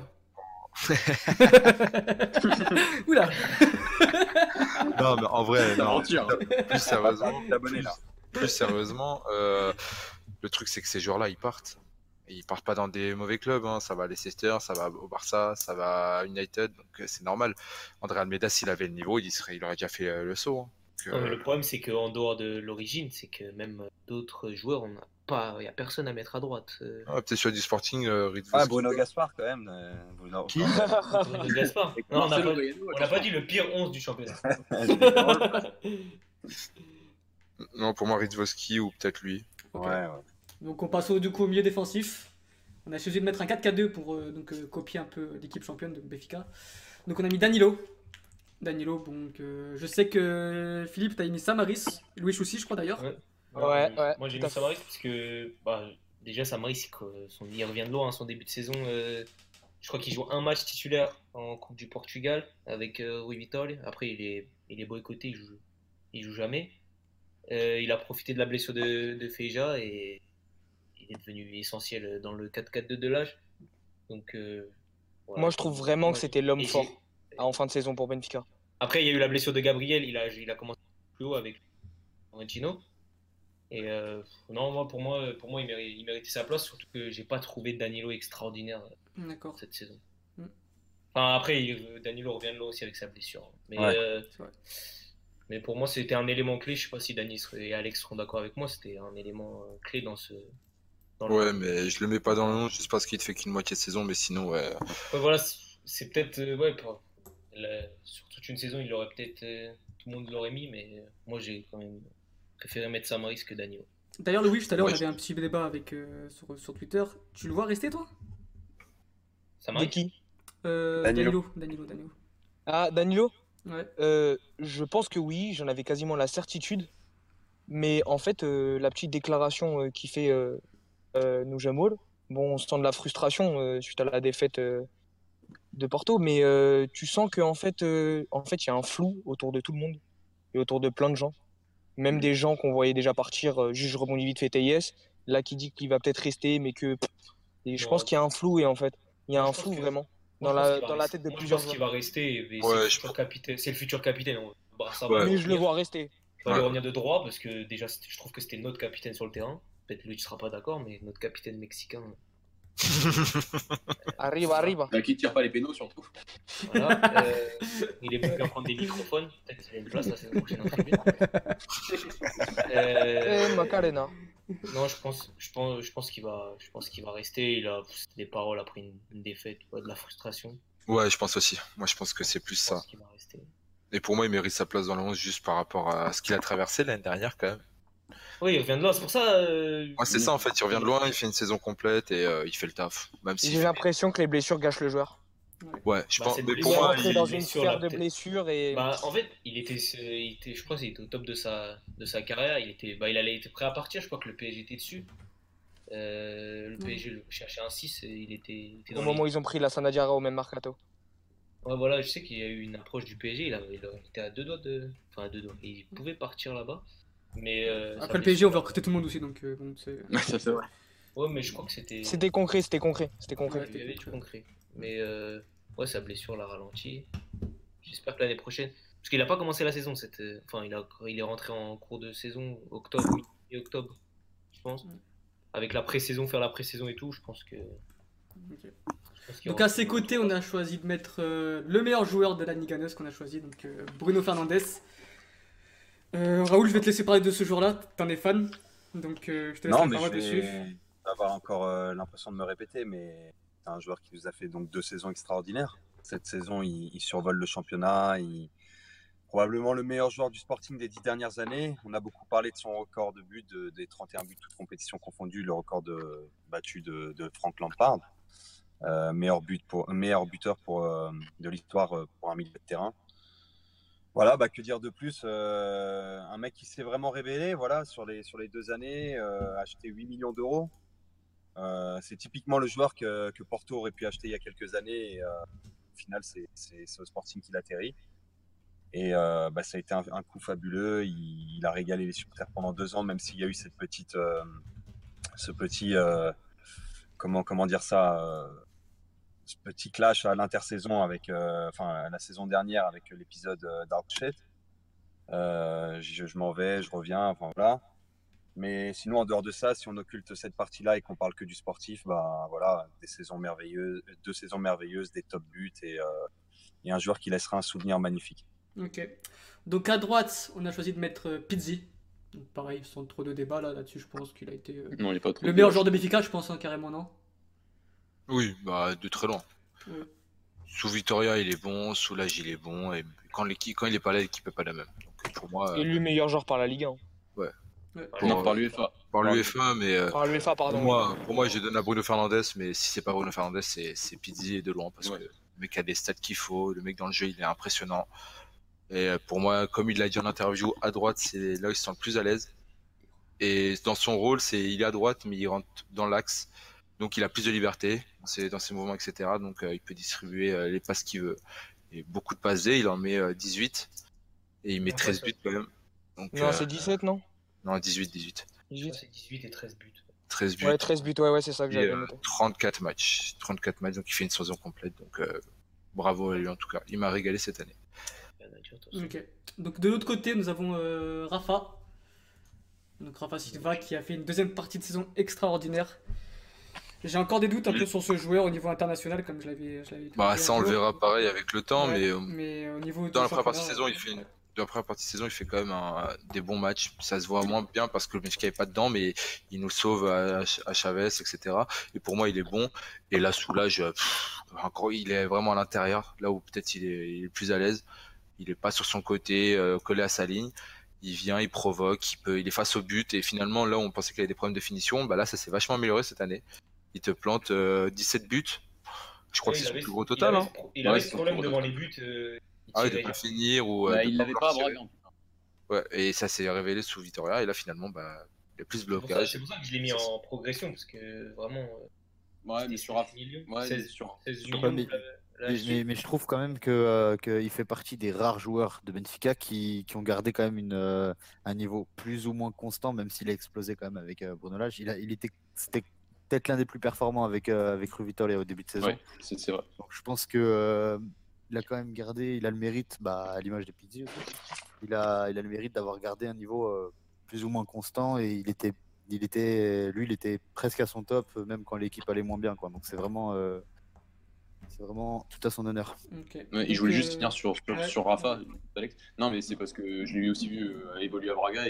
Speaker 1: Oula.
Speaker 2: Non, mais en vrai, non.
Speaker 8: L'aventure.
Speaker 2: Plus sérieusement,
Speaker 4: L'abonné là.
Speaker 2: plus sérieusement, le truc c'est que ces joueurs-là, ils partent. Et ils partent pas dans des mauvais clubs, hein. Ça va à Leicester, ça va au Barça, ça va à United, donc c'est normal. André Almeida, s'il avait le niveau, il aurait déjà fait le saut, hein. Donc,
Speaker 5: Non, mais le problème, c'est qu'en dehors de l'origine, c'est que même d'autres joueurs, il n'y a personne à mettre à droite.
Speaker 2: peut-être sur du Sporting,
Speaker 4: Ah, Bruno Gaspard quand même.
Speaker 2: Qui
Speaker 5: Bruno Gaspard. Non, on n'a
Speaker 8: Marcelo
Speaker 5: pas,
Speaker 8: Gallardo,
Speaker 5: on n'a pas dit le pire 11 du championnat.
Speaker 2: Non, pour moi, Ridvoski ou peut-être lui.
Speaker 1: Ok.
Speaker 4: Ouais.
Speaker 1: Donc on passe du coup au milieu défensif. On a choisi de mettre un 4-4-2 pour copier un peu l'équipe championne de Benfica. Donc on a mis Danilo. Donc je sais que Philippe, t'as mis Samaris, Louis aussi je crois d'ailleurs.
Speaker 5: Ouais.
Speaker 6: Ouais,
Speaker 5: Moi, j'ai
Speaker 6: tout à
Speaker 5: mis Samaris parce que déjà, Samaris, il revient de loin, son début de saison. Je crois qu'il joue un match titulaire en Coupe du Portugal avec Rui Vitória. Après, il est boycotté, il joue jamais. Il a profité de la blessure de Feija et il est devenu essentiel dans le 4-4-2 de l'âge. Donc, voilà.
Speaker 6: Moi, je trouve vraiment que c'était l'homme
Speaker 5: Et
Speaker 6: fort en fin de saison pour Benfica.
Speaker 5: Après, il y a eu la blessure de Gabriel, il a commencé plus haut avec Florentino. Et non, pour moi, il méritait sa place, surtout que j'ai pas trouvé Danilo extraordinaire
Speaker 1: D'accord.
Speaker 5: cette saison.
Speaker 1: Mm.
Speaker 5: Enfin, après, Danilo revient de là aussi avec sa blessure. Mais,
Speaker 4: Ouais,
Speaker 1: c'est vrai.
Speaker 5: mais pour moi, c'était un élément clé. Je sais pas si Dani et Alex seront d'accord avec moi. C'était un élément clé dans le.
Speaker 2: Ouais, mais je le mets pas dans le nom juste parce qu'il te fait qu'une moitié de saison, mais sinon, ouais.
Speaker 5: Ouais, voilà, c'est peut-être. Sur toute une saison, il aurait peut-être. Tout le monde l'aurait mis, mais moi, j'ai quand même préféré mettre Samaris que Danilo.
Speaker 1: D'ailleurs Louis, tout à l'heure
Speaker 2: Ouais,
Speaker 1: on avait un petit débat avec sur Twitter. Tu le vois rester toi?
Speaker 6: De
Speaker 5: Samaris
Speaker 6: qui?
Speaker 1: Danilo.
Speaker 6: Ah, Danilo?
Speaker 1: Ouais.
Speaker 6: Je pense que oui, j'en avais quasiment la certitude. Mais en fait, la petite déclaration qu'il fait Nujamol, bon, on sent de la frustration suite à la défaite de Porto, mais tu sens qu'en fait, il y a un flou autour de tout le monde et autour de plein de gens. Même des gens qu'on voyait déjà partir, juste je rebondis vite fait TIS, là qui dit qu'il va peut-être rester, mais que et je
Speaker 5: Non.
Speaker 6: pense qu'il y a un flou et en fait, il y a
Speaker 5: Moi,
Speaker 6: un
Speaker 5: je pense
Speaker 6: flou
Speaker 5: que-
Speaker 6: vraiment
Speaker 5: Moi,
Speaker 6: dans
Speaker 5: je pense
Speaker 6: la
Speaker 5: qu'il va
Speaker 6: dans la
Speaker 5: rester.
Speaker 6: tête de
Speaker 5: Moi, je
Speaker 6: plusieurs
Speaker 5: pense qu'il
Speaker 6: joueurs.
Speaker 5: va rester. Mais
Speaker 2: Ouais,
Speaker 5: c'est le
Speaker 2: je
Speaker 5: futur capitaine. C'est le futur capitaine. Bah, ça
Speaker 2: Ouais.
Speaker 5: va
Speaker 6: Mais je le
Speaker 5: revenir.
Speaker 6: vois rester.
Speaker 5: Il va lui
Speaker 2: Ouais.
Speaker 5: revenir de droit parce que déjà, je trouve que c'était notre capitaine sur le terrain. Peut-être lui, tu seras pas d'accord, mais notre capitaine mexicain.
Speaker 6: Arriba.
Speaker 8: Qui tire pas les pénaux surtout.
Speaker 5: Voilà. Il est bon à prendre des microphones. Peut-être qu'il a une place la saison prochaine en tribune.
Speaker 6: Macarena.
Speaker 5: Non, je pense qu'il va rester. C'était des paroles après une défaite, de la frustration.
Speaker 2: Ouais, je pense aussi. Moi, je pense que c'est plus
Speaker 5: Je
Speaker 2: ça.
Speaker 5: pense qu'il va rester.
Speaker 2: Et pour moi, il mérite sa place dans le 11 juste par rapport à ce qu'il a traversé l'année dernière, quand même.
Speaker 5: Oui, il revient de là, c'est pour ça.
Speaker 2: Ouais, c'est ça, en fait. Il revient de loin, il fait une saison complète et il fait le taf. Même si.
Speaker 6: J'ai l'impression que les blessures gâchent le joueur.
Speaker 2: Ouais, je
Speaker 5: Bah,
Speaker 2: pense.
Speaker 5: c'est
Speaker 2: Mais
Speaker 5: le
Speaker 6: Il
Speaker 2: pour
Speaker 6: est
Speaker 5: blessure,
Speaker 2: moi,
Speaker 6: rentré
Speaker 5: il-
Speaker 6: dans
Speaker 5: il est
Speaker 6: une
Speaker 5: sur
Speaker 6: sphère
Speaker 5: la
Speaker 6: de
Speaker 5: tête.
Speaker 6: blessures et
Speaker 5: Bah, en fait, je crois qu'il était au top de sa carrière. Il était prêt à partir. Je crois que le PSG était dessus. Le PSG le cherchait un 6 et il était
Speaker 6: au
Speaker 5: dans
Speaker 6: moment où ils ont pris la Sanadiara au même mercato.
Speaker 5: Ouais, voilà, je sais qu'il y a eu une approche du PSG. Il était à 2 doigts de. Enfin, à 2 doigts. Il pouvait partir là-bas. Mais. sa
Speaker 1: Après le
Speaker 5: blessure-
Speaker 1: PSG, on va recruter tout le monde aussi, donc bon, c'est.
Speaker 8: Ça, c'est vrai.
Speaker 5: Ouais, mais je crois que c'était.
Speaker 6: C'était concret.
Speaker 1: Ouais.
Speaker 5: Il y avait du concret. Mais ouais, sa blessure l'a ralenti. J'espère que l'année prochaine. Parce qu'il a pas commencé la saison. Enfin, il est rentré en cours de saison, octobre, mi-octobre, je pense. Avec la pré-saison, faire la pré-saison et tout, je pense que.
Speaker 1: Ok.
Speaker 5: je pense qu'il
Speaker 1: Donc à
Speaker 5: rentre
Speaker 1: ses
Speaker 5: dans-
Speaker 1: côtés, on a choisi de mettre le meilleur joueur de la Liga NOS qu'on a choisi, donc Bruno Fernandes. Raoul, je vais te laisser parler de ce joueur-là, t'en es fan, donc je te laisse
Speaker 4: Non,
Speaker 1: la
Speaker 4: mais
Speaker 1: parole
Speaker 4: je
Speaker 1: dessus.
Speaker 4: vais avoir encore l'impression de me répéter, mais c'est un joueur qui nous a fait donc 2 saisons extraordinaires. Cette saison, il survole le championnat. Probablement le meilleur joueur du Sporting des 10 dernières années. On a beaucoup parlé de son record de buts, des 31 buts toutes compétitions confondues, le record battu de Frank Lampard. Meilleur buteur de l'histoire pour un milieu de terrain. Voilà, que dire de plus, un mec qui s'est vraiment révélé voilà, sur les 2 années, acheté 8 millions d'euros. C'est typiquement le joueur que Porto aurait pu acheter il y a quelques années. Et, au final, c'est au Sporting qu'il atterrit. Et ça a été un coup fabuleux. Il a régalé les supporters pendant 2 ans, même s'il y a eu ce petit clash à l'intersaison avec, la saison dernière avec l'épisode d'Archet. Je m'en vais, je reviens, enfin voilà. Mais sinon, en dehors de ça, si on occulte cette partie-là et qu'on parle que du sportif, voilà, 2 saisons merveilleuses, des top buts et un joueur qui laissera un souvenir magnifique.
Speaker 1: Ok. Donc à droite, on a choisi de mettre Pizzi. Donc pareil, sans trop de débat là-dessus, je pense qu'il a été
Speaker 8: Non, il est pas trop.
Speaker 1: le meilleur joueur de Benfica, je pense, hein, carrément, non?
Speaker 2: Oui, de très loin.
Speaker 1: Ouais.
Speaker 2: Sous Vitoria, il est bon. Sous Lage, il est bon. Et quand il est pas là, l'équipe est pas la même. Donc pour moi.
Speaker 6: Et le meilleur joueur par la Ligue 1.
Speaker 1: Ouais.
Speaker 8: Non, par l'UEFA.
Speaker 2: Par l'UEFA, mais.
Speaker 6: Par l'UEFA, pardon.
Speaker 2: Pour moi, je donne à Bruno Fernandes, mais si c'est pas Bruno Fernandes, c'est Pizzi et de loin parce
Speaker 8: Ouais.
Speaker 2: que le mec a des stats qu'il faut, le mec dans le jeu il est impressionnant. Et pour moi, comme il l'a dit en interview, à droite c'est là où il se sent le plus à l'aise. Et dans son rôle, il est à droite, mais il rentre dans l'axe, donc il a plus de liberté dans ses mouvements, etc. Donc il peut distribuer les passes qu'il veut. Et beaucoup de passes D, il en met 18 et il met 13 buts quand même. Donc,
Speaker 6: Non, c'est 17, non?
Speaker 2: Non, 18.
Speaker 5: Je crois que c'est 18 et 13 buts.
Speaker 2: 13 buts.
Speaker 6: Ouais, 13 buts, ouais, c'est ça que
Speaker 2: Et,
Speaker 6: j'avais noté.
Speaker 2: 34 matchs, donc il fait une saison complète, donc bravo à lui en tout cas, il m'a régalé cette année.
Speaker 5: Rien à dire, de toute façon.
Speaker 1: Ok. Donc de l'autre côté, nous avons Rafa. Donc Rafa Silva qui a fait une deuxième partie de saison extraordinaire. J'ai encore des doutes un peu sur ce joueur au niveau international, comme je l'avais dit
Speaker 2: Bah
Speaker 1: un
Speaker 2: ça on
Speaker 1: peu.
Speaker 2: le verra pareil avec le temps,
Speaker 1: Ouais,
Speaker 2: mais
Speaker 1: mais au niveau
Speaker 2: dans
Speaker 1: du
Speaker 2: la première partie de
Speaker 1: championnat,
Speaker 2: saison, il fait quand même des bons matchs. Ça se voit moins bien parce que le Benfica est pas dedans, mais il nous sauve à Chavez, etc. Et pour moi, il est bon. Et là, Soulage, encore, il est vraiment à l'intérieur, là où peut-être il est plus à l'aise. Il est pas sur son côté, collé à sa ligne. Il vient, il provoque, il est face au but. Et finalement, là où on pensait qu'il avait des problèmes de finition, bah là, ça s'est vachement amélioré cette année. Il te plante 17 buts. Je crois que c'est son plus gros total. Hein.
Speaker 5: Il avait
Speaker 8: Ouais,
Speaker 5: ce
Speaker 8: c'est son
Speaker 5: problème
Speaker 8: plus
Speaker 5: devant
Speaker 8: gros
Speaker 5: les buts.
Speaker 2: Ah ouais,
Speaker 5: tirait.
Speaker 2: de pas finir ou.
Speaker 8: Bah,
Speaker 2: de
Speaker 8: il l'avait
Speaker 2: vouloir
Speaker 8: pas à
Speaker 2: tirer.
Speaker 8: Braga.
Speaker 2: Ouais, et ça s'est révélé sous Vitoria. Et là, finalement, il y a plus de
Speaker 5: C'est pour ça-
Speaker 2: blocage.
Speaker 5: c'est pour ça que je l'ai mis en progression parce que vraiment.
Speaker 8: Ouais, mais
Speaker 5: c'était
Speaker 8: sur
Speaker 5: 16 millions.
Speaker 8: Ouais,
Speaker 5: 16,
Speaker 8: sur
Speaker 5: 16
Speaker 8: sur
Speaker 5: millions
Speaker 7: mais- Mais je trouve quand même qu'il fait partie des rares joueurs de Benfica qui ont gardé quand même un niveau plus ou moins constant, même s'il a explosé quand même avec Bruno Lage. C'était peut-être l'un des plus performants avec Rui Vitória au début de saison.
Speaker 8: Ouais, c'est vrai.
Speaker 7: Donc je pense que il a quand même gardé, il a le mérite, à l'image de Pizzi aussi, il a le mérite d'avoir gardé un niveau plus ou moins constant et il était presque à son top, même quand l'équipe allait moins bien, quoi. Donc c'est vraiment tout à son honneur.
Speaker 1: Ok.
Speaker 8: Ouais, et je voulais juste finir sur Rafa, Alex. Non, mais c'est parce que je l'ai aussi vu évoluer à Braga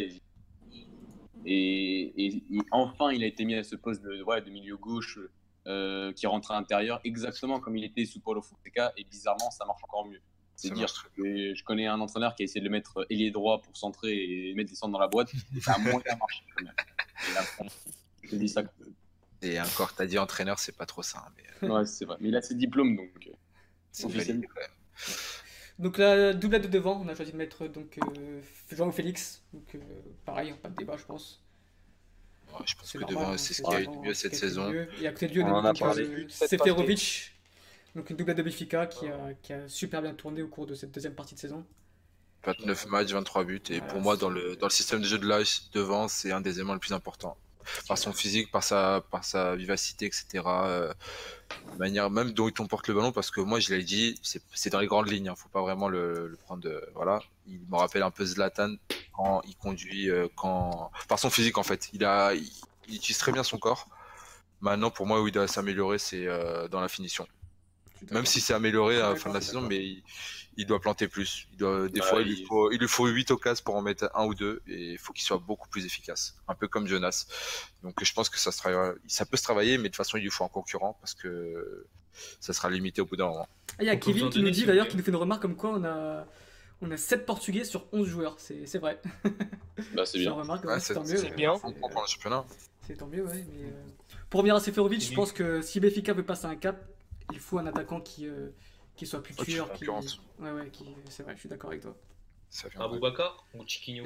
Speaker 8: et enfin il a été mis à ce poste de milieu gauche qui rentre à l'intérieur exactement comme il était sous Paulo Fonseca et bizarrement ça marche encore mieux. C'est
Speaker 2: Ça
Speaker 8: dire
Speaker 2: marche
Speaker 8: que je connais un entraîneur qui a essayé de le mettre ailier droit pour centrer et mettre des centres dans la boîte, ça a moins bien marché quand même. Et là, je te dis ça.
Speaker 2: Et encore, t'as dit entraîneur, c'est pas trop ça. Mais
Speaker 8: Ouais, c'est vrai. Mais il a ses diplômes donc.
Speaker 2: c'est
Speaker 8: Officiellement.
Speaker 2: validé quand même.
Speaker 1: Donc la doublette de devant, on a choisi de mettre donc João Félix. Donc pareil, pas de débat, je pense.
Speaker 2: Ouais, je pense
Speaker 1: C'est
Speaker 2: que
Speaker 1: normal,
Speaker 2: devant,
Speaker 1: hein,
Speaker 2: c'est ce
Speaker 1: c'est
Speaker 2: qui a eu de
Speaker 1: devant,
Speaker 2: mieux
Speaker 1: c'est
Speaker 2: cette
Speaker 1: ce qui a eu de
Speaker 2: saison.
Speaker 1: mieux. Et à côté de lui,
Speaker 4: On en a parlé.
Speaker 1: Seferovic. Donc une doublette de Benfica qui a super bien tourné au cours de cette deuxième partie de saison.
Speaker 2: 29 matchs, 23 buts. Et pour moi, dans le système de jeu de l'âge, devant, c'est un des éléments les plus importants. Par son physique, par sa vivacité, etc. Manière même dont il comporte le ballon, parce que moi, je l'ai dit, c'est dans les grandes lignes. Faut pas vraiment le prendre. Voilà. Il me rappelle un peu Zlatan quand il conduit, par son physique, en fait. Il utilise très bien son corps. Maintenant, pour moi, où il doit s'améliorer, c'est dans la finition. Même si c'est amélioré à la fin de la saison, mais il doit planter plus. Des fois, il lui faut 8 occasions pour en mettre un ou deux, et il faut qu'il soit beaucoup plus efficace. Un peu comme Jonas. Donc je pense que ça peut se travailler, mais de toute façon, il lui faut un concurrent, parce que ça sera limité au bout d'un moment.
Speaker 1: Ah, il y a
Speaker 5: On peut vous
Speaker 1: Kevin
Speaker 5: en
Speaker 1: qui nous
Speaker 5: donner,
Speaker 1: dit
Speaker 5: s'il vous
Speaker 1: d'ailleurs,
Speaker 5: plaît.
Speaker 1: qui nous fait une remarque comme quoi on a 7 Portugais sur 11 joueurs. C'est vrai.
Speaker 8: Bah c'est
Speaker 1: C'est une
Speaker 8: bien.
Speaker 1: remarque,
Speaker 2: Ouais,
Speaker 1: c'est tant mieux.
Speaker 6: c'est bien.
Speaker 2: On prend le championnat.
Speaker 1: C'est tant mieux, ouais. Mais, pour revenir à Seferovic, je
Speaker 5: Oui.
Speaker 1: pense que si Benfica veut passer un cap, il faut un attaquant qui soit plus
Speaker 2: Oh, qui
Speaker 1: tueur.
Speaker 2: fait concurrence.
Speaker 1: Ouais, c'est vrai, je suis d'accord avec toi.
Speaker 2: Ça viendrait.
Speaker 5: Aboubacar ou Chiquinho?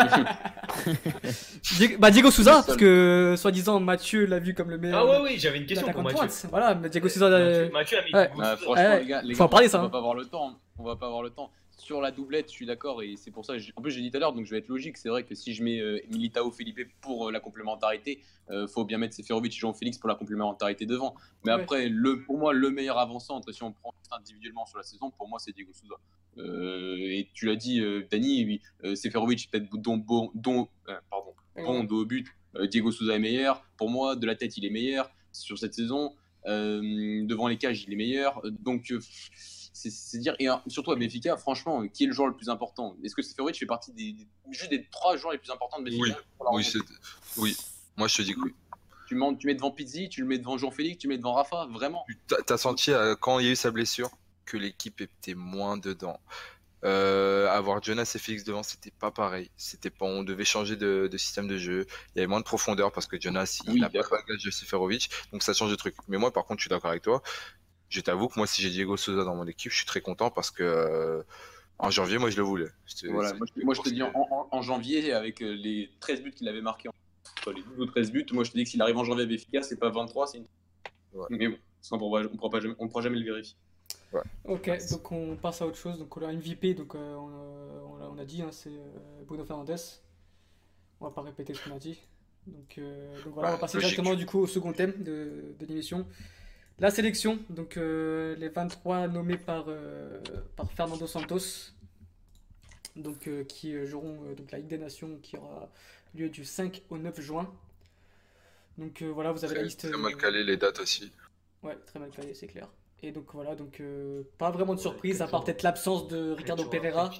Speaker 1: Diego Souza,
Speaker 8: Le
Speaker 1: parce
Speaker 8: seul.
Speaker 1: que soi-disant Mathieu l'a vu comme le meilleur.
Speaker 5: Ah ouais, j'avais une question
Speaker 1: attaquant
Speaker 5: pour
Speaker 1: de
Speaker 5: Mathieu.
Speaker 1: pointe. Voilà, mais Diego Souza.
Speaker 5: Mathieu a mis
Speaker 1: ouais.
Speaker 5: Diego Souza.
Speaker 8: Franchement,
Speaker 1: Ouais,
Speaker 8: les
Speaker 1: faut
Speaker 8: gars,
Speaker 1: en parler, ça,
Speaker 8: on
Speaker 1: hein.
Speaker 8: va pas avoir le temps. On va pas avoir le temps. Sur la doublette, je suis d'accord et c'est pour ça. En plus, j'ai dit tout à l'heure, donc je vais être logique. C'est vrai que si je mets Militao, Felipe pour la complémentarité, faut bien mettre Seferovic et Jean-Félix pour la complémentarité devant. Mais
Speaker 1: Ouais.
Speaker 8: après, pour moi, le meilleur avant-centre, si on prend juste individuellement sur la saison, pour moi, c'est Diego Souza. Et tu l'as dit, Dani, oui, Seferovic peut-être bon dos au but. Diego Souza est meilleur. Pour moi, de la tête, il est meilleur sur cette saison. Devant les cages, il est meilleur. Donc, c'est dire. Et surtout à Benfica, franchement, qui est le joueur le plus important? Est-ce que Seferovic fait partie juste des 3 joueurs les plus importants de Benfica?
Speaker 2: Oui. Moi, je te dis que oui.
Speaker 8: Tu mets devant Pizzi, tu le mets devant Jean-Félix, tu le mets devant Rafa, vraiment?
Speaker 2: T'as senti quand il y a eu sa blessure que l'équipe était moins dedans. Avoir Jonas et Félix devant, c'était pas pareil. On devait changer de système de jeu. Il y avait moins de profondeur parce que Jonas, il
Speaker 8: Oui,
Speaker 2: n'a pas le
Speaker 8: d'accord.
Speaker 2: bagage de Seferovic, donc ça change de truc. Mais moi, par contre, je suis d'accord avec toi. Je t'avoue que moi, si j'ai Diego Souza dans mon équipe, je suis très content parce que en janvier, moi, je le voulais.
Speaker 8: Voilà, moi je te dis en janvier, avec les 13 buts qu'il avait marqués, les 12 ou 13 buts, moi je te dis que s'il arrive en janvier à Benfica, c'est pas 23, c'est une.
Speaker 2: Ouais.
Speaker 8: Mais bon, ça, on pourra jamais le vérifier.
Speaker 1: Ok, donc on passe à autre chose. Donc on a MVP, donc on a dit, hein, c'est Bruno Fernandes. On va pas répéter ce qu'on a dit. Donc voilà, on va passer
Speaker 2: logique.
Speaker 1: directement du coup au second thème de l'émission. La sélection, donc les 23 nommés par Fernando Santos, donc qui joueront donc la Ligue des Nations qui aura lieu du 5 au 9 juin. Donc voilà, vous avez la liste.
Speaker 2: Très mal calé les dates aussi.
Speaker 1: Ouais, très mal calé, c'est clair. Et donc voilà, donc pas vraiment de surprise, à part peut-être l'absence de Ricardo Pereira,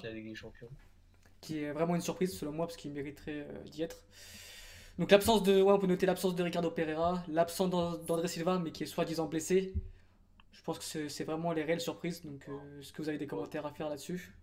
Speaker 1: qui est vraiment une surprise selon moi, parce qu'il mériterait d'y être. Donc l'absence de, ouais, on peut noter l'absence de Ricardo Pereira, l'absence d'André Silva, mais qui est soi-disant blessé. Je pense que c'est vraiment les réelles surprises. Donc est-ce que vous avez des commentaires à faire là-dessus?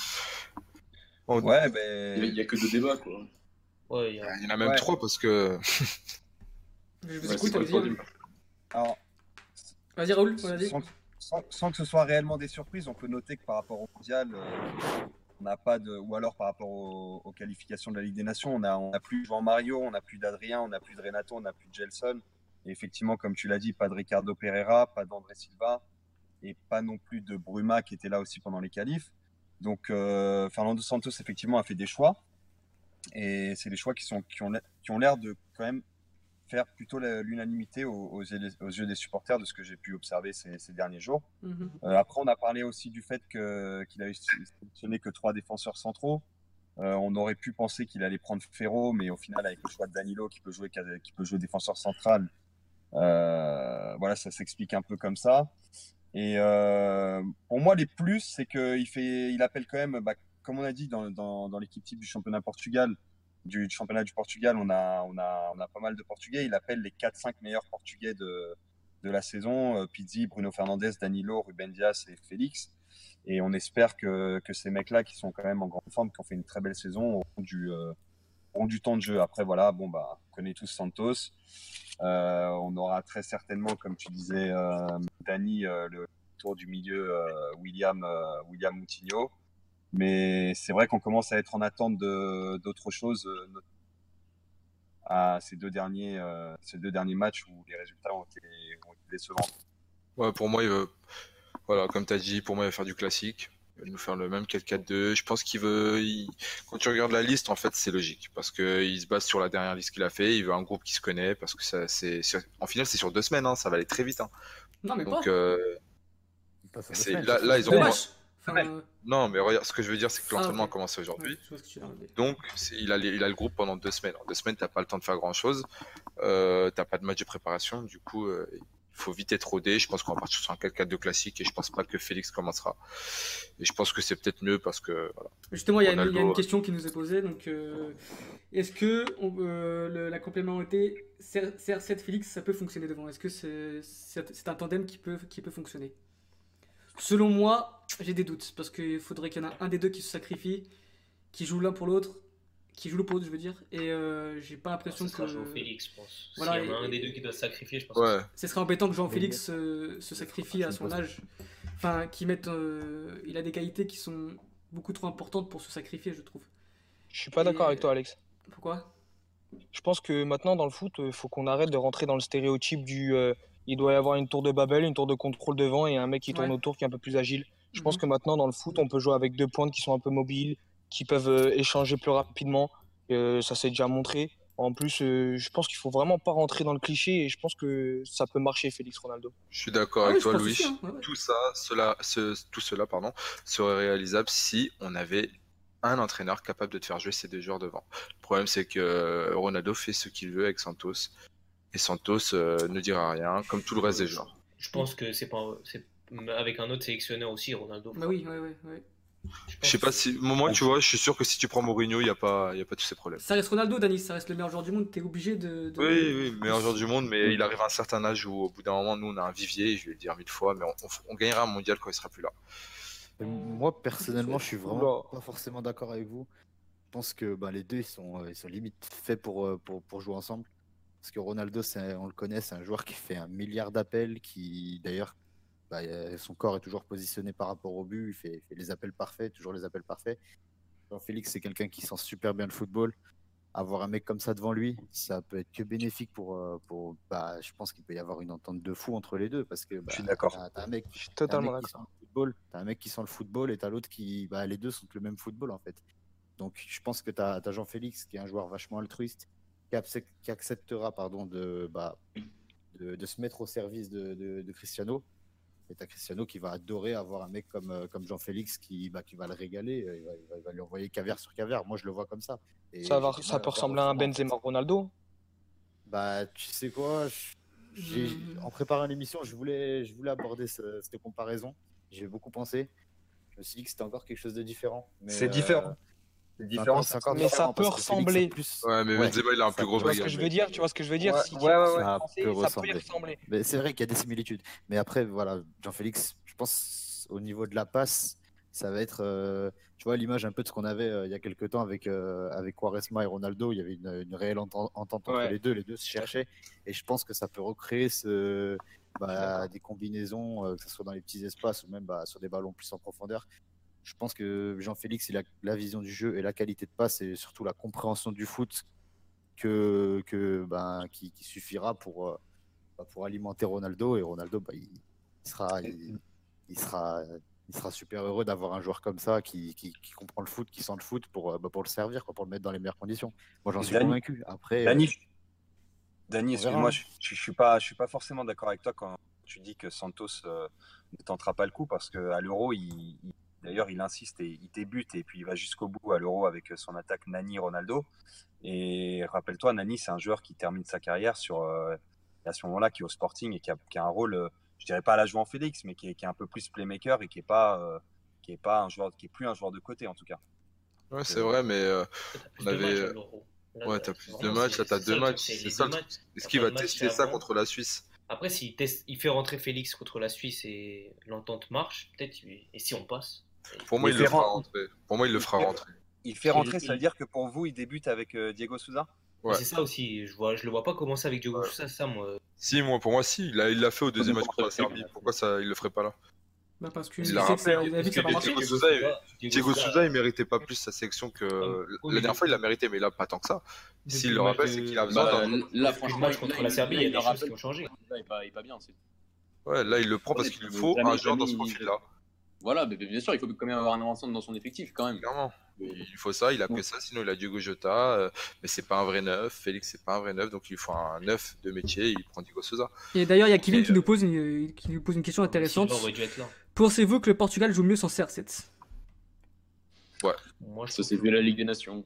Speaker 4: Ouais,
Speaker 8: Il n'y a que 2 débats, quoi.
Speaker 5: Ouais,
Speaker 2: Il y en a même 3 parce que.
Speaker 1: Je vous
Speaker 8: Ouais,
Speaker 1: écoute,
Speaker 8: c'est quoi le
Speaker 1: allez-y.
Speaker 8: troisième?
Speaker 4: Alors,
Speaker 1: Vas-y Raoul, vas-y.
Speaker 4: sans que ce soit réellement des surprises, on peut noter que par rapport au mondial, on n'a pas de. Ou alors par rapport aux qualifications de la Ligue des Nations, on n'a plus Jean Mario, on n'a plus d'Adrien, on n'a plus de Renato, on n'a plus de Gelson. Et effectivement, comme tu l'as dit, pas de Ricardo Pereira, pas d'André Silva. et pas non plus de Bruma qui était là aussi pendant les qualifs. Donc Fernando Santos effectivement a fait des choix et c'est des choix qui ont l'air de quand même faire plutôt l'unanimité aux yeux des supporters de ce que j'ai pu observer ces derniers jours. Après, on a parlé aussi du fait qu'il avait sélectionné que 3 défenseurs centraux. On aurait pu penser qu'il allait prendre Ferro, mais au final, avec le choix de Danilo qui peut jouer défenseur central, voilà, ça s'explique un peu comme ça. Et pour moi, les plus, c'est qu'il appelle quand même, comme on a dit dans l'équipe type du championnat Portugal, du championnat du Portugal, on a pas mal de Portugais. Il appelle les 4-5 meilleurs Portugais de la saison, Pizzi, Bruno Fernandes, Danilo, Ruben Dias et Félix. Et on espère que ces mecs-là, qui sont quand même en grande forme, qui ont fait une très belle saison, auront du temps de jeu. Après, voilà, on connaît tous Santos. On aura très certainement, comme tu disais, Dani, le tour du milieu, William Moutinho. Mais c'est vrai qu'on commence à être en attente d'autres choses à ces deux derniers matchs où les résultats ont été décevants.
Speaker 2: Ouais, pour moi, voilà, comme tu as dit, pour moi, il va faire du classique. Il va nous faire le même 4-4-2. Je pense quand tu regardes la liste, en fait, c'est logique. Parce qu'il se base sur la dernière liste qu'il a fait. Il veut un groupe qui se connaît. Parce que en finale, c'est sur 2 semaines. Hein, ça va aller très vite. Hein.
Speaker 1: Non, mais
Speaker 2: donc,
Speaker 1: pas.
Speaker 2: Là, ils auront.
Speaker 1: Enfin,
Speaker 2: Non, mais regarde, ce que je veux dire, c'est que l'entraînement
Speaker 1: ok.
Speaker 2: a commencé aujourd'hui.
Speaker 1: Ouais, je vois ce que tu veux dire.
Speaker 2: Donc, il a le groupe pendant 2 semaines. En 2 semaines, t'as pas le temps de faire grand-chose. T'as pas de match de préparation. Du coup, il faut vite être rodé. Je pense qu'on va partir sur un 4-4-2 classique et je pense pas que Félix commencera. Et je pense que c'est peut-être mieux parce que... Voilà.
Speaker 1: Justement, il y a
Speaker 2: Ronaldo,
Speaker 1: une question qui nous est posée. Donc, est-ce que la complémentarité CR7-Félix, ça peut fonctionner devant? Est-ce que c'est un tandem qui peut fonctionner? Selon moi, j'ai des doutes, parce qu'il faudrait qu'il y en ait un des deux qui se sacrifie, qui joue l'un pour l'autre, qui joue le pour l'autre, je veux dire, et j'ai pas l'impression
Speaker 5: Ça sera
Speaker 1: que...
Speaker 5: Jean-Félix, je pense.
Speaker 1: Voilà,
Speaker 5: S'il y en a un des deux qui doit se sacrifier, je pense
Speaker 2: ouais.
Speaker 1: Ce serait embêtant que Jean-Félix se sacrifie à son âge, enfin, il a des qualités qui sont beaucoup trop importantes pour se sacrifier, je trouve.
Speaker 6: Je suis pas d'accord avec toi, Alex.
Speaker 1: Pourquoi?
Speaker 6: Je pense que maintenant, dans le foot, il faut qu'on arrête de rentrer dans le stéréotype il doit y avoir une tour de Babel, une tour de contrôle devant et un mec qui tourne
Speaker 1: Ouais.
Speaker 6: autour qui est un peu plus agile. Je pense que maintenant, dans le foot, on peut jouer avec 2 pointes qui sont un peu mobiles, qui peuvent échanger plus rapidement. Ça s'est déjà montré. En plus, je pense qu'il faut vraiment pas rentrer dans le cliché et je pense que ça peut marcher, Félix Ronaldo.
Speaker 2: Je suis d'accord
Speaker 1: Ah
Speaker 2: avec
Speaker 1: oui, je
Speaker 2: toi,
Speaker 1: pense
Speaker 2: Louis.
Speaker 1: aussi, hein, ouais.
Speaker 2: Tout cela, serait réalisable si on avait un entraîneur capable de te faire jouer ces 2 joueurs devant. Le problème, c'est que Ronaldo fait ce qu'il veut avec Santos. Et Santos ne dira rien, comme tout le reste des joueurs.
Speaker 5: Je pense que c'est avec un autre sélectionneur aussi, Ronaldo.
Speaker 1: Bah oui, ouais.
Speaker 2: Je sais pas si... Moi, tu vois, je suis sûr que si tu prends Mourinho, il n'y a pas tous ces problèmes.
Speaker 1: Ça reste Ronaldo, Dani, ça reste le meilleur joueur du monde, t'es obligé de...
Speaker 2: Oui, meilleur joueur du monde, mais il arrive à un certain âge où, au bout d'un moment, nous, on a un vivier, je vais le dire 1000 fois, mais on gagnera un mondial quand il sera plus là.
Speaker 7: Moi, personnellement, je suis vraiment pas forcément d'accord avec vous. Je pense que les deux, ils sont limite faits pour jouer ensemble. Parce que Ronaldo, on le connaît, c'est un joueur qui fait 1 milliard d'appels, qui d'ailleurs, son corps est toujours positionné par rapport au but, il fait les appels parfaits, toujours les appels parfaits. Jean-Félix, c'est quelqu'un qui sent super bien le football. Avoir un mec comme ça devant lui, ça peut être que bénéfique je pense qu'il peut y avoir une entente de fou entre les deux. Parce que
Speaker 4: Je suis d'accord.
Speaker 7: t'as un mec,
Speaker 6: Je suis totalement
Speaker 7: qui sent
Speaker 6: d'accord.
Speaker 7: le football, t'as un mec qui sent le football et t'as l'autre qui, les deux sont le même football en fait. Donc je pense que t'as Jean-Félix qui est un joueur vachement altruiste, qui acceptera de se mettre au service de Cristiano. Et t'as Cristiano qui va adorer avoir un mec comme Jean-Félix qui va le régaler, il va lui envoyer caviar sur caviar. Moi je le vois comme ça. Et
Speaker 6: Ça peut ressembler à un Benzema Ronaldo.
Speaker 7: Tu sais quoi, en préparant l'émission, je voulais aborder cette comparaison. J'y ai beaucoup pensé. Je me suis dit que c'était encore quelque chose de différent.
Speaker 4: C'est différent. C'est différent.
Speaker 6: Mais ça peut ressembler.
Speaker 2: Ouais, mais Benzema, il a un plus gros
Speaker 6: Tu vois ce
Speaker 2: bagage.
Speaker 6: que je veux dire? Tu vois ce que je veux dire?
Speaker 4: Ouais,
Speaker 6: Si
Speaker 4: ouais.
Speaker 6: ça peut y ressembler.
Speaker 7: Mais c'est vrai qu'il y a des similitudes. Mais après, voilà, Jean-Félix, je pense au niveau de la passe, ça va être, tu vois, l'image un peu de ce qu'on avait il y a quelques temps avec Quaresma et Ronaldo. Il y avait une réelle entente entre les deux se cherchaient. Et je pense que ça peut recréer des combinaisons, que ce soit dans les petits espaces ou même sur des ballons plus en profondeur. Je pense que Jean-Félix, il a la vision du jeu et la qualité de passe et surtout la compréhension du foot qui suffira pour alimenter Ronaldo. Et Ronaldo, il il sera super heureux d'avoir un joueur comme ça qui comprend le foot, qui sent le foot pour le servir, quoi, pour le mettre dans les meilleures conditions. Moi, j'en suis convaincu. Après,
Speaker 4: Dani,
Speaker 7: on verra,
Speaker 4: excuse-moi,
Speaker 7: hein.
Speaker 4: je suis pas forcément d'accord avec toi quand tu dis que Santos ne tentera pas le coup parce qu'à l'Euro, d'ailleurs, il insiste et il débute et puis il va jusqu'au bout à l'Euro avec son attaque Nani-Ronaldo. Et rappelle-toi, Nani, c'est un joueur qui termine sa carrière à ce moment-là, qui est au Sporting et qui a un rôle, je dirais pas à la João Félix, mais qui est un peu plus playmaker et qui est pas un joueur, qui est plus un joueur de côté en tout cas.
Speaker 2: Ouais, c'est vrai, mais
Speaker 5: T'as plus
Speaker 2: on
Speaker 5: de matchs
Speaker 2: avait.
Speaker 5: à l'Euro. Là,
Speaker 2: Ouais, t'as plus de
Speaker 5: vraiment,
Speaker 2: matchs, là t'as
Speaker 5: c'est
Speaker 2: 2
Speaker 5: ça le
Speaker 2: matchs.
Speaker 5: truc, c'est
Speaker 2: C'est
Speaker 5: les
Speaker 2: ça
Speaker 5: deux
Speaker 2: le truc.
Speaker 5: matchs.
Speaker 2: Est-ce
Speaker 5: T'as
Speaker 2: qu'il
Speaker 5: pas
Speaker 2: va
Speaker 5: de match
Speaker 2: tester ça
Speaker 5: avant.
Speaker 2: contre la Suisse?
Speaker 5: Après, il fait rentrer Félix contre la Suisse et l'entente marche, peut-être, et si on passe.
Speaker 2: Pour moi,
Speaker 4: Mais
Speaker 2: il le fera
Speaker 4: Ferrand-
Speaker 2: rentrer. Pour moi, il le fera rentrer.
Speaker 4: Il fait rentrer, ça veut dire que pour vous, il débute avec Diego Souza?
Speaker 5: Mais
Speaker 2: Ouais.
Speaker 5: c'est ça aussi, je le vois pas commencer avec Diogo Sousa, ça, moi.
Speaker 2: Si, pour moi, si. Il l'a fait au deuxième match contre la Serbie. Pourquoi il le ferait pas là?
Speaker 1: Bah, parce que
Speaker 2: Il
Speaker 1: il
Speaker 2: l'a
Speaker 1: sait que
Speaker 2: rappelé,
Speaker 1: il a vu que ça va marcher.
Speaker 2: Diego Souza, il méritait pas plus sa sélection que.
Speaker 5: Oui,
Speaker 2: La dernière fois, il l'a mérité, mais là, pas tant que ça. S'il le
Speaker 5: match
Speaker 2: rappelle, c'est qu'il a besoin d'un.
Speaker 8: Là,
Speaker 5: Depuis le
Speaker 8: franchement,
Speaker 5: match contre la Serbie, il y a des choses qui ont changé.
Speaker 8: Là, il est pas bien.
Speaker 2: Ouais, là, il le prend parce
Speaker 8: Ouais,
Speaker 2: qu'il lui
Speaker 8: mais
Speaker 2: faut
Speaker 8: jamais-
Speaker 2: un joueur dans ce
Speaker 8: jamais il-
Speaker 2: profil-là.
Speaker 8: Voilà, mais bien sûr, il faut quand même avoir un ensemble dans son effectif quand même.
Speaker 2: Clairement. Il faut ça, il a que ça, sinon il a Diogo Jota, mais c'est pas un vrai neuf. Félix, c'est pas un vrai neuf, donc il faut un neuf de métier, il prend Diego Souza.
Speaker 1: Et d'ailleurs, il y a Kevin qui nous pose une question intéressante.
Speaker 5: Silva aurait dû être là.
Speaker 1: Pensez-vous que le Portugal joue mieux sans CR7?
Speaker 5: Moi, je
Speaker 8: Ça,
Speaker 5: trouve
Speaker 8: c'est
Speaker 5: que-
Speaker 8: vu la Ligue des Nations.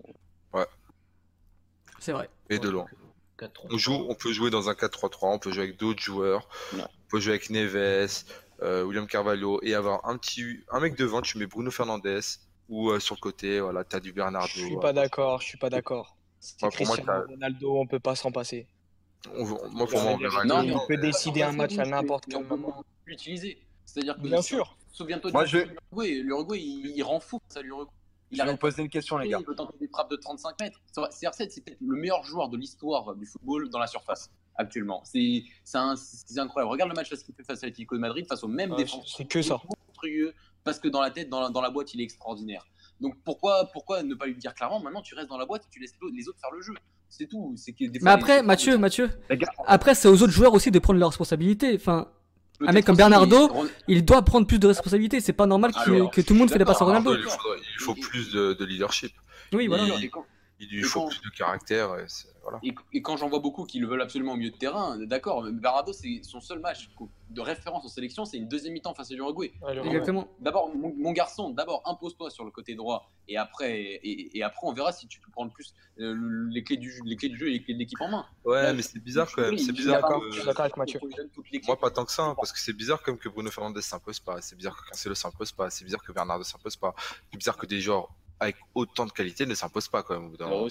Speaker 1: C'est vrai.
Speaker 2: Et de loin.
Speaker 5: 4-3.
Speaker 2: On peut jouer dans un 4-3-3, on peut jouer avec d'autres joueurs,
Speaker 8: Ouais.
Speaker 2: on peut jouer avec Neves, William Carvalho, et avoir un mec devant, tu mets Bruno Fernandes, ou sur le côté, voilà, t'as du Bernardo.
Speaker 6: Je suis pas d'accord. C'est
Speaker 2: Ouais, pour moi,
Speaker 6: Cristiano Ronaldo, on peut pas s'en passer.
Speaker 2: Moi, pour moi, on verra.
Speaker 8: Non,
Speaker 6: Il
Speaker 8: mais
Speaker 6: peut décider un match à n'importe quel
Speaker 8: on peut
Speaker 6: moment.
Speaker 8: l'utiliser. C'est-à-dire que
Speaker 6: Bien sûr.
Speaker 8: Souviens-toi
Speaker 4: Moi,
Speaker 8: de l'Uruguay. L'Uruguay, il rend fou ça, l'Uruguay.
Speaker 4: Je vais vous poser une question, les gars.
Speaker 8: Il peut tenter des frappes de 35 mètres. CR7, c'est peut-être le meilleur joueur de l'histoire du football dans la surface actuellement. C'est incroyable. Regarde le match qu'il fait face à l'Atlético de Madrid, face aux mêmes
Speaker 6: Ouais,
Speaker 8: défenseurs.
Speaker 6: c'est que ça.
Speaker 8: Monstrueux, parce que dans la tête, dans la boîte, il est extraordinaire. Donc pourquoi ne pas lui dire clairement, maintenant tu restes dans la boîte et tu laisses les autres faire le jeu. C'est tout. C'est que des
Speaker 1: Mais
Speaker 8: fois,
Speaker 1: après,
Speaker 8: les-
Speaker 1: Mathieu,
Speaker 4: Les gars,
Speaker 1: après, c'est aux autres joueurs aussi de prendre leurs responsabilités. Enfin, un mec
Speaker 8: Peut-être
Speaker 1: comme
Speaker 8: aussi,
Speaker 1: Bernardo,
Speaker 8: Ron-
Speaker 1: il doit prendre plus de responsabilités. C'est pas normal
Speaker 8: Alors,
Speaker 1: que tout le monde fait des passes à
Speaker 8: d'accord,
Speaker 1: Ronaldo.
Speaker 2: Il faut plus de leadership.
Speaker 1: Oui, voilà.
Speaker 8: Et quand-
Speaker 2: Il lui
Speaker 8: Et
Speaker 2: faut
Speaker 8: quand-
Speaker 2: plus de caractère. Voilà.
Speaker 8: Et quand j'en vois beaucoup qui le veulent absolument au milieu de terrain, d'accord, mais Bernardo, c'est son seul match de référence en sélection, c'est une deuxième mi-temps face à l'Uruguay.
Speaker 6: Ouais,
Speaker 1: Exactement.
Speaker 8: D'abord, mon garçon, d'abord impose-toi sur le côté droit, et après on verra si tu peux prendre plus les clés du jeu et les clés de l'équipe en main.
Speaker 2: Ouais, mais c'est bizarre quand même. C'est bizarre.
Speaker 6: Je suis d'accord avec Mathieu.
Speaker 2: Moi, pas tant que ça, hein, parce que c'est bizarre comme que Bruno Fernandes s'impose pas, c'est bizarre que Cancelo s'impose pas, c'est bizarre que Bernardo s'impose pas, c'est bizarre que des joueurs avec autant de qualité ne s'imposent pas quand même au bout d'un moment.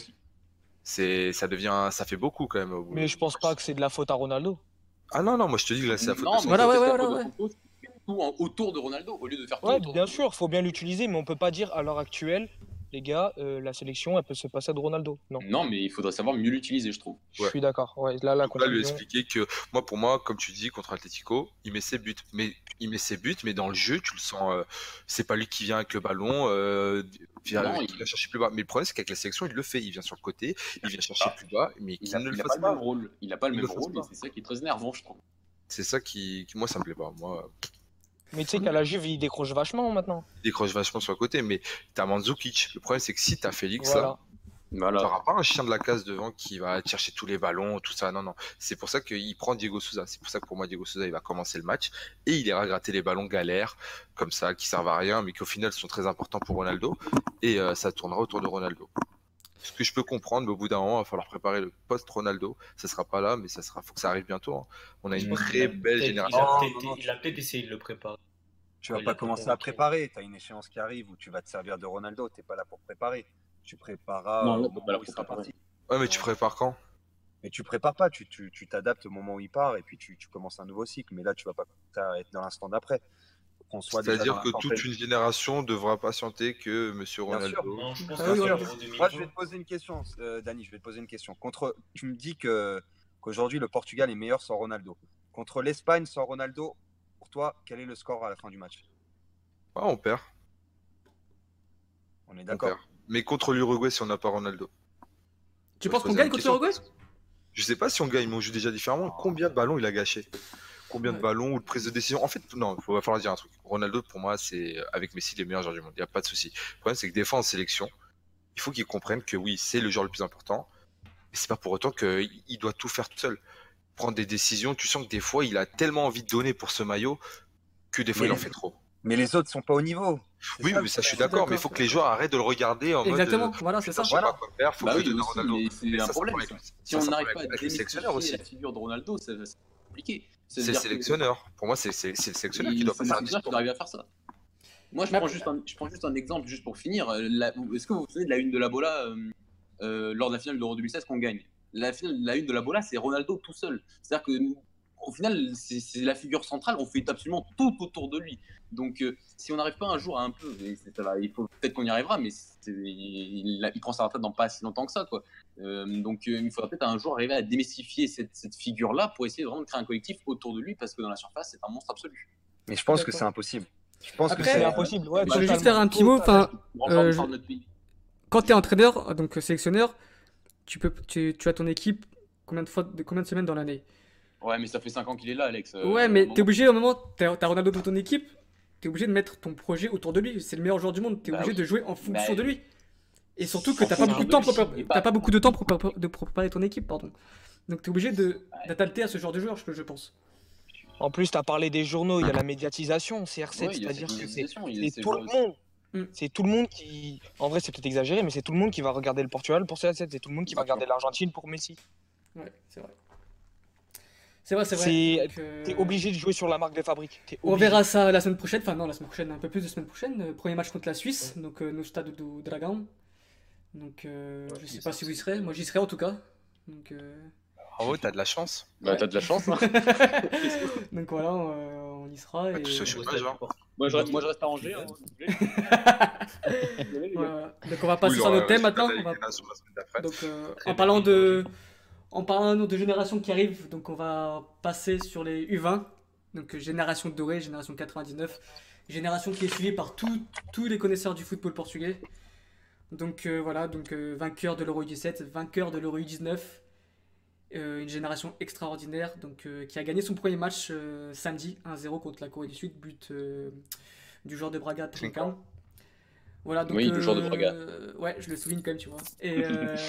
Speaker 2: Ça fait beaucoup quand même au bout.
Speaker 6: Mais je pense pas que c'est de la faute à Ronaldo.
Speaker 2: Ah non, moi je te dis que là c'est la faute
Speaker 8: Non,
Speaker 2: de son
Speaker 8: mais
Speaker 1: Voilà,
Speaker 8: c'est
Speaker 1: ouais,
Speaker 8: peut-être
Speaker 1: ouais,
Speaker 8: la faute de Ronaldo, tout autour de Ronaldo, au lieu de faire tout
Speaker 6: Ouais,
Speaker 8: autour.
Speaker 6: bien sûr, faut bien l'utiliser, mais on peut pas dire à l'heure actuelle, les gars, la sélection, elle peut se passer de Ronaldo. Non,
Speaker 8: Non, mais il faudrait savoir mieux l'utiliser, je trouve.
Speaker 6: je suis d'accord. Ouais, là, la
Speaker 2: Donc là, lui
Speaker 6: conclusion.
Speaker 2: expliquer que pour moi, comme tu dis, contre Atletico, il met ses buts. Mais il met ses buts, mais dans le jeu, tu le sens. C'est pas lui qui vient avec le ballon, qui
Speaker 8: Non,
Speaker 2: vient chercher plus bas. Mais le problème, c'est qu'avec la sélection, il le fait. Il vient sur le côté, il vient chercher plus bas, mais
Speaker 8: Il
Speaker 2: qu'il
Speaker 8: n'a
Speaker 2: ne le
Speaker 8: pas
Speaker 2: fasse
Speaker 8: le
Speaker 2: pas.
Speaker 8: même rôle. Il n'a pas le
Speaker 2: Il
Speaker 8: même
Speaker 2: le fasse
Speaker 8: rôle,
Speaker 2: pas.
Speaker 8: et c'est ça qui est très énervant, je trouve.
Speaker 2: C'est ça qui, moi, ça me plaît pas. Moi,
Speaker 6: Mais tu sais qu'à la Juve, il décroche vachement maintenant.
Speaker 2: il décroche vachement sur le côté, mais t'as Mandzukic. Le problème, c'est que si t'as Félix,
Speaker 6: Voilà.
Speaker 8: Voilà.
Speaker 2: t'auras pas un chien de la case devant qui va te chercher tous les ballons, tout ça. Non, non. C'est pour ça qu'il prend Diego Souza. C'est pour ça que pour moi, Diego Souza, il va commencer le match et il ira gratter les ballons galères, comme ça, qui servent à rien, mais qui au final sont très importants pour Ronaldo. Et ça tournera autour de Ronaldo. Ce que je peux comprendre, mais au bout d'un moment, il va falloir préparer le post-Ronaldo. Ça sera pas là, mais faut que ça arrive bientôt. Hein. On a
Speaker 5: Je
Speaker 2: une
Speaker 5: pense qu'il
Speaker 2: très
Speaker 5: a
Speaker 2: belle
Speaker 5: peut-être-
Speaker 2: génération.
Speaker 5: Il a peut-être essayé de le préparer.
Speaker 4: tu vas
Speaker 5: Il
Speaker 4: pas
Speaker 5: a
Speaker 4: commencer
Speaker 5: pas
Speaker 4: à préparer. Tu as une échéance qui arrive où tu vas te servir de Ronaldo. Tu n'es pas là pour préparer. Tu prépareras
Speaker 8: Non,
Speaker 4: au
Speaker 8: là,
Speaker 4: moment
Speaker 8: là,
Speaker 4: où il
Speaker 8: faut
Speaker 4: sera
Speaker 8: préparer.
Speaker 4: parti.
Speaker 2: Ouais, mais tu prépares quand?
Speaker 4: Mais tu prépares pas. Tu t'adaptes au moment où il part et puis tu commences un nouveau cycle. Mais là, tu vas pas être dans l'instant d'après. Faut qu'on soit déjà
Speaker 2: C'est-à-dire
Speaker 4: dans
Speaker 2: que
Speaker 4: l'instant
Speaker 2: toute
Speaker 4: présent.
Speaker 2: une génération devra patienter que Monsieur
Speaker 4: Bien sûr.
Speaker 2: Ronaldo.
Speaker 5: Non, je pense
Speaker 4: Ah
Speaker 5: que
Speaker 4: oui,
Speaker 5: c'est
Speaker 4: voilà.
Speaker 5: l'Euro 2020.
Speaker 4: Moi, je vais te poser une question, Dani. Je vais te poser une question. Tu me dis qu'aujourd'hui, le Portugal est meilleur sans Ronaldo. Contre l'Espagne sans Ronaldo, pour toi, quel est le score à la fin du match?
Speaker 2: Ah, on perd.
Speaker 4: On est
Speaker 2: On
Speaker 4: d'accord.
Speaker 2: perd. Mais contre l'Uruguay, si on n'a pas Ronaldo.
Speaker 1: Tu
Speaker 2: Faut
Speaker 1: penses
Speaker 2: se
Speaker 1: qu'on
Speaker 2: poser
Speaker 1: gagne
Speaker 2: une
Speaker 1: contre
Speaker 2: question.
Speaker 1: l'Uruguay?
Speaker 2: Je sais pas si on gagne, mais on joue déjà différemment. Combien de ballons il a gâché? combien de ballons ou de prise de décision. En fait, non, il va falloir dire un truc. Ronaldo, pour moi, c'est avec Messi les meilleurs joueurs du monde. Il n'y a pas de souci. Le problème, c'est que des fois en sélection, il faut qu'il comprenne que oui, c'est le joueur le plus important, mais c'est pas pour autant qu'il doit tout faire tout seul. Prendre des décisions, tu sens que des fois, il a tellement envie de donner pour ce maillot que des fois, il en fait trop.
Speaker 4: Mais les autres sont pas au niveau.
Speaker 2: Oui, mais ça, je suis d'accord, mais il faut que les joueurs arrêtent de le regarder en
Speaker 1: Exactement,
Speaker 2: mode.
Speaker 1: voilà, c'est ça.
Speaker 2: Je sais pas quoi faire, faut
Speaker 8: Bah
Speaker 2: que
Speaker 8: oui,
Speaker 2: je donne à
Speaker 8: aussi,
Speaker 2: Ronaldo.
Speaker 8: mais c'est
Speaker 2: Mais
Speaker 8: un
Speaker 2: ça,
Speaker 8: problème.
Speaker 2: c'est avec-
Speaker 8: Si on
Speaker 2: ça,
Speaker 8: n'arrive
Speaker 2: c'est
Speaker 8: pas à
Speaker 2: avec les sélectionneurs
Speaker 8: démystifier
Speaker 2: aussi.
Speaker 8: la figure de Ronaldo, c'est compliqué.
Speaker 2: C'est le
Speaker 8: C'est-à-dire que-
Speaker 2: sélectionneur. Pour moi, c'est le sélectionneur qui doit
Speaker 8: c'est
Speaker 2: pas
Speaker 8: le
Speaker 2: faire un
Speaker 8: sélectionneur qui
Speaker 2: discours.
Speaker 8: doit arriver à faire ça. Moi, je prends juste un exemple, juste pour finir. Est-ce que vous vous souvenez de la une de la Bola lors de la finale de l'Euro 2016 qu'on gagne? La une de la Bola, c'est Ronaldo tout seul. C'est-à-dire que au final, c'est la figure centrale, on fait absolument tout autour de lui. Donc, si on n'arrive pas un jour à un peu, il faut peut-être qu'on y arrivera, mais il prend sa retraite dans pas si longtemps que ça, quoi. Donc, il faudra peut-être un jour arriver à démystifier cette figure-là pour essayer vraiment de créer un collectif autour de lui, parce que dans la surface, c'est un monstre absolu.
Speaker 4: Mais je pense que
Speaker 1: D'accord.
Speaker 4: c'est impossible. Je pense que
Speaker 1: Après,
Speaker 6: C'est impossible. Ouais,
Speaker 1: Je vais juste
Speaker 6: totalement.
Speaker 1: faire un petit mot. Enfin,
Speaker 8: Grand
Speaker 1: je-
Speaker 8: joueur de notre pays.
Speaker 1: quand tu es entraîneur, donc sélectionneur, tu as ton équipe combien de semaines dans l'année?
Speaker 8: Ouais, mais ça fait 5 ans qu'il est là, Alex.
Speaker 1: Ouais, mais t'es obligé au moment, t'as Ronaldo dans ton équipe, t'es obligé de mettre ton projet autour de lui. C'est le meilleur joueur du monde, t'es
Speaker 8: Bah
Speaker 1: obligé
Speaker 8: oui.
Speaker 1: de jouer en fonction
Speaker 8: Bah,
Speaker 1: de lui. Et surtout que
Speaker 8: en
Speaker 1: t'as pas
Speaker 8: fonction
Speaker 1: beaucoup de
Speaker 8: de
Speaker 1: temps
Speaker 8: lui,
Speaker 1: pour,
Speaker 8: mais
Speaker 1: t'as
Speaker 8: pas-
Speaker 1: pas beaucoup de temps pour préparer ton équipe, pardon. Donc t'es obligé d'adapter à ce genre de joueur, je pense.
Speaker 6: En plus, tu as parlé des journaux, il y a la médiatisation, CR7,
Speaker 8: Ouais, il y a
Speaker 6: c'est-à-dire
Speaker 8: cette
Speaker 6: que
Speaker 8: médiatisation, il y a
Speaker 6: c'est
Speaker 8: ces
Speaker 6: tout le
Speaker 8: joueurs-
Speaker 6: monde.
Speaker 1: Mm.
Speaker 6: C'est tout le monde qui. En vrai, c'est peut-être exagéré, mais c'est tout le monde qui va regarder le Portugal pour CR7, c'est tout le monde qui va regarder l'Argentine pour Messi.
Speaker 1: Ouais, c'est vrai. C'est vrai.
Speaker 6: T'es obligé de jouer sur la marque de fabrique. T'es
Speaker 1: On
Speaker 6: obligé.
Speaker 1: verra ça la semaine prochaine, enfin non, la semaine prochaine, un peu plus de semaine prochaine. Premier match contre la Suisse, donc no Stade do Dragão. Donc je sais pas si vous y serez, moi j'y serai en tout cas. Donc,
Speaker 2: Bravo, t'as de la chance.
Speaker 8: Bah, t'as de la chance. Hein.
Speaker 1: donc voilà, on y sera. Et...
Speaker 2: Tout ce chômage, hein.
Speaker 8: Moi, je reste à Angers. Hein, s'il vous plaît.
Speaker 1: Voilà. Donc on va passer
Speaker 2: Oui,
Speaker 1: sur
Speaker 2: il y
Speaker 1: notre
Speaker 2: aura
Speaker 1: thème
Speaker 2: un
Speaker 1: maintenant.
Speaker 2: résultat de la sur la semaine d'après.
Speaker 1: Donc
Speaker 5: Très
Speaker 1: en
Speaker 5: bien,
Speaker 1: parlant
Speaker 5: bien,
Speaker 1: en parlant de générations qui arrivent, donc on va passer sur les U20. Donc génération dorée, génération 99, génération qui est suivie par tous les connaisseurs du football portugais. Donc voilà, donc vainqueur de l'Euro U17, vainqueur de l'Euro U19, une génération extraordinaire, donc qui a gagné son premier match samedi 1-0 contre la Corée du Sud, but du joueur de Braga, Trincão. Voilà, donc,
Speaker 8: Oui, le joueur de Braga.
Speaker 1: Ouais, je le souligne quand même, tu vois. Et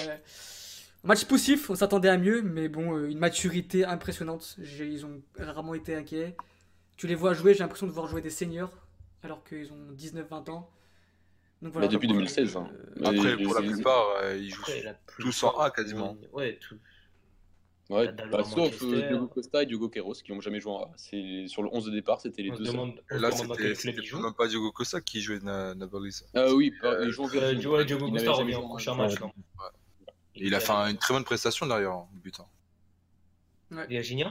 Speaker 1: match poussif, on s'attendait à mieux, mais bon, une maturité impressionnante. Ils ont rarement été inquiets. Tu les vois jouer, j'ai l'impression de voir jouer des seniors, alors qu'ils ont 19-20 ans. Donc voilà.
Speaker 8: Bah, depuis 2016. Hein.
Speaker 2: Après,
Speaker 8: Mais
Speaker 2: pour la
Speaker 8: c'est-
Speaker 2: plupart, ils jouent
Speaker 5: Après, la
Speaker 2: tous en
Speaker 5: plupart,
Speaker 2: A quasiment.
Speaker 5: Ouais, tout.
Speaker 8: Ouais,
Speaker 5: Dalo
Speaker 8: bah,
Speaker 5: à
Speaker 8: sauf
Speaker 5: Manchester.
Speaker 8: Diogo Costa et Diogo Queiroz qui n'ont jamais joué en A. Sur le 11 de départ, c'était les
Speaker 5: On se
Speaker 8: deux seuls.
Speaker 5: demande, on se
Speaker 2: Là,
Speaker 5: demande dans quel
Speaker 2: c'était
Speaker 5: club il joue.
Speaker 2: même pas Diogo Costa qui jouait Napoli. ça.
Speaker 8: Oui, ils jouent en Virginie.
Speaker 5: Ouais, Diogo
Speaker 8: Il
Speaker 5: Costa
Speaker 8: n'avait
Speaker 5: revient
Speaker 8: jamais
Speaker 5: au
Speaker 8: joué en
Speaker 5: prochain
Speaker 8: A.
Speaker 5: match, non?
Speaker 2: Et il a fait une très bonne prestation derrière, en but. Hein.
Speaker 5: Virginia?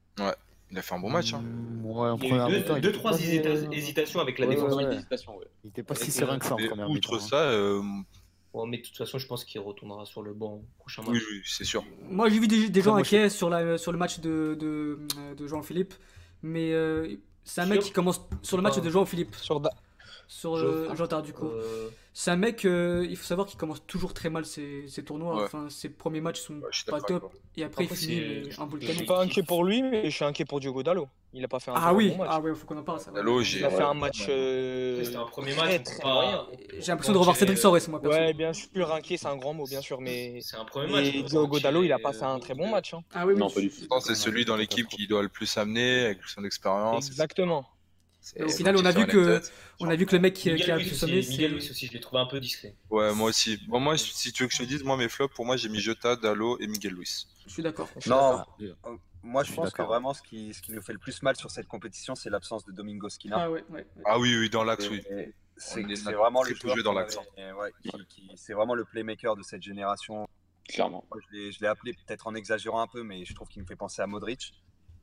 Speaker 2: Il a fait un bon match. Hein.
Speaker 7: Ouais, en
Speaker 5: Il y
Speaker 7: première
Speaker 5: a eu
Speaker 7: mi-temps, il
Speaker 5: deux,
Speaker 7: était
Speaker 5: trois
Speaker 7: pas si-
Speaker 5: hésitations avec la
Speaker 7: Ouais,
Speaker 5: défense.
Speaker 7: ouais, ouais.
Speaker 8: Hésitation, ouais.
Speaker 7: Il était pas si
Speaker 5: Et
Speaker 7: serein que ça en
Speaker 2: Mais
Speaker 7: première
Speaker 2: outre
Speaker 7: mi-temps.
Speaker 2: ça,
Speaker 5: Bon, mais de toute façon, je pense qu'il retournera sur le banc au prochain match.
Speaker 2: oui, c'est sûr.
Speaker 1: Moi, j'ai vu des gens
Speaker 7: moi,
Speaker 1: inquiets sur le match de Jean-Philippe, mais c'est un mec
Speaker 5: Sûr
Speaker 1: qui commence sur le match
Speaker 5: Ah.
Speaker 1: de Jean-Philippe,
Speaker 6: Sur
Speaker 1: sur
Speaker 5: Geoffroy.
Speaker 1: Jotard du coup.
Speaker 5: Euh,
Speaker 1: C'est un mec, il faut savoir qu'il commence toujours très mal ses tournois.
Speaker 2: Ouais.
Speaker 1: Enfin, ses premiers matchs sont
Speaker 2: Ouais, je suis
Speaker 1: pas
Speaker 2: d'accord avec
Speaker 1: top,
Speaker 2: toi.
Speaker 1: et après,
Speaker 5: Après,
Speaker 1: il finit
Speaker 5: c'est-
Speaker 1: mais un bout de
Speaker 5: je
Speaker 6: Je
Speaker 1: canon.
Speaker 6: suis pas inquiet pour lui, mais je suis inquiet pour Diogo Dalot. Il a pas fait un
Speaker 1: Ah
Speaker 6: très
Speaker 1: oui,
Speaker 6: bon match.
Speaker 1: ah ouais, faut qu'on en parle. Ça,
Speaker 2: Dalot,
Speaker 1: ouais.
Speaker 6: Il a fait un match.
Speaker 5: C'était un premier match.
Speaker 6: très,
Speaker 5: on peut
Speaker 6: très
Speaker 5: pas-
Speaker 6: moyen.
Speaker 1: J'ai l'impression de revoir Cédric Soares, moi, perso.
Speaker 6: Ouais, bien sûr, inquiet, c'est un grand mot, bien sûr, mais.
Speaker 5: C'est un premier match. on
Speaker 6: Et
Speaker 5: peut
Speaker 6: Diogo
Speaker 5: pas
Speaker 6: Dalot, il a
Speaker 5: tirer,
Speaker 6: pas fait un très bon match. Hein.
Speaker 1: Ah oui, oui.
Speaker 8: Non, pas du tout.
Speaker 2: Je pense que c'est celui dans l'équipe qui doit le plus amener avec son expérience.
Speaker 6: Exactement.
Speaker 1: Au final, on a vu que le mec qui
Speaker 5: Miguel
Speaker 1: a
Speaker 5: Luis
Speaker 1: pu
Speaker 5: aussi,
Speaker 1: sonner,
Speaker 5: Miguel
Speaker 1: c'est.
Speaker 5: Luis aussi, je l'ai trouvé un peu discret.
Speaker 2: Ouais, moi aussi. Bon, moi, si tu veux que je te dise, moi, mes flops, pour moi, j'ai mis Jota, Dalot et Miguel Luis.
Speaker 1: Je suis d'accord.
Speaker 4: Non,
Speaker 7: d'accord.
Speaker 4: moi
Speaker 7: Je
Speaker 4: je
Speaker 7: suis
Speaker 4: pense que
Speaker 7: d'accord.
Speaker 4: vraiment ce qui nous fait le plus mal sur cette compétition, c'est l'absence de Domingo Skina.
Speaker 1: Ah ouais, ouais.
Speaker 2: Ah oui, dans l'axe, oui.
Speaker 4: Et C'est
Speaker 2: On est
Speaker 4: c'est vraiment
Speaker 2: très
Speaker 4: le
Speaker 2: peu
Speaker 4: joueur
Speaker 2: joué dans
Speaker 4: qui
Speaker 2: l'axe.
Speaker 4: c'est vraiment le playmaker de cette génération.
Speaker 8: Clairement.
Speaker 4: Moi, je l'ai appelé peut-être en exagérant un peu, mais je trouve qu'il me fait penser à Modric.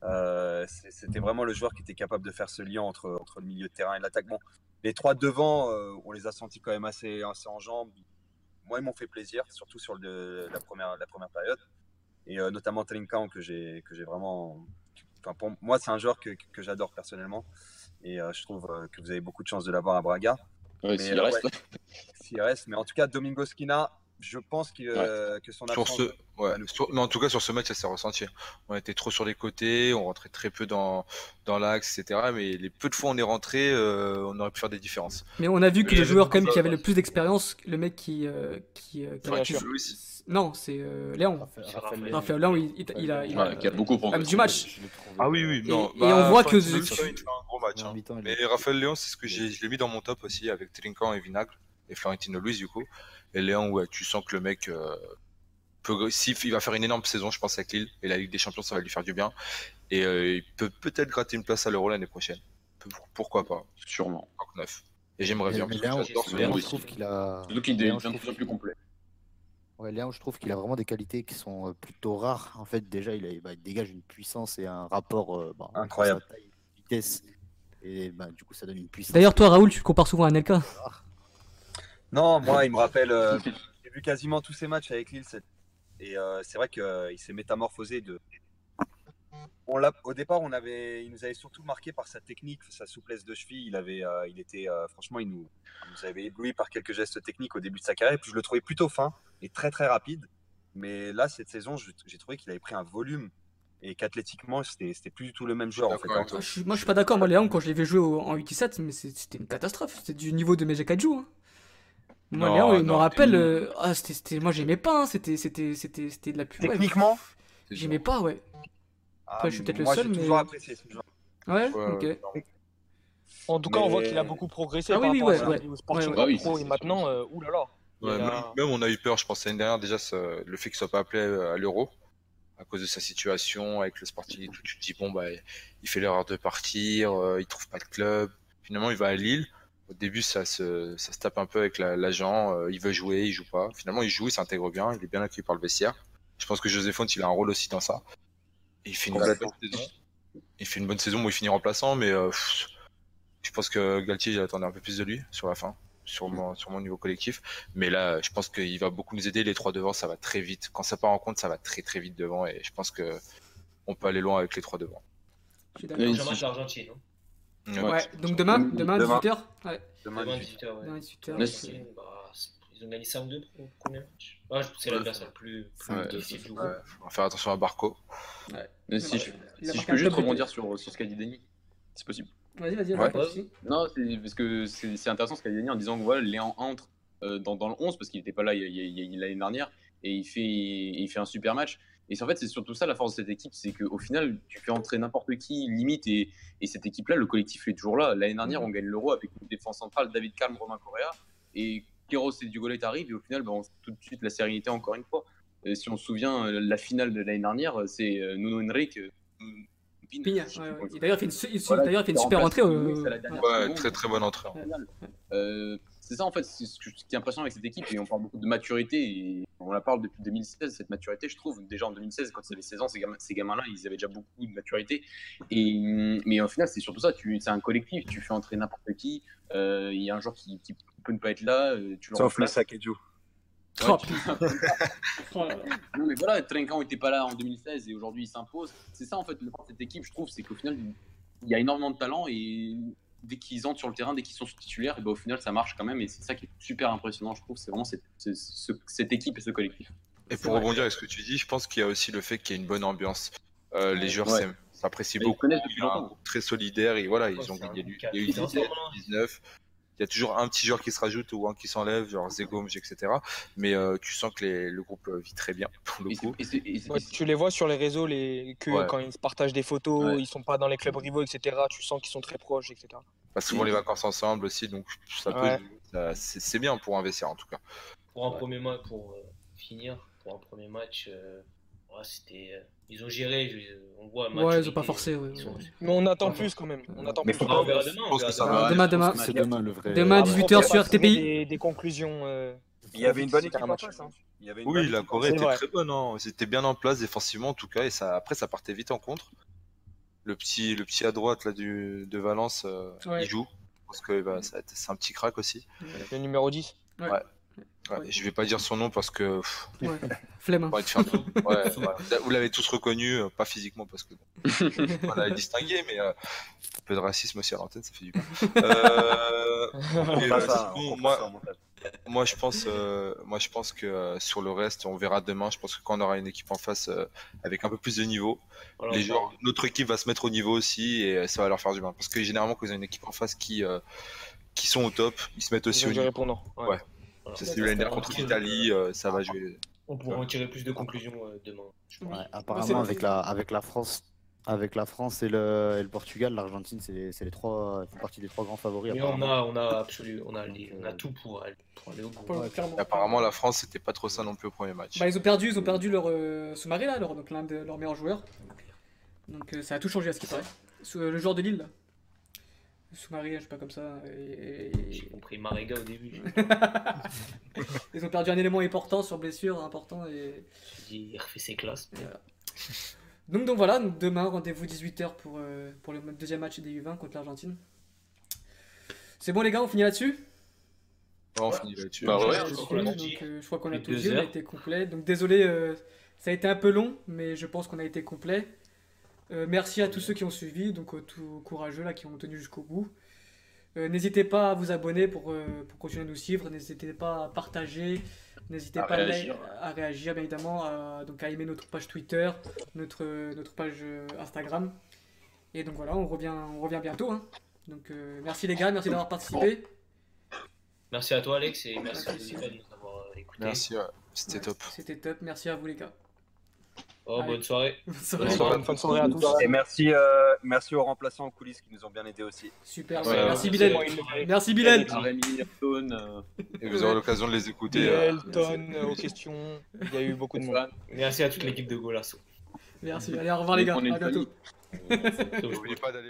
Speaker 4: C'était vraiment le joueur qui était capable de faire ce lien entre le milieu de terrain et l'attaque. Bon, les trois devant, on les a sentis quand même assez en jambes. Moi, ils m'ont fait plaisir, surtout sur la première période. Et notamment Trincão, que j'ai vraiment. Enfin, pour moi, c'est un joueur que j'adore personnellement. Et je trouve que vous avez beaucoup de chance de l'avoir à Braga.
Speaker 8: Ouais,
Speaker 4: Mais,
Speaker 8: s'il reste.
Speaker 4: S'il reste. Mais en tout cas, Domingo Skina, je pense que son
Speaker 2: Sur
Speaker 4: absence.
Speaker 2: ce, ouais, mais en tout cas sur ce match, ça s'est ressenti. On était trop sur les côtés, on rentrait très peu dans l'axe, etc. Mais les peu de fois où on est rentré, on aurait pu faire des différences.
Speaker 1: Mais on a vu que
Speaker 2: Il y
Speaker 1: le
Speaker 2: avait
Speaker 1: joueur
Speaker 2: beaucoup
Speaker 1: quand même
Speaker 2: de-
Speaker 1: qui avait le plus d'expérience, le mec qui
Speaker 2: Enfin,
Speaker 6: sûr.
Speaker 1: non, c'est Léon.
Speaker 9: Raphaël
Speaker 1: Raphaël Léon, il a
Speaker 8: Ouais, qui a beaucoup
Speaker 1: homme
Speaker 8: progressé.
Speaker 1: du match.
Speaker 9: Je l'ai trouvé,
Speaker 2: Ah oui, oui, non.
Speaker 1: Et on voit que-
Speaker 2: il fait un gros match.
Speaker 9: En
Speaker 2: Hein.
Speaker 9: mi-temps, il
Speaker 2: Mais
Speaker 9: est-
Speaker 2: Raphaël Léon, c'est ce que je l'ai mis dans mon top aussi avec Trinkan et Vinagre et Florentino Luis du coup. Et Léon, ouais, tu sens que le mec il va faire une énorme saison, je pense, avec Lille et la Ligue des Champions, ça va lui faire du bien. Et il peut peut-être gratter une place à l'Euro l'année prochaine. Pourquoi pas?
Speaker 8: Sûrement.
Speaker 2: 9. Et j'aimerais bien.
Speaker 9: Mais
Speaker 2: parce que
Speaker 9: Léon,
Speaker 2: j'adore ce
Speaker 8: Léon
Speaker 9: Léon,
Speaker 2: joueur.
Speaker 9: je trouve qu'il a.
Speaker 8: Surtout qu'il
Speaker 9: Léon,
Speaker 8: devient
Speaker 9: je
Speaker 8: de plus en plus complet.
Speaker 9: Ouais, Léon, je trouve qu'il a vraiment des qualités qui sont plutôt rares. En fait, déjà, il dégage une puissance et un rapport entre
Speaker 4: Incroyable.
Speaker 9: sa taille et sa vitesse. Et du coup, ça donne une puissance.
Speaker 1: D'ailleurs, toi, Raoul, tu le compares souvent à Anelka.
Speaker 4: Non, moi, il me rappelle. J'ai vu quasiment tous ses matchs avec Lille. Et c'est vrai qu'il s'est métamorphosé de. Au départ, il nous avait surtout marqué par sa technique, sa souplesse de cheville. Franchement, il nous avait ébloui par quelques gestes techniques au début de sa carrière. Et puis je le trouvais plutôt fin et très très rapide. Mais là, cette saison, j'ai trouvé qu'il avait pris un volume et qu'athlétiquement, c'était plus du tout le même joueur. En fait.
Speaker 2: D'accord avec toi.
Speaker 1: Moi, je suis pas d'accord. Moi, Léon, quand je l'ai vu jouer en 8-7, mais c'était une catastrophe. C'était du niveau de Mejakadju. Hein. Moi,
Speaker 2: Non,
Speaker 1: Léon, il me
Speaker 2: non,
Speaker 1: rappelle. Moi, j'aimais pas. Hein. C'était de la pub.
Speaker 4: Techniquement,
Speaker 1: J'aimais pas, ouais. Après, je suis peut-être le
Speaker 4: moi,
Speaker 1: seul,
Speaker 4: j'ai
Speaker 1: mais-
Speaker 4: toujours apprécié ce joueur.
Speaker 1: Ouais,
Speaker 2: Ouais,
Speaker 1: ok.
Speaker 6: En tout cas, on voit
Speaker 4: Mais-
Speaker 6: qu'il a beaucoup progressé
Speaker 1: Ah oui,
Speaker 6: par
Speaker 1: oui,
Speaker 6: rapport à
Speaker 1: ouais,
Speaker 6: son
Speaker 1: ouais.
Speaker 6: niveau sportif
Speaker 1: Ouais,
Speaker 8: ouais. Ah oui,
Speaker 6: pro,
Speaker 8: c'est
Speaker 6: et maintenant, oulala.
Speaker 2: Ouais,
Speaker 6: Il a-
Speaker 2: même on a eu peur, je pense, l'année dernière, déjà, le fait qu'il soit pas appelé à l'Euro, à cause de sa situation avec le Sporting et tout, tu te dis, bon, bah, il fait l'erreur de partir, il trouve pas de club. Finalement, il va à Lille. Au début, ça se tape un peu avec l'agent, il veut jouer, il joue pas. Finalement, il joue, il s'intègre bien, il est bien accueilli par le vestiaire. Je pense que José Font, il a un rôle aussi dans ça. Et il fait une bonne saison. Il fait une bonne saison où il finit remplaçant, mais je pense que Galtier, j'attendais un peu plus de lui sur la fin, sur mon niveau collectif. Mais là, je pense qu'il va beaucoup nous aider. Les trois devant, ça va très vite. Quand ça part en compte, ça va très très vite devant. Et je pense que on peut aller loin avec les trois devant.
Speaker 1: Je suis d'accord.
Speaker 8: Oui,
Speaker 5: Jean-Marc l'Argentine.
Speaker 1: Ouais, donc demain 18h. Ouais,
Speaker 4: Demain,
Speaker 5: Demain,
Speaker 4: 18.
Speaker 5: 18h, ouais.
Speaker 1: demain 18h.
Speaker 8: Mais
Speaker 5: Ils ont gagné 5-2 pour le premier match. Ouais, c'est l'adversaire le plus
Speaker 8: Ouais.
Speaker 5: difficile du
Speaker 2: Ouais,
Speaker 5: groupe.
Speaker 2: on va faire attention à Barco.
Speaker 8: Mais si
Speaker 1: Ouais.
Speaker 8: je,
Speaker 1: Il a
Speaker 8: si je
Speaker 1: marqué
Speaker 8: peux
Speaker 1: un
Speaker 8: juste
Speaker 1: top de
Speaker 8: rebondir
Speaker 1: tête.
Speaker 8: sur ce qu'a dit Denis, c'est possible.
Speaker 1: Vas-y,
Speaker 4: Ouais.
Speaker 1: pas de souci.
Speaker 8: Non, c'est parce que c'est intéressant ce qu'a dit Denis en disant que voilà, Léon entre dans le 11 parce qu'il n'était pas là l'année dernière et il fait un super match. Et en fait, c'est surtout ça la force de cette équipe, c'est qu'au final, tu fais entrer n'importe qui, limite, et cette équipe-là, le collectif est toujours là. L'année dernière, on gagne l'Euro avec une défense centrale, David Calm, Romain Correa, et Queiroz et Diogolet arrivent, et au final, tout de suite, la sérénité encore une fois. Si on se souvient, la finale de l'année dernière, c'est Nuno Henrique.
Speaker 1: Pigna, ouais, ouais. Et d'ailleurs, il fait une,
Speaker 8: Voilà,
Speaker 1: d'ailleurs, il fait une
Speaker 8: qui
Speaker 1: super
Speaker 8: remplace
Speaker 1: entrée.
Speaker 8: Luis à la dernière
Speaker 2: Ouais,
Speaker 8: seconde.
Speaker 2: très très bonne entrée.
Speaker 8: C'est ça en fait, c'est ce qui est impressionnant avec cette équipe et on parle beaucoup de maturité et on la parle depuis 2016, cette maturité je trouve, déjà en 2016 quand ils avaient 16 ans, ces gamins-là ils avaient déjà beaucoup de maturité mais au final c'est surtout ça, c'est un collectif, tu fais entrer n'importe qui, il y a un joueur qui peut ne pas être là, tu le
Speaker 4: Sauf le
Speaker 8: remplaces.
Speaker 4: Sakeju.
Speaker 1: Oh,
Speaker 8: tu-
Speaker 1: Oh là là.
Speaker 8: Non mais voilà, Trinkan n'était pas là en 2016 et aujourd'hui il s'impose. C'est ça en fait le force de cette équipe, je trouve, c'est qu'au final il y a énormément de talent et dès qu'ils entrent sur le terrain, dès qu'ils sont titulaires, et ben, au final ça marche quand même et c'est ça qui est super impressionnant, je trouve, c'est vraiment cette équipe et ce collectif.
Speaker 2: Et pour rebondir avec ce que tu dis, je pense qu'il y a aussi le fait qu'il y ait une bonne ambiance. Les joueurs
Speaker 8: Ouais.
Speaker 2: s'apprécient
Speaker 8: Mais ils
Speaker 2: beaucoup.
Speaker 8: connaissent
Speaker 2: Il
Speaker 8: depuis
Speaker 2: y a un
Speaker 8: longtemps.
Speaker 2: groupe très solidaire et voilà, ils
Speaker 5: Ouais,
Speaker 2: ont
Speaker 5: c'est un
Speaker 2: gagné.
Speaker 5: groupe
Speaker 2: Il y a eu
Speaker 5: qui a
Speaker 2: 17,
Speaker 5: ensemble, hein.
Speaker 2: 19. Il y a toujours un petit joueur qui se rajoute ou un qui s'enlève, genre Zegomj, etc. Mais tu sens que le groupe vit très bien pour le
Speaker 8: Et
Speaker 2: coup.
Speaker 6: Ouais, tu les vois sur les réseaux,
Speaker 2: Ouais.
Speaker 6: quand ils se partagent des photos,
Speaker 8: Ouais.
Speaker 6: ils sont pas dans les clubs rivaux, etc. Tu sens qu'ils sont très proches, etc.
Speaker 2: On passe souvent les vacances ensemble aussi, donc ça peut.
Speaker 6: Ouais.
Speaker 2: C'est bien pour investir en tout cas.
Speaker 5: Pour un premier match, pour finir, pour un premier match, ouais, c'était. Ils ont géré, on voit un match.
Speaker 1: Ouais, ils ont pas forcé. Ouais,
Speaker 5: ils sont-
Speaker 1: ouais.
Speaker 6: Mais on attend plus quand même. On attend
Speaker 4: Mais
Speaker 6: plus.
Speaker 4: faut
Speaker 5: Ah, on verra demain.
Speaker 2: Je pense que ça
Speaker 5: on
Speaker 2: va
Speaker 5: verra
Speaker 2: aller.
Speaker 1: Demain,
Speaker 2: Je pense
Speaker 1: demain.
Speaker 2: que
Speaker 9: C'est demain le vrai.
Speaker 1: Demain,
Speaker 9: Ah,
Speaker 1: 18h sur RTPI.
Speaker 6: Des conclusions.
Speaker 4: Il y avait une bonne équipe
Speaker 6: C'était un
Speaker 4: en
Speaker 6: match.
Speaker 4: face. Hein. Il y avait une
Speaker 2: Oui,
Speaker 4: bonne
Speaker 2: la
Speaker 4: équipe en
Speaker 2: Corée
Speaker 6: C'est
Speaker 2: était
Speaker 6: vrai.
Speaker 2: très bonne, hein. C'était bien en place défensivement en tout cas, et après ça partait vite en contre. Le petit à droite là de Valence,
Speaker 1: Ouais.
Speaker 2: il joue. Parce que c'est un petit crack aussi.
Speaker 6: Le numéro 10.
Speaker 2: Ouais, je vais pas dire son nom parce que
Speaker 1: Ouais. Flemme. hein.
Speaker 2: pour être ferme. Ouais, ouais. Vous l'avez tous reconnu, pas physiquement parce que on l'a distingué, mais un peu de racisme aussi à l'antenne, ça fait du bien.
Speaker 4: On
Speaker 2: Et,
Speaker 4: passe ça,
Speaker 2: sinon,
Speaker 4: on
Speaker 2: moi,
Speaker 4: passe ça en montage.
Speaker 2: moi, je pense que sur le reste, on verra demain. Je pense que quand on aura une équipe en face avec un peu plus de niveau,
Speaker 5: Voilà,
Speaker 2: les gens, notre équipe va se mettre au niveau aussi et ça va leur faire du bien. Parce que généralement, quand ils ont une équipe en face qui sont au top, ils se mettent aussi
Speaker 6: Ils ont
Speaker 2: au
Speaker 6: du
Speaker 2: niveau.
Speaker 6: répondant.
Speaker 2: Ouais.
Speaker 5: voilà.
Speaker 2: Ça s'est vu l'année dernière contre l'Italie, ça va jouer.
Speaker 5: On pourra en tirer plus de conclusions demain. je pense.
Speaker 9: Ouais,
Speaker 1: c'est
Speaker 9: apparemment,
Speaker 1: le-
Speaker 9: avec la France et le Portugal, l'Argentine, c'est les trois, font partie des trois grands favoris.
Speaker 5: Mais
Speaker 9: apparemment.
Speaker 5: on a tout pour aller au bout.
Speaker 1: Ouais, clairement.
Speaker 2: Et apparemment, la France, c'était pas trop ça non plus au premier match.
Speaker 1: Bah, ils ont perdu leur Soumaré là, donc l'un de leurs meilleurs joueurs. Donc ça a tout changé à ce qui paraît. Le joueur de Lille là. Soumaré, je sais pas comme ça.
Speaker 5: J'ai compris Marega au début.
Speaker 1: Ils ont perdu un élément important sur blessure, important. Et
Speaker 5: Il refait ses classes.
Speaker 1: voilà. Donc voilà, donc demain, rendez-vous 18h pour le deuxième match des U20 contre l'Argentine. C'est bon les gars, on finit là-dessus?
Speaker 2: On finit là-dessus.
Speaker 8: Bah ouais,
Speaker 1: Je crois qu'on a tout
Speaker 5: Depuis
Speaker 1: dit,
Speaker 5: 2
Speaker 1: on a
Speaker 5: heures.
Speaker 1: été complet. Donc désolé, ça a été un peu long, mais je pense qu'on a été complet. Merci à tous ceux qui ont suivi, donc tout courageux là, qui ont tenu jusqu'au bout. N'hésitez pas à vous abonner pour continuer à nous suivre. N'hésitez pas à partager. N'hésitez
Speaker 8: À
Speaker 1: pas
Speaker 8: réagir.
Speaker 1: à réagir, bien évidemment. Donc à aimer notre page Twitter, notre page Instagram. Et donc voilà, on revient bientôt. Hein. Donc merci les gars, merci d'avoir participé.
Speaker 5: Merci à toi Alex et merci à
Speaker 1: Merci.
Speaker 5: vous de nous avoir écoutés.
Speaker 2: Merci, c'était top.
Speaker 1: C'était top. Merci à vous les gars.
Speaker 5: Oh, bonne soirée.
Speaker 1: Bonne
Speaker 5: Bonne
Speaker 1: soirée.
Speaker 5: soirée.
Speaker 6: Bonne soirée à tous.
Speaker 4: Et merci aux remplaçants en coulisses qui nous ont bien aidés aussi.
Speaker 1: Super.
Speaker 2: Ouais,
Speaker 1: merci
Speaker 5: ouais,
Speaker 1: Bilal.
Speaker 5: c'est-
Speaker 1: Merci Bilal.
Speaker 8: Rémi, Ayrton,
Speaker 2: Et vous aurez l'occasion de les écouter.
Speaker 6: Elton, aux questions. Il y a eu beaucoup de monde.
Speaker 8: Stéphane.
Speaker 5: Merci à toute l'équipe de Golasso.
Speaker 1: Merci. Allez, au revoir les gars.
Speaker 8: On est une
Speaker 1: À bientôt.
Speaker 8: famille.
Speaker 2: N'oubliez pas d'aller